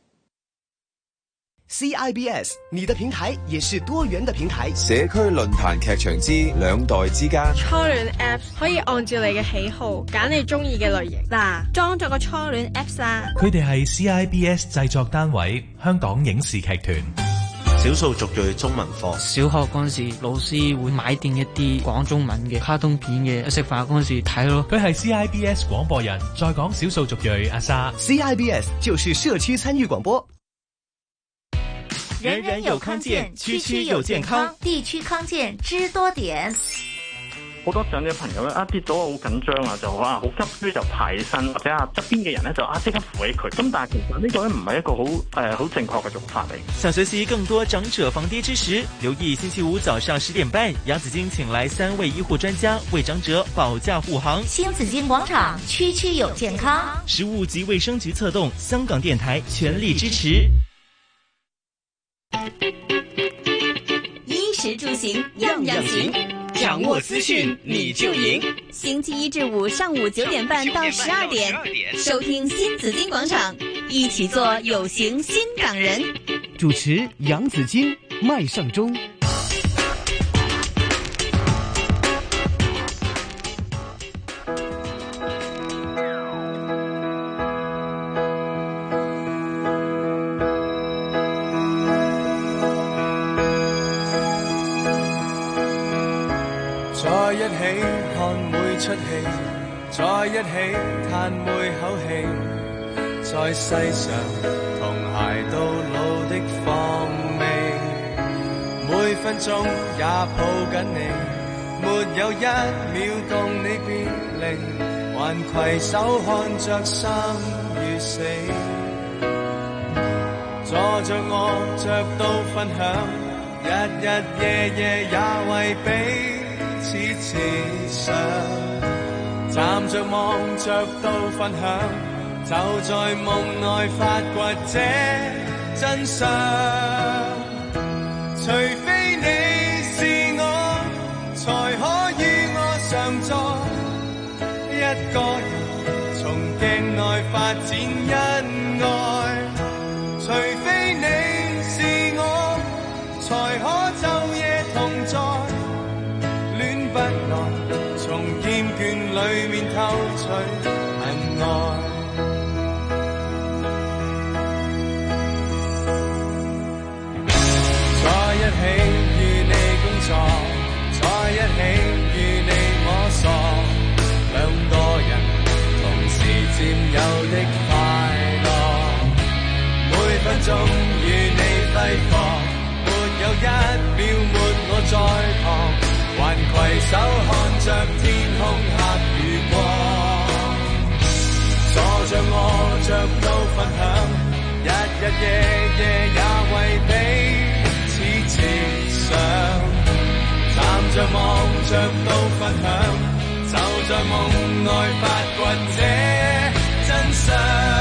CIBS， 你的平台也是多元的平台。 社區論壇劇場之兩代之間。 初戀 Apps 可以按照你嘅喜好揀你中意嘅類型。嗱，裝咗個初戀 Apps 啦。 佢哋係 CIBS 製作單位，香港影視劇團。 少數族裔中文課。 小學嗰陣時，老師會買定一啲講中文嘅卡通片嘅，食飯嗰陣時睇咯。 佢係 CIBS 廣播人，再講少數族裔阿莎。 CIBS 就是社區參與廣播。 人人有康健，區區有健康，地區康健知多點。 好多長者朋友咧跌咗好緊張啊，就好急於就爬起身，或者側邊嘅人咧就即刻扶起佢。咁但係其實呢個咧唔係一個好正確嘅做法嚟。 想學習更多長者防跌知識，留意星期五早上10點半，楊子矜請來3位醫護專家為長者保駕護航。 新紫荊廣場區區有健康， 食物及衛生局策動，香港電台全力支持。 衣食住行樣樣行， 掌握資訊你就贏。 星期一至5上午9點半到12點，收聽新紫荊廣場，一起做有型新港人。 主持楊子矜、麥尚中。 在一起看每出戲，在一起嘆每口氣，在世上同偕到老的芳味，每分鐘也抱緊你，沒有一秒動你別離，還攜手看着生與死，坐着我着到分享，日日夜夜也為彼此設想，站着望着到分享，就在夢內發掘這真相。除非你是我，才可與我常在，一個人從鏡內發展恩愛。除非你是我，才可晝夜同在，不來從厭倦裏面偷取恨愛，在一起與你工作，在一起與你摸索，兩個人同時佔有的快樂，每分鐘與你揮霍，沒有一秒沒我在旁，還攜手看着天空黑與光，坐着我着到分享，日日夜夜也為彼此設想，站着望着到分享，就在夢內發掘這真相。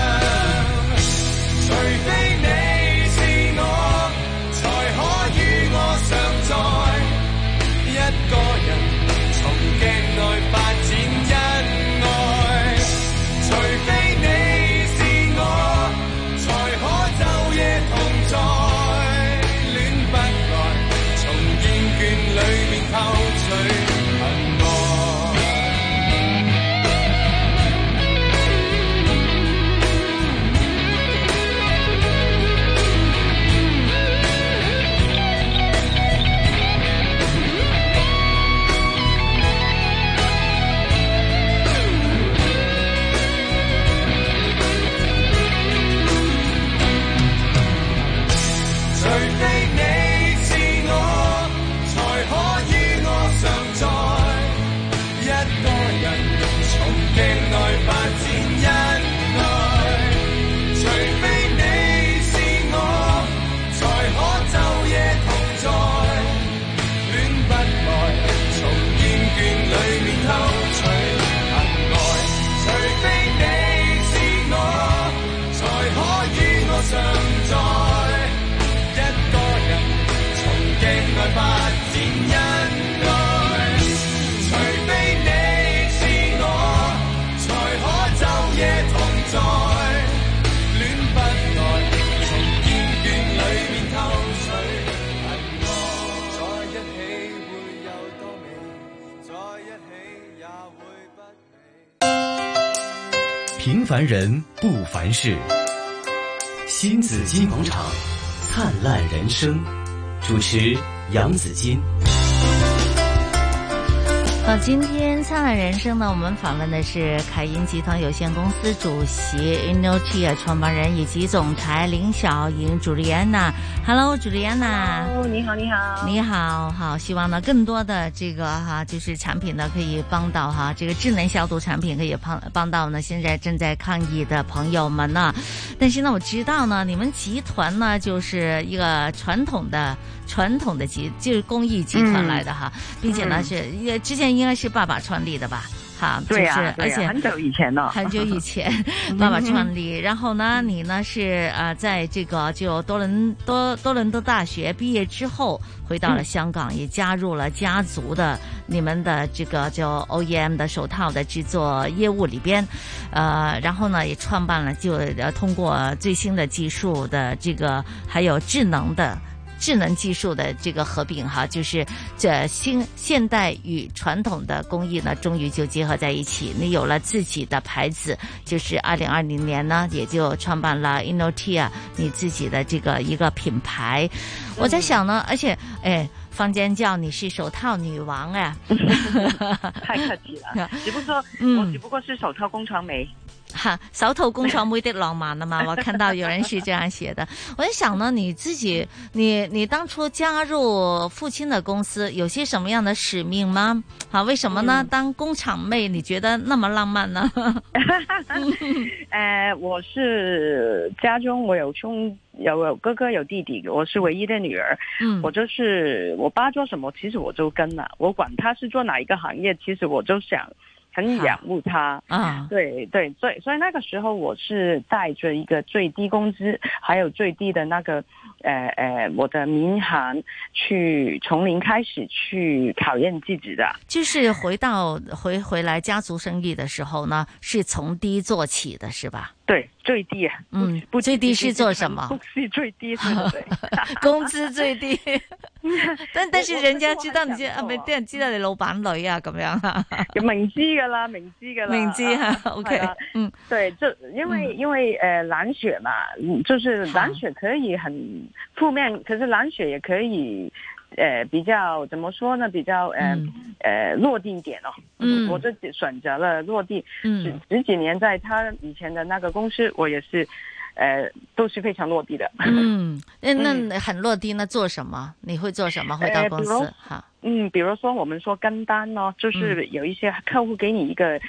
除非你是我，才可與我常在，一個人從鏡內發展恩愛，除非你是我，才可晝夜同在，戀不來，從厭倦裏面偷取恨愛。 平凡人不凡事，新紫金广场，灿烂人生。主持杨紫金。 今天灿烂人生呢，我们访问的是凯银集团有限公司主席 Innotea 创办人以及总裁林小莹 Juliana。Hello Juliana。 你好，你好， 你好，好，希望呢更多的这个就是产品呢可以帮到这个智能消毒产品可以帮到呢现在正在抗疫的朋友们呢。但是呢，我知道呢，你们集团呢就是一个传统的就是公益集团来的并且呢是之前应该是爸爸创立的吧。 对啊， 就是而且很久以前了， 很久以前爸爸创立，然后呢，你呢是在这个就多伦多大学毕业之后回到了香港，也加入了家族的你们的这个叫 OEM 的手套的制作业务里边，然后呢也创办了就通过最新的技术的这个还有智能技术的这个合并就是这现代与传统的工艺呢，终于就结合在一起。你有了自己的牌子，就是2020年呢，也就创办了 Innotea 你自己的这个一个品牌。我在想呢，而且坊间叫你是手套女王太客气了。我只不过是手套工厂妹。 手套工廠妹的浪漫嘛，我看到有人是这样写的。我在想呢，你自己，你当初加入父亲的公司，有些什么样的使命吗？为什么呢？当工厂妹，你觉得那么浪漫呢？ 我是家中我有哥哥有弟弟，我是唯一的女儿。我就是我爸做什么，其实我就跟了，我管他是做哪一个行业，其实我就想。很仰慕他对，所以那个时候我是带着一个最低工资，还有最低的那个我的民航去从零开始去考验自己的。就是回来家族生意的时候呢，是从低做起的，是吧？ 对，最低最低是做什么？ 不是最低，对， 工資最低。但是人家知道你咪啲人知道你老闆女啊咁樣明知噶啦，明知 OK， 对，就因为蓝血嘛，就是蓝血可以很负面，可是蓝血也可以。比较怎么说呢？比较落地一点我就选择了落地。十几年在他以前的那个公司，我也是都是非常落地的。 那很落地，那做什么？你会做什么？回到公司比如说我们说跟单就是有一些客户给你一个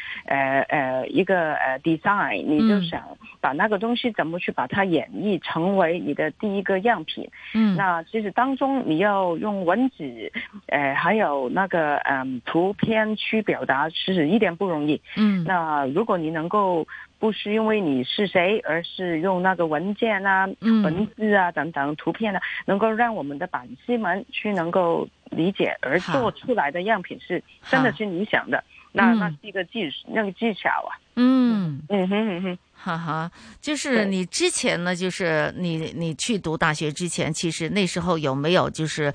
design， 你就想把那个东西怎么去把它演绎成为你的第一个样品。那其实当中你要用文字还有那个图片去表达，其实一点不容易。那如果你能够不是因为你是谁，而是用那个文件文字等等图片能够让我们的版师们去能够理解，而做出来的样品是真的是你想的，那是一个技巧就是你之前呢，就是你去读大学之前，其实那时候有没有就是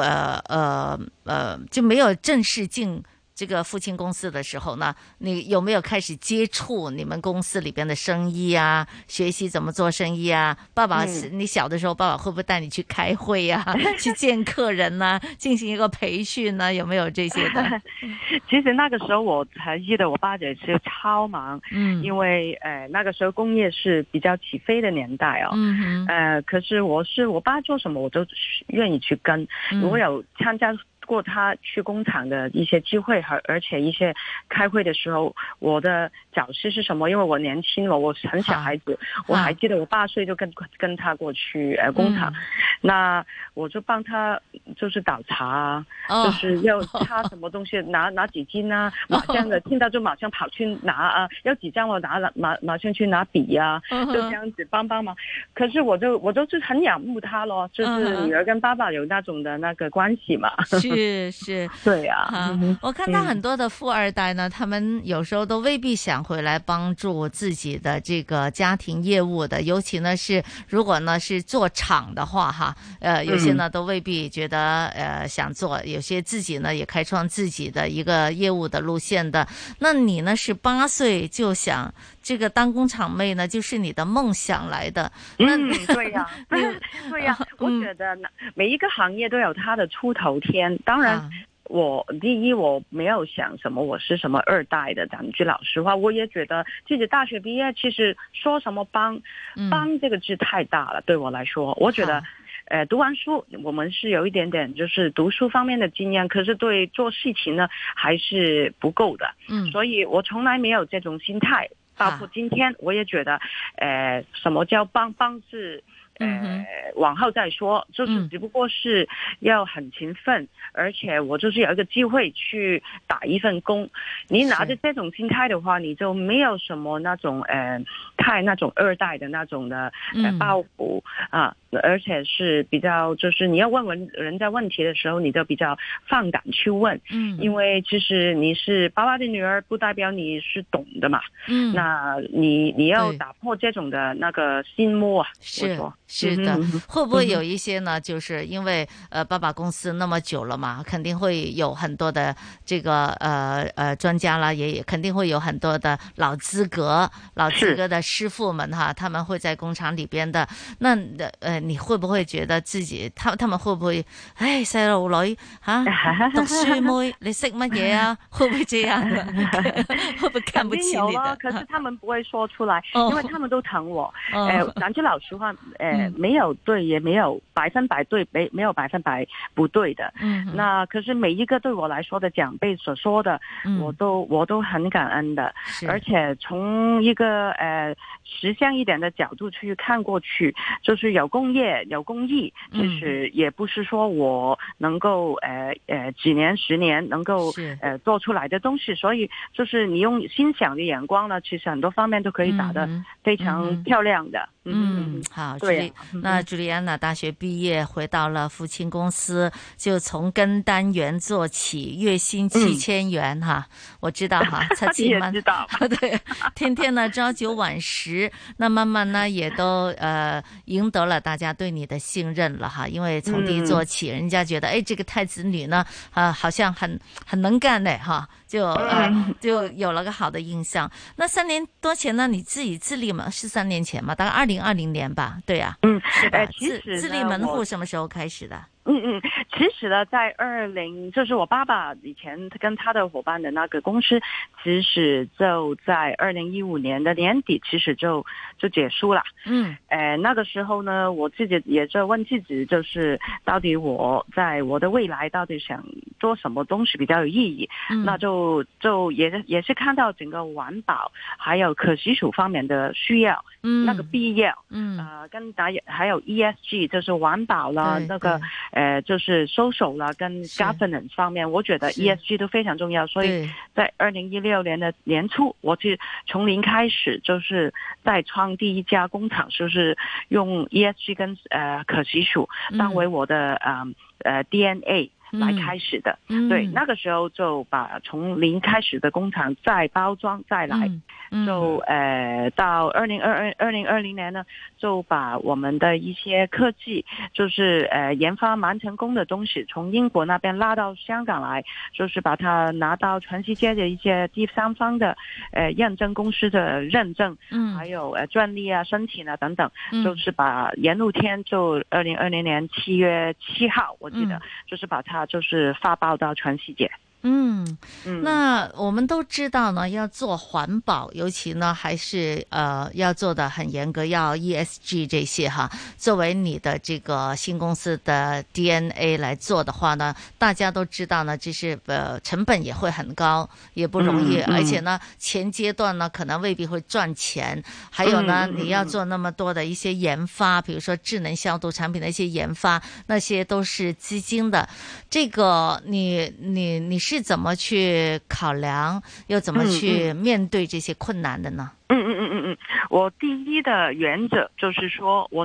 就没有正式进这个父亲公司的时候呢，你有没有开始接触你们公司里边的生意啊，学习怎么做生意啊？爸爸你小的时候爸爸会不会带你去开会啊去见客人啊，进行一个培训呢？有没有这些的？ 其实那个时候我还记得我爸也是超忙，因为那个时候工业是比较起飞的年代可是我爸做什么我都愿意去跟，我有参加过他去工厂的一些机会，而且一些开会的时候，我的角色是什么？因为我年轻了，我很小孩子，我还记得我8岁就跟他过去工厂，那我就帮他就是倒茶就是要插什么东西，拿几斤马上的听到就马上跑去拿要几张我马上去拿笔就这样子帮忙。可是我就是很仰慕他咯，就是女儿跟爸爸有那种的那个关系嘛。 是， 对啊。 我看到很多的富二代呢，他们有时候都未必想回来帮助自己的这个家庭业务的，尤其呢是如果呢是做厂的话有些呢都未必觉得想做，有些自己呢也开创自己的一个业务的路线的。那你呢是8岁就想这个当工厂妹呢，就是你的梦想来的。 对呀，对呀，我觉得每一个行业都有它的出头天。当然，第一我没有想什么我是什么二代的，讲句老实话，我也觉得自己大学毕业，其实说什么帮这个字太大了，对我来说，我觉得。读完书，我们是有一点点就是读书方面的经验，可是对做事情呢还是不够的。所以我从来没有这种心态，包括今天我也觉得，什么叫帮是。往后再说，就是只不过是要很勤奋，而且我就是有一个机会去打一份工。你拿着这种心态的话，你就没有什么那种太那种二代的那种的抱负啊，而且是比较就是你要问人家问题的时候，你就比较放胆去问。因为其实你是爸爸的女儿，不代表你是懂的嘛。那你要打破这种的那个心魔啊。 是的，会不会有一些呢？就是因为爸爸公司那么久了嘛，肯定会有很多的这个专家啦，也肯定会有很多的老资格的师傅们哈，他们会在工厂里边的。那你会不会覺得自己他們會不會細路女吓讀書妹你識乜嘢啊？會不會這樣？會不會看不起你的？ 可是他們不會說出來，因為他們都疼我。講句老實話，沒有對，也沒有100%對，沒有100%不對的。那可是每一個對我來說的長輩所說的，我都很感恩的。而且從一個實相一點的角度去看過去，就是有工業有公益，其實也不是說我能夠幾年10年能夠做出來的東西，所以就是你用欣賞的眼光呢，其實很多方面都可以打得非常漂亮的。 好，那朱莉安娜大學畢業回到了父親公司，就從跟單員做起，月薪7000元哈，我知道哈，7000蚊，對，天天呢朝9晚10，那慢慢呢也都贏得了大家對你的信任了哈，因為從低做起，人家覺得這個太子女呢好像很能幹的哈，就有了個好的印象。那3年多前呢，你自己自立嘛，是3年前嘛，大概2020年吧，對啊，是吧？自立門戶什麼時候開始的？ 其實呢，在就是我爸爸以前跟他的伙伴的那個公司，其實就在2015年的年底，其實就結束了。那個時候呢，我自己也就問自己，就是到底我在我的未來到底想做什麼東西比較有意義？那就也是看到整個環保還有可持續方面的需要，那個必要。跟還有 ESG，就是環保啦，那個就是 social 啦，跟 governance 方面，我覺得 ESG 都非常重要。所以在2016年的年初，我就從零開始，就是再創第一家工廠，就是用 ESG 跟可持續當為我的DNA 來開始的。對，那個時候就把從零開始的工廠再包裝再來，就到2020年呢，就把我們的一些科技，就是研發蠻成功的東西，從英國那邊拉到香港來，就是把它拿到全世界的一些第三方的驗證公司的認證，還有專利啊、申請啊等等，就是把沿路天就2020年7月7號，我記得就是把它就是發佈到全世界。 那我們都知道呢，要做環保，尤其呢還是要做得很嚴格，要 ESG 這些哈。作為你的這個新公司的 DNA 來做的話呢，大家都知道呢，就是成本也會很高，也不容易，而且呢前階段呢可能未必會賺錢，還有呢你要做那麼多的一些研發，比如說智能消毒產品的一些研發，那些都是資金的。這個你是怎麼去考量，又怎麼去面對這些困難的呢？ 我第一的原則就是說，我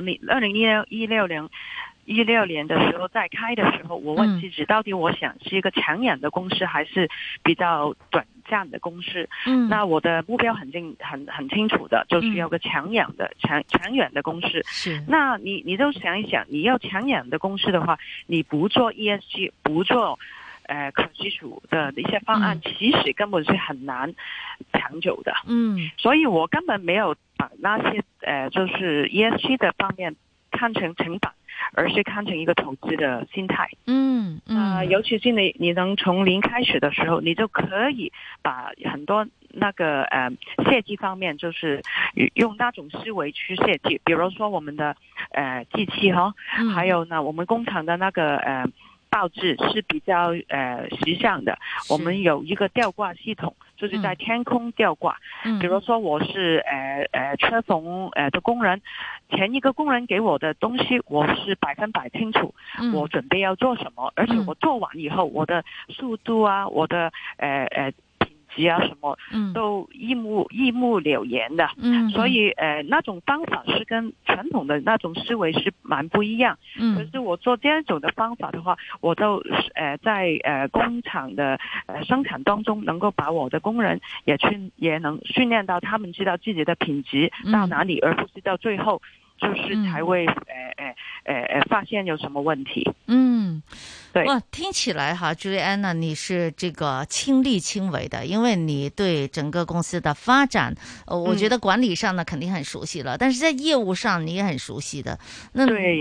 2016年的時候在開的時候，我問自己到底我想是一個長遠的公司，還是比較短暫的公司？那我的目標很清楚的，就是要個長遠的公司。那你都想一想，你要長遠的公司的話，你不做 ESG， 不做可吸储的一些方案，其实根本是很难长久的。所以我根本没有把那些就是 ESG 的方面看成成本，而是看成一个投资的心态。尤其是你能从零开始的时候，你就可以把很多那个设计方面，就是用那种思维去设计。比如说我们的机器还有呢我们工厂的那个报纸是比较时尚的，我们有一个吊挂系统，就是在天空吊挂。比如说我是车缝的工人，前一个工人给我的东西我是100%清楚我准备要做什么，而且我做完以后我的速度啊，我的啊什么都一目了然的。所以那种方法是跟传统的那种思维是蛮不一样。可是我做这种的方法的话，我都在工厂的生产当中能够把我的工人也能训练到他们知道自己的品质到哪里，而不是到最后就是才会发现有什么问题。对。 哇，听起来哈 Juliana 你是这个亲力亲为的，因为你对整个公司的发展我觉得管理上呢肯定很熟悉了，但是在业务上你也很熟悉的。那对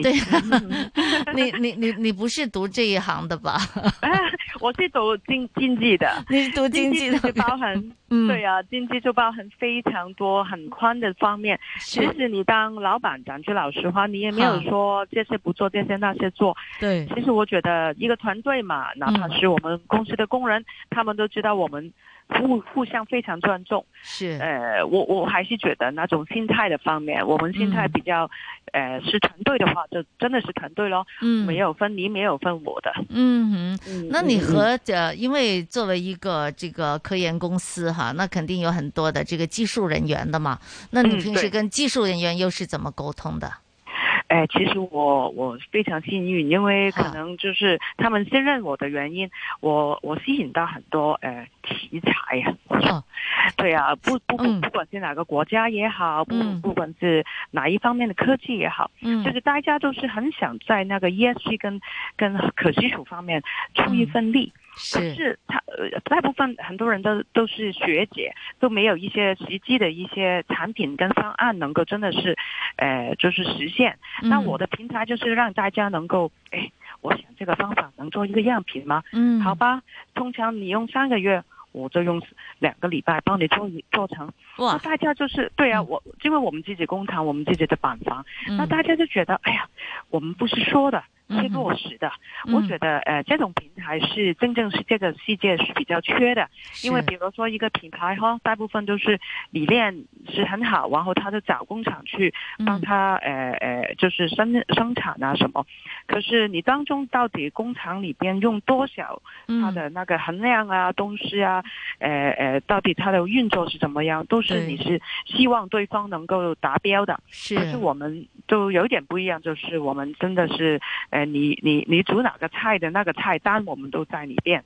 你不是读这一行的吧？ 我是读经济的。 你是读经济的， 就包含对啊，经济就包含非常多很宽的方面。其实你当老板讲句老实话，你也没有说这些不做，这些那些做。 对， 其实我觉得一个团队嘛，哪怕是我们公司的工人，他们都知道我们互相非常尊重。 是我还是觉得那种心态的方面，我们心态比较是团队的话，就真的是团队咯。没有分你，没有分我的。 那你和因为作为一个这个科研公司哈，那肯定有很多的这个技术人员的嘛。那你平时跟技术人员又是怎么沟通的？ 其实我非常幸运，因为可能就是他们信任我的原因，我吸引到很多奇才呀。对啊，不管是哪个国家也好，不管是哪一方面的科技也好，就是大家都是很想在那个 ESG 跟可吸储方面出一份力。可是大部分很多人都是学姐，都没有一些实际的一些产品跟方案能够真的是就是实现。那我的平台就是让大家能够我想这个方法能做一个样品吗？好吧，通常你用3个月，我就用2个礼拜帮你做成。哇，大家就是对啊，因为我们自己工厂，我们自己的板房，那大家就觉得我们不是说的，是落实的。我觉得这种平台是真正是这个世界是比较缺的。因为比如说一个品牌大部分都是理念是很好，然后他就找工厂去帮他就是生产啊什么。可是你当中到底工厂里边用多少它的那个衡量啊东西啊，到底它的运作是怎么样，都是你是希望对方能够达标的。可是我们都有点不一样，就是我们真的是你煮哪个菜的那个菜单我们都在里边。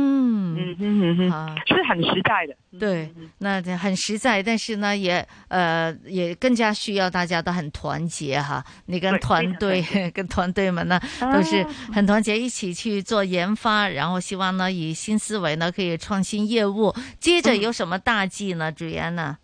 是很实在的。 对，那很实在，但是呢也更加需要大家都很团结哈。你跟团队们呢都是很团结，一起去做研发，然后希望呢以新思维呢可以创新业务。接着有什么大计呢？Juliana？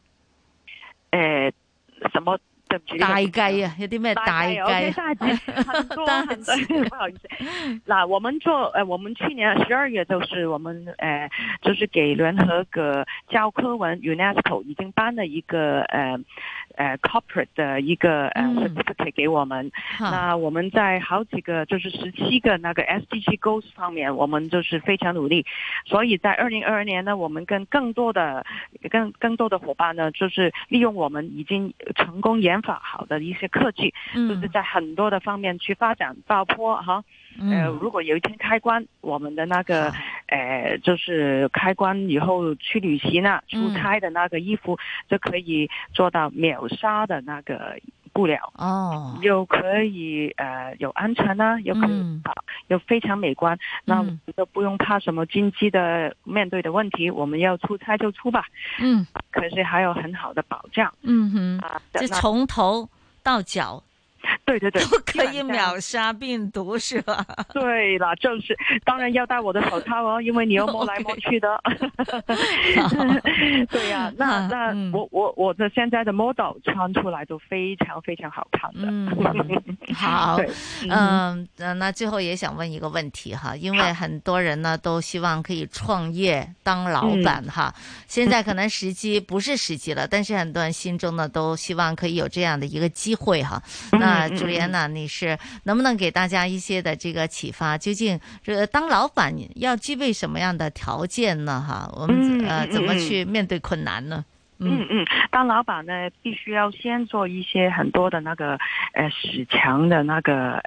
什么？ 大計啊，有啲咩大計？ 很多，不好意思。那我们去年12月就是我们就是给联合国教科文 UNESCO 已经颁了一个corporate 的一个certificate 给我们。那我们在好几个就是17个那个 SDG goals 方面，我们就是非常努力。所以在2022年呢，我们跟更多的伙伴呢，就是利用我们已经成功研发好的一些科技，就是在很多的方面去发展爆破如果有一天开关，我们的那个就是开关以后去旅行啊出差的那个衣服就可以做到秒杀的那个布料又可以有安全啊，又可以又非常美观。那我们都不用怕什么经济的面对的问题，我们要出差就出吧。可是还有很好的保障。 就从头到脚对对对， 都可以秒杀病毒是吧？ 对了，就是当然要戴我的手套哦，因为你要摸来摸去的。对呀，那我的现在的 model 穿出来都非常非常好看的。 好，那最后也想问一个问题哈，因为很多人呢都希望可以创业当老板哈，现在可能时机不是时机了，但是很多人心中呢都希望可以有这样的一个机会哈。那朱丽安娜，你是能不能给大家一些的这个启发？究竟当老板要具备什么样的条件呢？哈，我们怎么去面对困难呢？ 当老板呢，必须要先做一些很多的那个市场的那个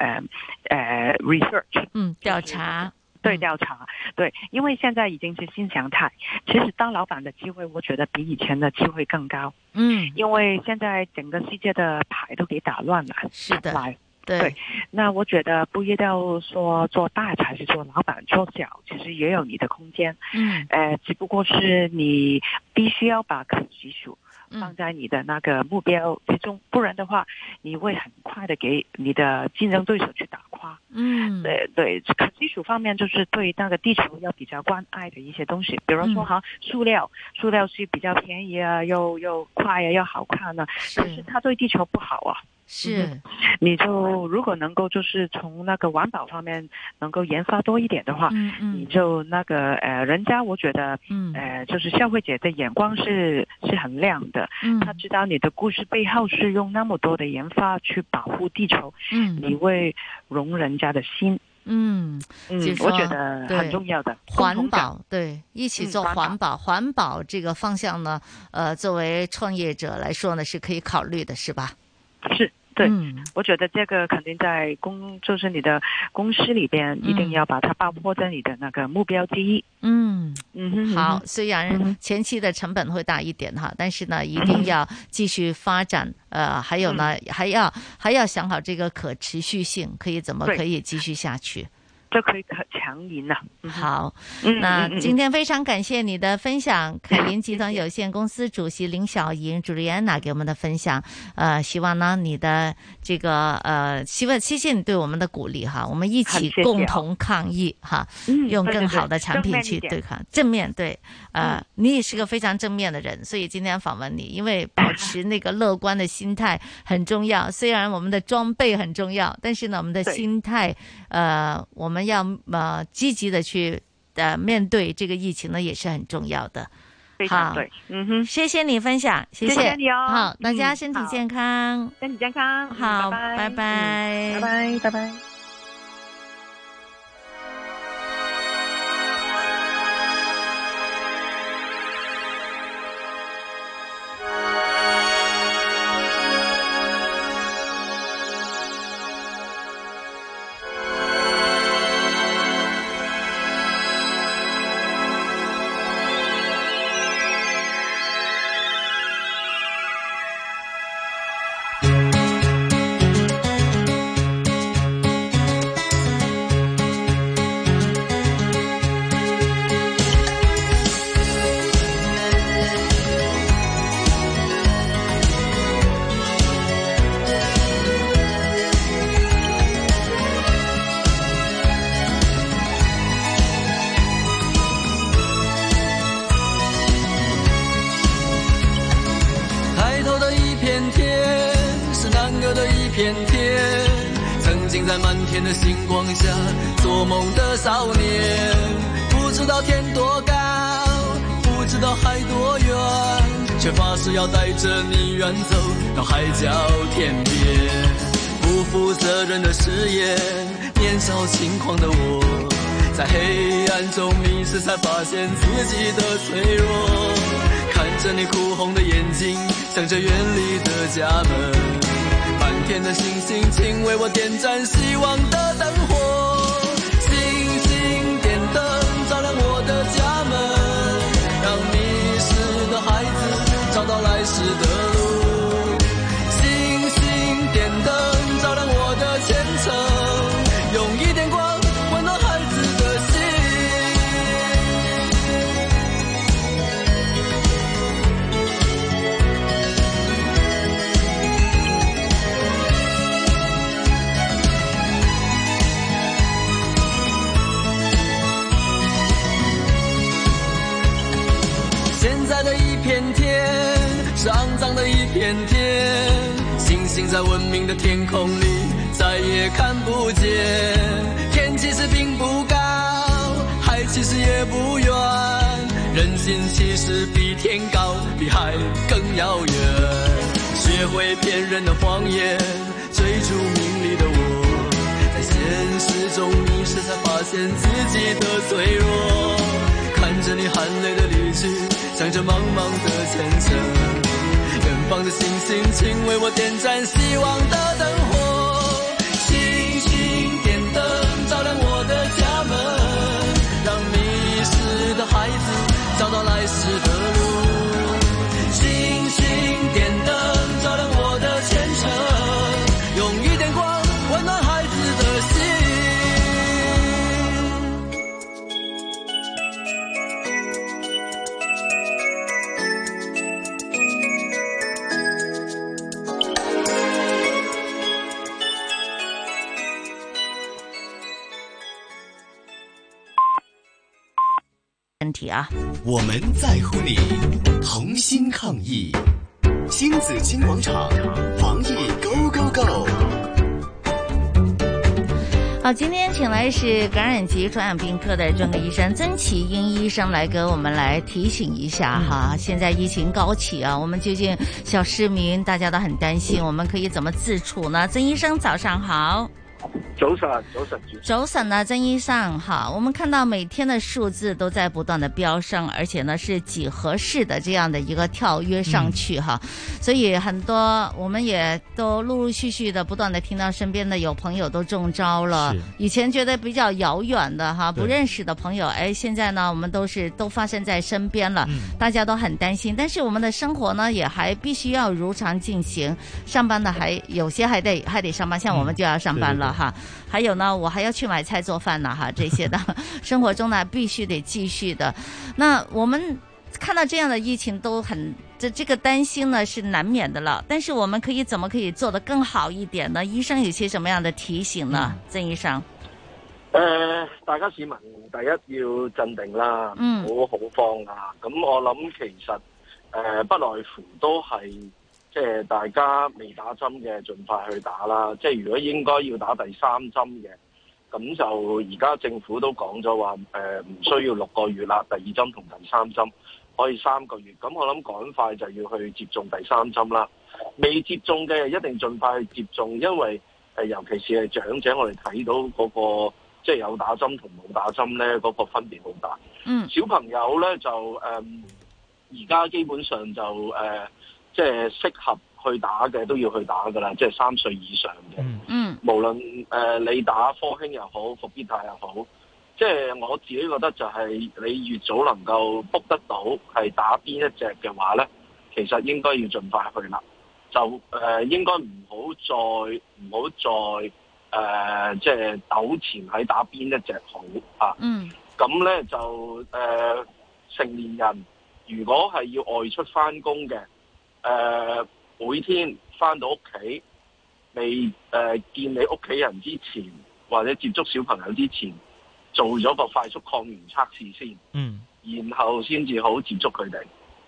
research， 调查。 对，调查，对，因为现在已经是新常态。其实当老板的机会，我觉得比以前的机会更高。因为现在整个世界的牌都给打乱了。 是的， 对。那我觉得不一定要说做大才是做老板，做小其实也有你的空间。只不过是你必须要把可持续放在你的那个目标之中，不然的话，你会很快的给你的竞争对手去打垮。对，可持续方面就是对那个地球要比较关爱的一些东西，比如说塑料是比较便宜啊，又快啊，又好看啊，可是它对地球不好啊。 是， 你就如果能够就是从那个环保方面能够研发多一点的话，你就那个人家我觉得就是消费者的眼光是很亮的，他知道你的故事背后是用那么多的研发去保护地球，你会容人家的心。我觉得很重要的环保，对，一起做环保这个方向呢，作为创业者来说呢是可以考虑的，是吧？ 是，对，我觉得这个肯定在就是你的公司里边一定要把它包括在你的那个目标之一。 好，虽然前期的成本会大一点哈，但是呢一定要继续发展，还有呢还要想好这个可持续性怎么可以继续下去。 就可以很强赢了。 好，那今天非常感谢你的分享，凯林集团有限公司主席林小莹朱丽安娜给我们的分享。希望呢你的这个谢谢你对我们的鼓励哈，我们一起共同抗疫哈，用更好的产品去对抗。正面对，你也是个非常正面的人，所以今天访问你，因为保持那个乐观的心态很重要。虽然我们的装备很重要，但是呢我们的心态我们要积极的去面对这个疫情呢，也是很重要的。 非常对， 谢谢你分享，谢谢你哦。 好，大家身体健康， 身体健康， 好，拜拜， 拜拜，拜拜。 片天，曾经在满天的星光下做梦的少年，不知道天多高，不知道海多远，却发誓要带着你远走到海角天边。不负责任的誓言，年少轻狂的我，在黑暗中迷失，才发现自己的脆弱。看着你哭红的眼睛，想着远离的家门，满天的星星，请为我点燃希望的灯火。星星点灯，照亮我的家门，让迷失的孩子找到来时的路。星星点灯，照亮我的前程，用一点光温暖孩子的心。 在文明的天空里再也看不见。天其实并不高，海其实也不远，人心其实比天高，比海更遥远。学会骗人的谎言，追逐名利的我，在现实中迷失，才发现自己的脆弱。看着你含泪的离去，向着茫茫的前程，远方的星星，请为我点燃希望的灯火。星星点灯，照亮我的家门，让迷失的孩子找到来时的路。星星点灯，照亮我的前程，用一点光温暖孩子的心。 问题啊， 我们在乎你，同心抗疫。星子金广场，防疫 Go Go Go。 好，今天请来是感染及传染病科的专科医生曾祈殷医生来给我们来提醒一下哈，现在疫情高起啊，我们究竟小市民大家都很担心，我们可以怎么自处呢？曾医生早上好。 早晨啊，曾医生好。我们看到每天的数字都在不断的飙升，而且呢是几何式的这样的一个跳跃上去哈，所以很多我们也都陆陆续续的不断的听到身边的有朋友都中招了，以前觉得比较遥远的哈不认识的朋友，哎，现在呢我们都发生在身边了，大家都很担心，但是我们的生活呢也还必须要如常进行，上班的还有些还得上班，像我们就要上班了哈，还有呢我还要去买菜做饭呢哈，这些的生活中呢必须得继续的。那我们看到这样的疫情都很这个担心呢是难免的了，但是我们怎么可以做得更好一点呢？医生有些什么样的提醒呢？曾医生， 大家市民第一要鎮定啦，唔好恐慌啊。咁我諗其實不外乎都係即係大家未打針嘅盡快去打啦。即係如果應該要打第三針嘅，咁就而家政府都講咗話唔需要6個月啦，第二針同第三針可以3個月。咁我諗趕快就要去接種第三針啦。未接種嘅一定盡快去接種，因為尤其是係長者，我哋睇到嗰個即係有打針同冇打針咧，嗰個分別好大。小朋友咧就而家基本上就即係適合去打嘅都要去打㗎啦，即係3歲以上嘅。無論你打科興又好，復必泰又好，即係我自己覺得就係你越早能夠 book 得到係打邊一隻嘅話咧，其實應該要盡快去啦。就應該唔好再即係糾纏喺打邊一隻好啊。咁咧就成年人如果係要外出翻工嘅，每天翻到屋企未見你屋企人之前，或者接觸小朋友之前，做咗個快速抗原測試先，然後先至好接觸佢哋。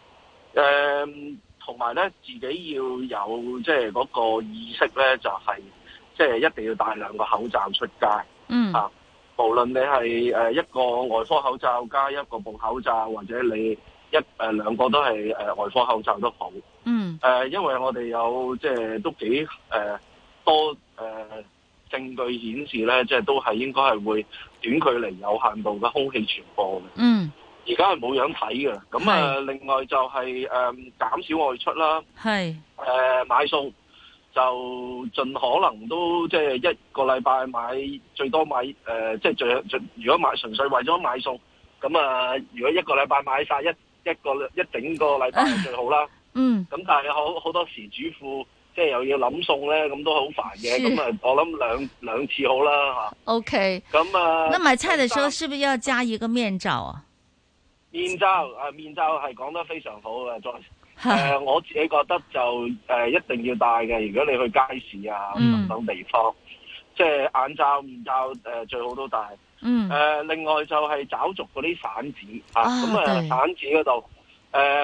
同埋咧，自己要有即係嗰個意識咧，就係即係一定要戴2個口罩出街。無論你係一個外科口罩加一個布口罩，或者你2個都係外科口罩都好。因為我哋有即係都幾多證據顯示咧，即係都係應該係會短距離有限度嘅空氣傳播嘅。而家係冇樣睇嘅，咁另外就係減少外出啦，買餸就盡可能都即係一個禮拜買最多買即係如果買純粹為咗買餸，咁如果一個禮拜買晒一整個禮拜係最好啦。咁但係好多時主婦即係又要諗餸咧，咁都好煩嘅。咁我諗兩次好啦嚇。OK。咁那買菜的時候是不是要加一個面罩啊？ 面罩係講得非常好嘅，我自己覺得就一定要戴嘅。如果你去街市啊等等地方，即係眼罩、面罩最好都戴。另外就係找續嗰啲散紙咁散紙嗰度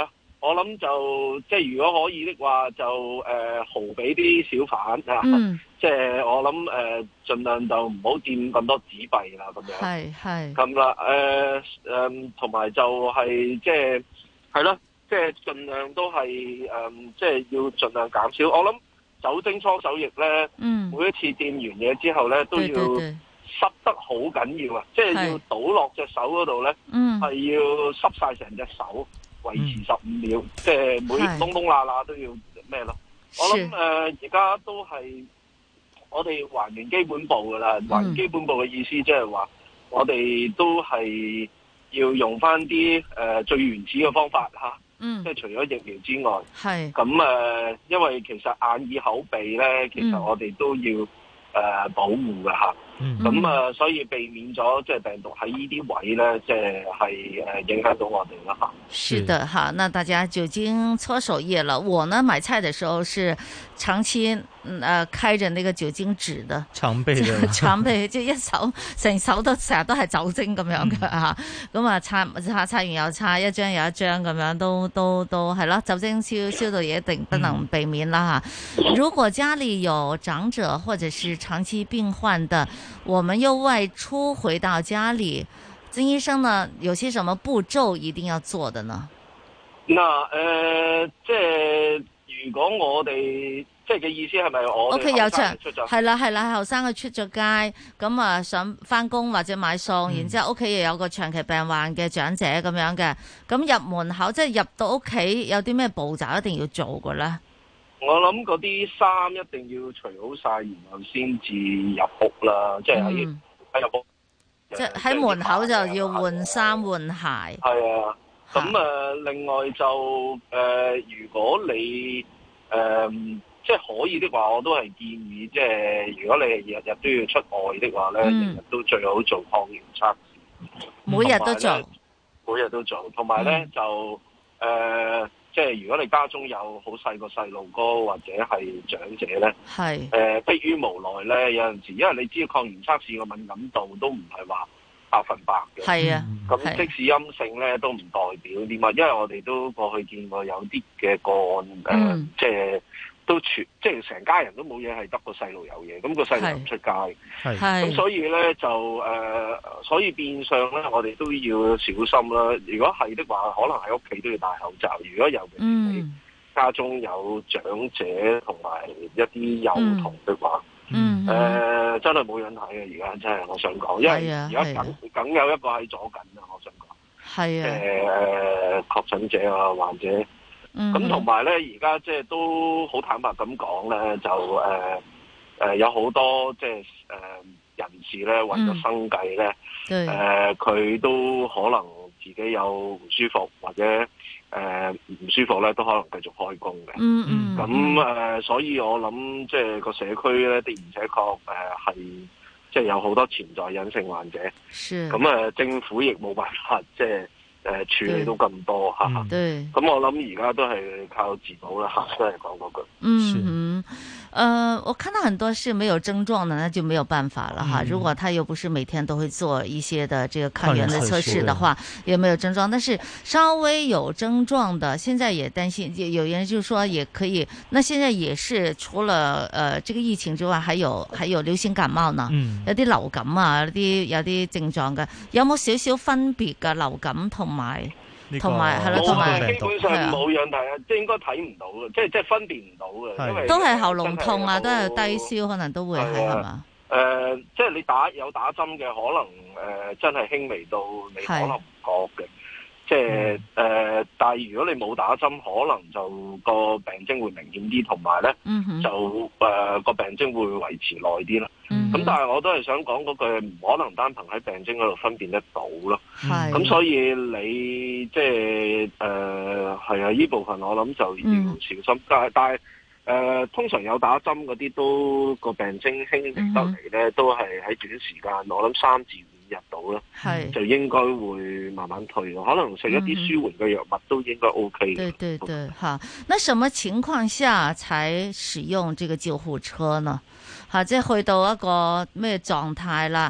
我諗就即係如果可以的話，就豪俾啲小販啊，即係我諗盡量就唔好掂咁多紙幣啦，咁樣係咁啦，同埋就係即係係咯，即係盡量都係即係要盡量減少。我諗酒精搓手液咧，每一次掂完嘢之後咧都要濕得好緊要啊，即係要倒落隻手嗰度咧，係要濕晒成隻手。維持15秒，即係每窿窿罅罅都要咩咯？我諗而家都係我哋還原基本步噶啦，還原基本步嘅意思即係話我哋都係要用翻啲最原始嘅方法嚇，即係除咗疫苗之外，係咁因為其實眼耳口鼻咧，其實我哋都要保護噶嚇。咁所以避免咗即係病毒喺呢啲位咧，即係影響到我哋啦嚇。 是的哈，那大家酒精搓手液了。我呢買菜的時候是長期開着那個酒精紙的， 常備的， 常備即係一手成手都成日都係酒精咁樣嘅嚇。咁啊擦完又擦，一張又一張咁樣，都係咯。酒精消毒也一定不能避免啦嚇。如果家裡有長者或者是長期病患的，我們又外出回到家裡，曾醫生呢，有些什麼步驟一定要做的呢？ 嗱，即係如果我哋即係嘅意思係咪我哋後生出咗？係啦，後生佢出咗街，咁啊想翻工或者買餸，然之後屋企又有個長期病患嘅長者咁樣嘅，咁入門口即係入到屋企有啲咩步驟一定要做嘅咧？ 我諗嗰啲衫一定要除好晒，然後先至入屋啦，即係喺入屋。 即係喺門口就要換衫換鞋。 係啊，咁另外就如果你即係可以的話，我都係建議，即係如果你係日日都要出外的話咧，日日都最好做抗原測試。 每日都做。 每日都做，同埋咧就即係如果你家中有好細個細路哥或者係長者咧，迫於無奈咧，有陣時因為你知道抗原測試個敏感度都唔係話100%嘅，係啊，咁即使陰性咧都唔代表啲乜，因為我哋都過去見過有啲嘅個案，即係都即係成家人都冇嘢，係得個細路有嘢，咁個細路唔出街，咁所以咧就所以變相咧我哋都要小心啦。如果係的話，可能喺屋企都要戴口罩。如果尤其是你家中有長者同埋一啲幼童的話，真係冇人睇嘅。而家真係我想講，因為而家梗有一個喺左近啦，我想講，確診者啊患者。咁同埋咧，而家即係都好坦白咁講咧，就有好多即係人士咧，為咗生計咧，佢都可能自己有唔舒服或者唔舒服咧，都可能繼續開工嘅。咁所以我諗即係個社區咧的而且確係即係有好多潛在隱性患者。咁政府亦冇辦法即係。處理到咁多嚇，咁我諗而家都係靠自保啦嚇，都係講嗰句。 我看到很多是沒有症狀的，那就沒有辦法了哈。如果他又不是每天都會做一些的這個抗原的測試的話，也沒有症狀。但是稍微有症狀的，現在也擔心，有人就說也可以。那現在也是除了這個疫情之外，還有流行感冒呢，有啲流感啊，有啲症狀嘅，有冇少少分別嘅流感同埋係咯，同埋基本上冇樣睇啊，即係應該睇唔到嘅，即係分辨唔到嘅，因為都係喉嚨痛啊，都係低燒，可能都會係嘛？ 即係你有打針嘅，可能真係輕微到你可能唔覺嘅，即係但係如果你冇打針，可能就個病徵會明顯啲，同埋咧就個病徵會維持耐啲啦。咁但係我都係想講嗰句，唔可能單憑喺病徵嗰度分辨得到咯。咁所以你即係係啊，呢部分我諗就要小心。但係通常有打針嗰啲都個病徵輕微得嚟咧，都係喺短時間，我諗3至5日到啦，就應該會慢慢退咯。可能食一啲舒緩嘅藥物都應該 OK。 對，好。那什麼情況下才使用這個救護車呢？即係去到一個咩狀態啦？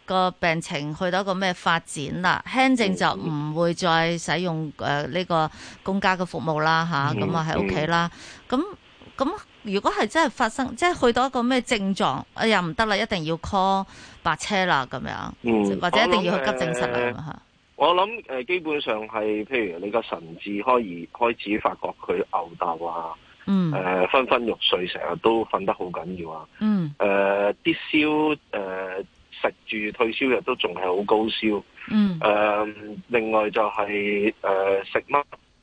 個病情去到一個咩發展啦，輕症就唔會再使用呢個公家嘅服務啦吓，咁啊喺屋企啦。咁如果係真係發生，即係去到一個咩症狀，又唔得啦，一定要 call 白車啦咁樣，或者一定要去急症室啦咁吓。 我諗基本上係，譬如你個神志開始發覺佢吽哣啊，昏昏欲睡，成日都瞓得好緊要啊，啲燒食住退燒藥都仲係好高燒，另外就係食乜？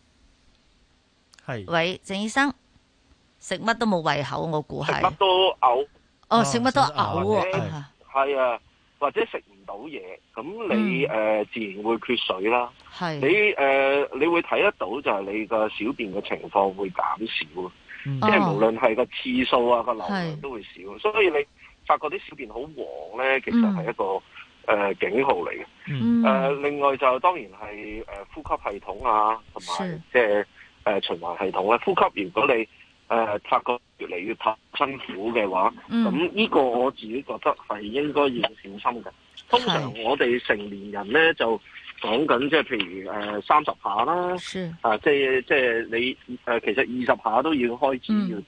係， 喂，鄭醫生，食乜都冇胃口，我估係。 食乜都嘔。 哦，食乜都嘔啊！ 係啊，或者食唔到嘢，咁你自然會缺水啦。 係。 你會睇得到就係你個小便嘅情況會減少，即係無論係個次數啊個流量都會少，所以你發覺啲小便好黃咧，其實係一個警號嚟嘅。另外就當然係呼吸系統啊，同埋即係循環系統咧。呼吸如果你發覺越嚟越辛苦嘅話，咁呢個我自己覺得係應該要小心嘅。通常我哋成年人咧就講緊即係譬如30下啦，即係你其實20下都要開始要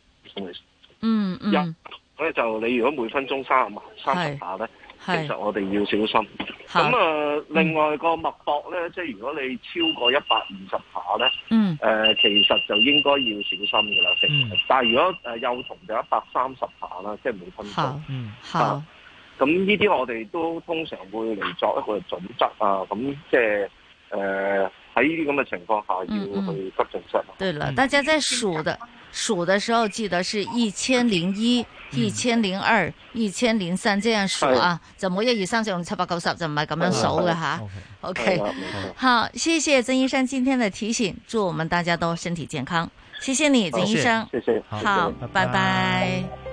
所以就你如果每分鐘30下咧，其實我哋要小心。咁另外個脈搏咧，即係如果你超過120下咧，其實就應該要小心㗎啦。但係如果幼童就130下啦，即係每分鐘。咁呢啲我哋都通常會嚟作一個準則啊。咁即係喺呢啲咁嘅情況下要去急症室。 對了，大家在數的時候記得是1001、1002、1003這樣數啊，就唔好1、2、3、4、5、7、8、9、10就唔係咁樣數嘅吓。OK，好，謝謝曾醫生今天的提醒，祝我們大家都身體健康。謝謝你，曾醫生。 謝謝。 好，拜拜。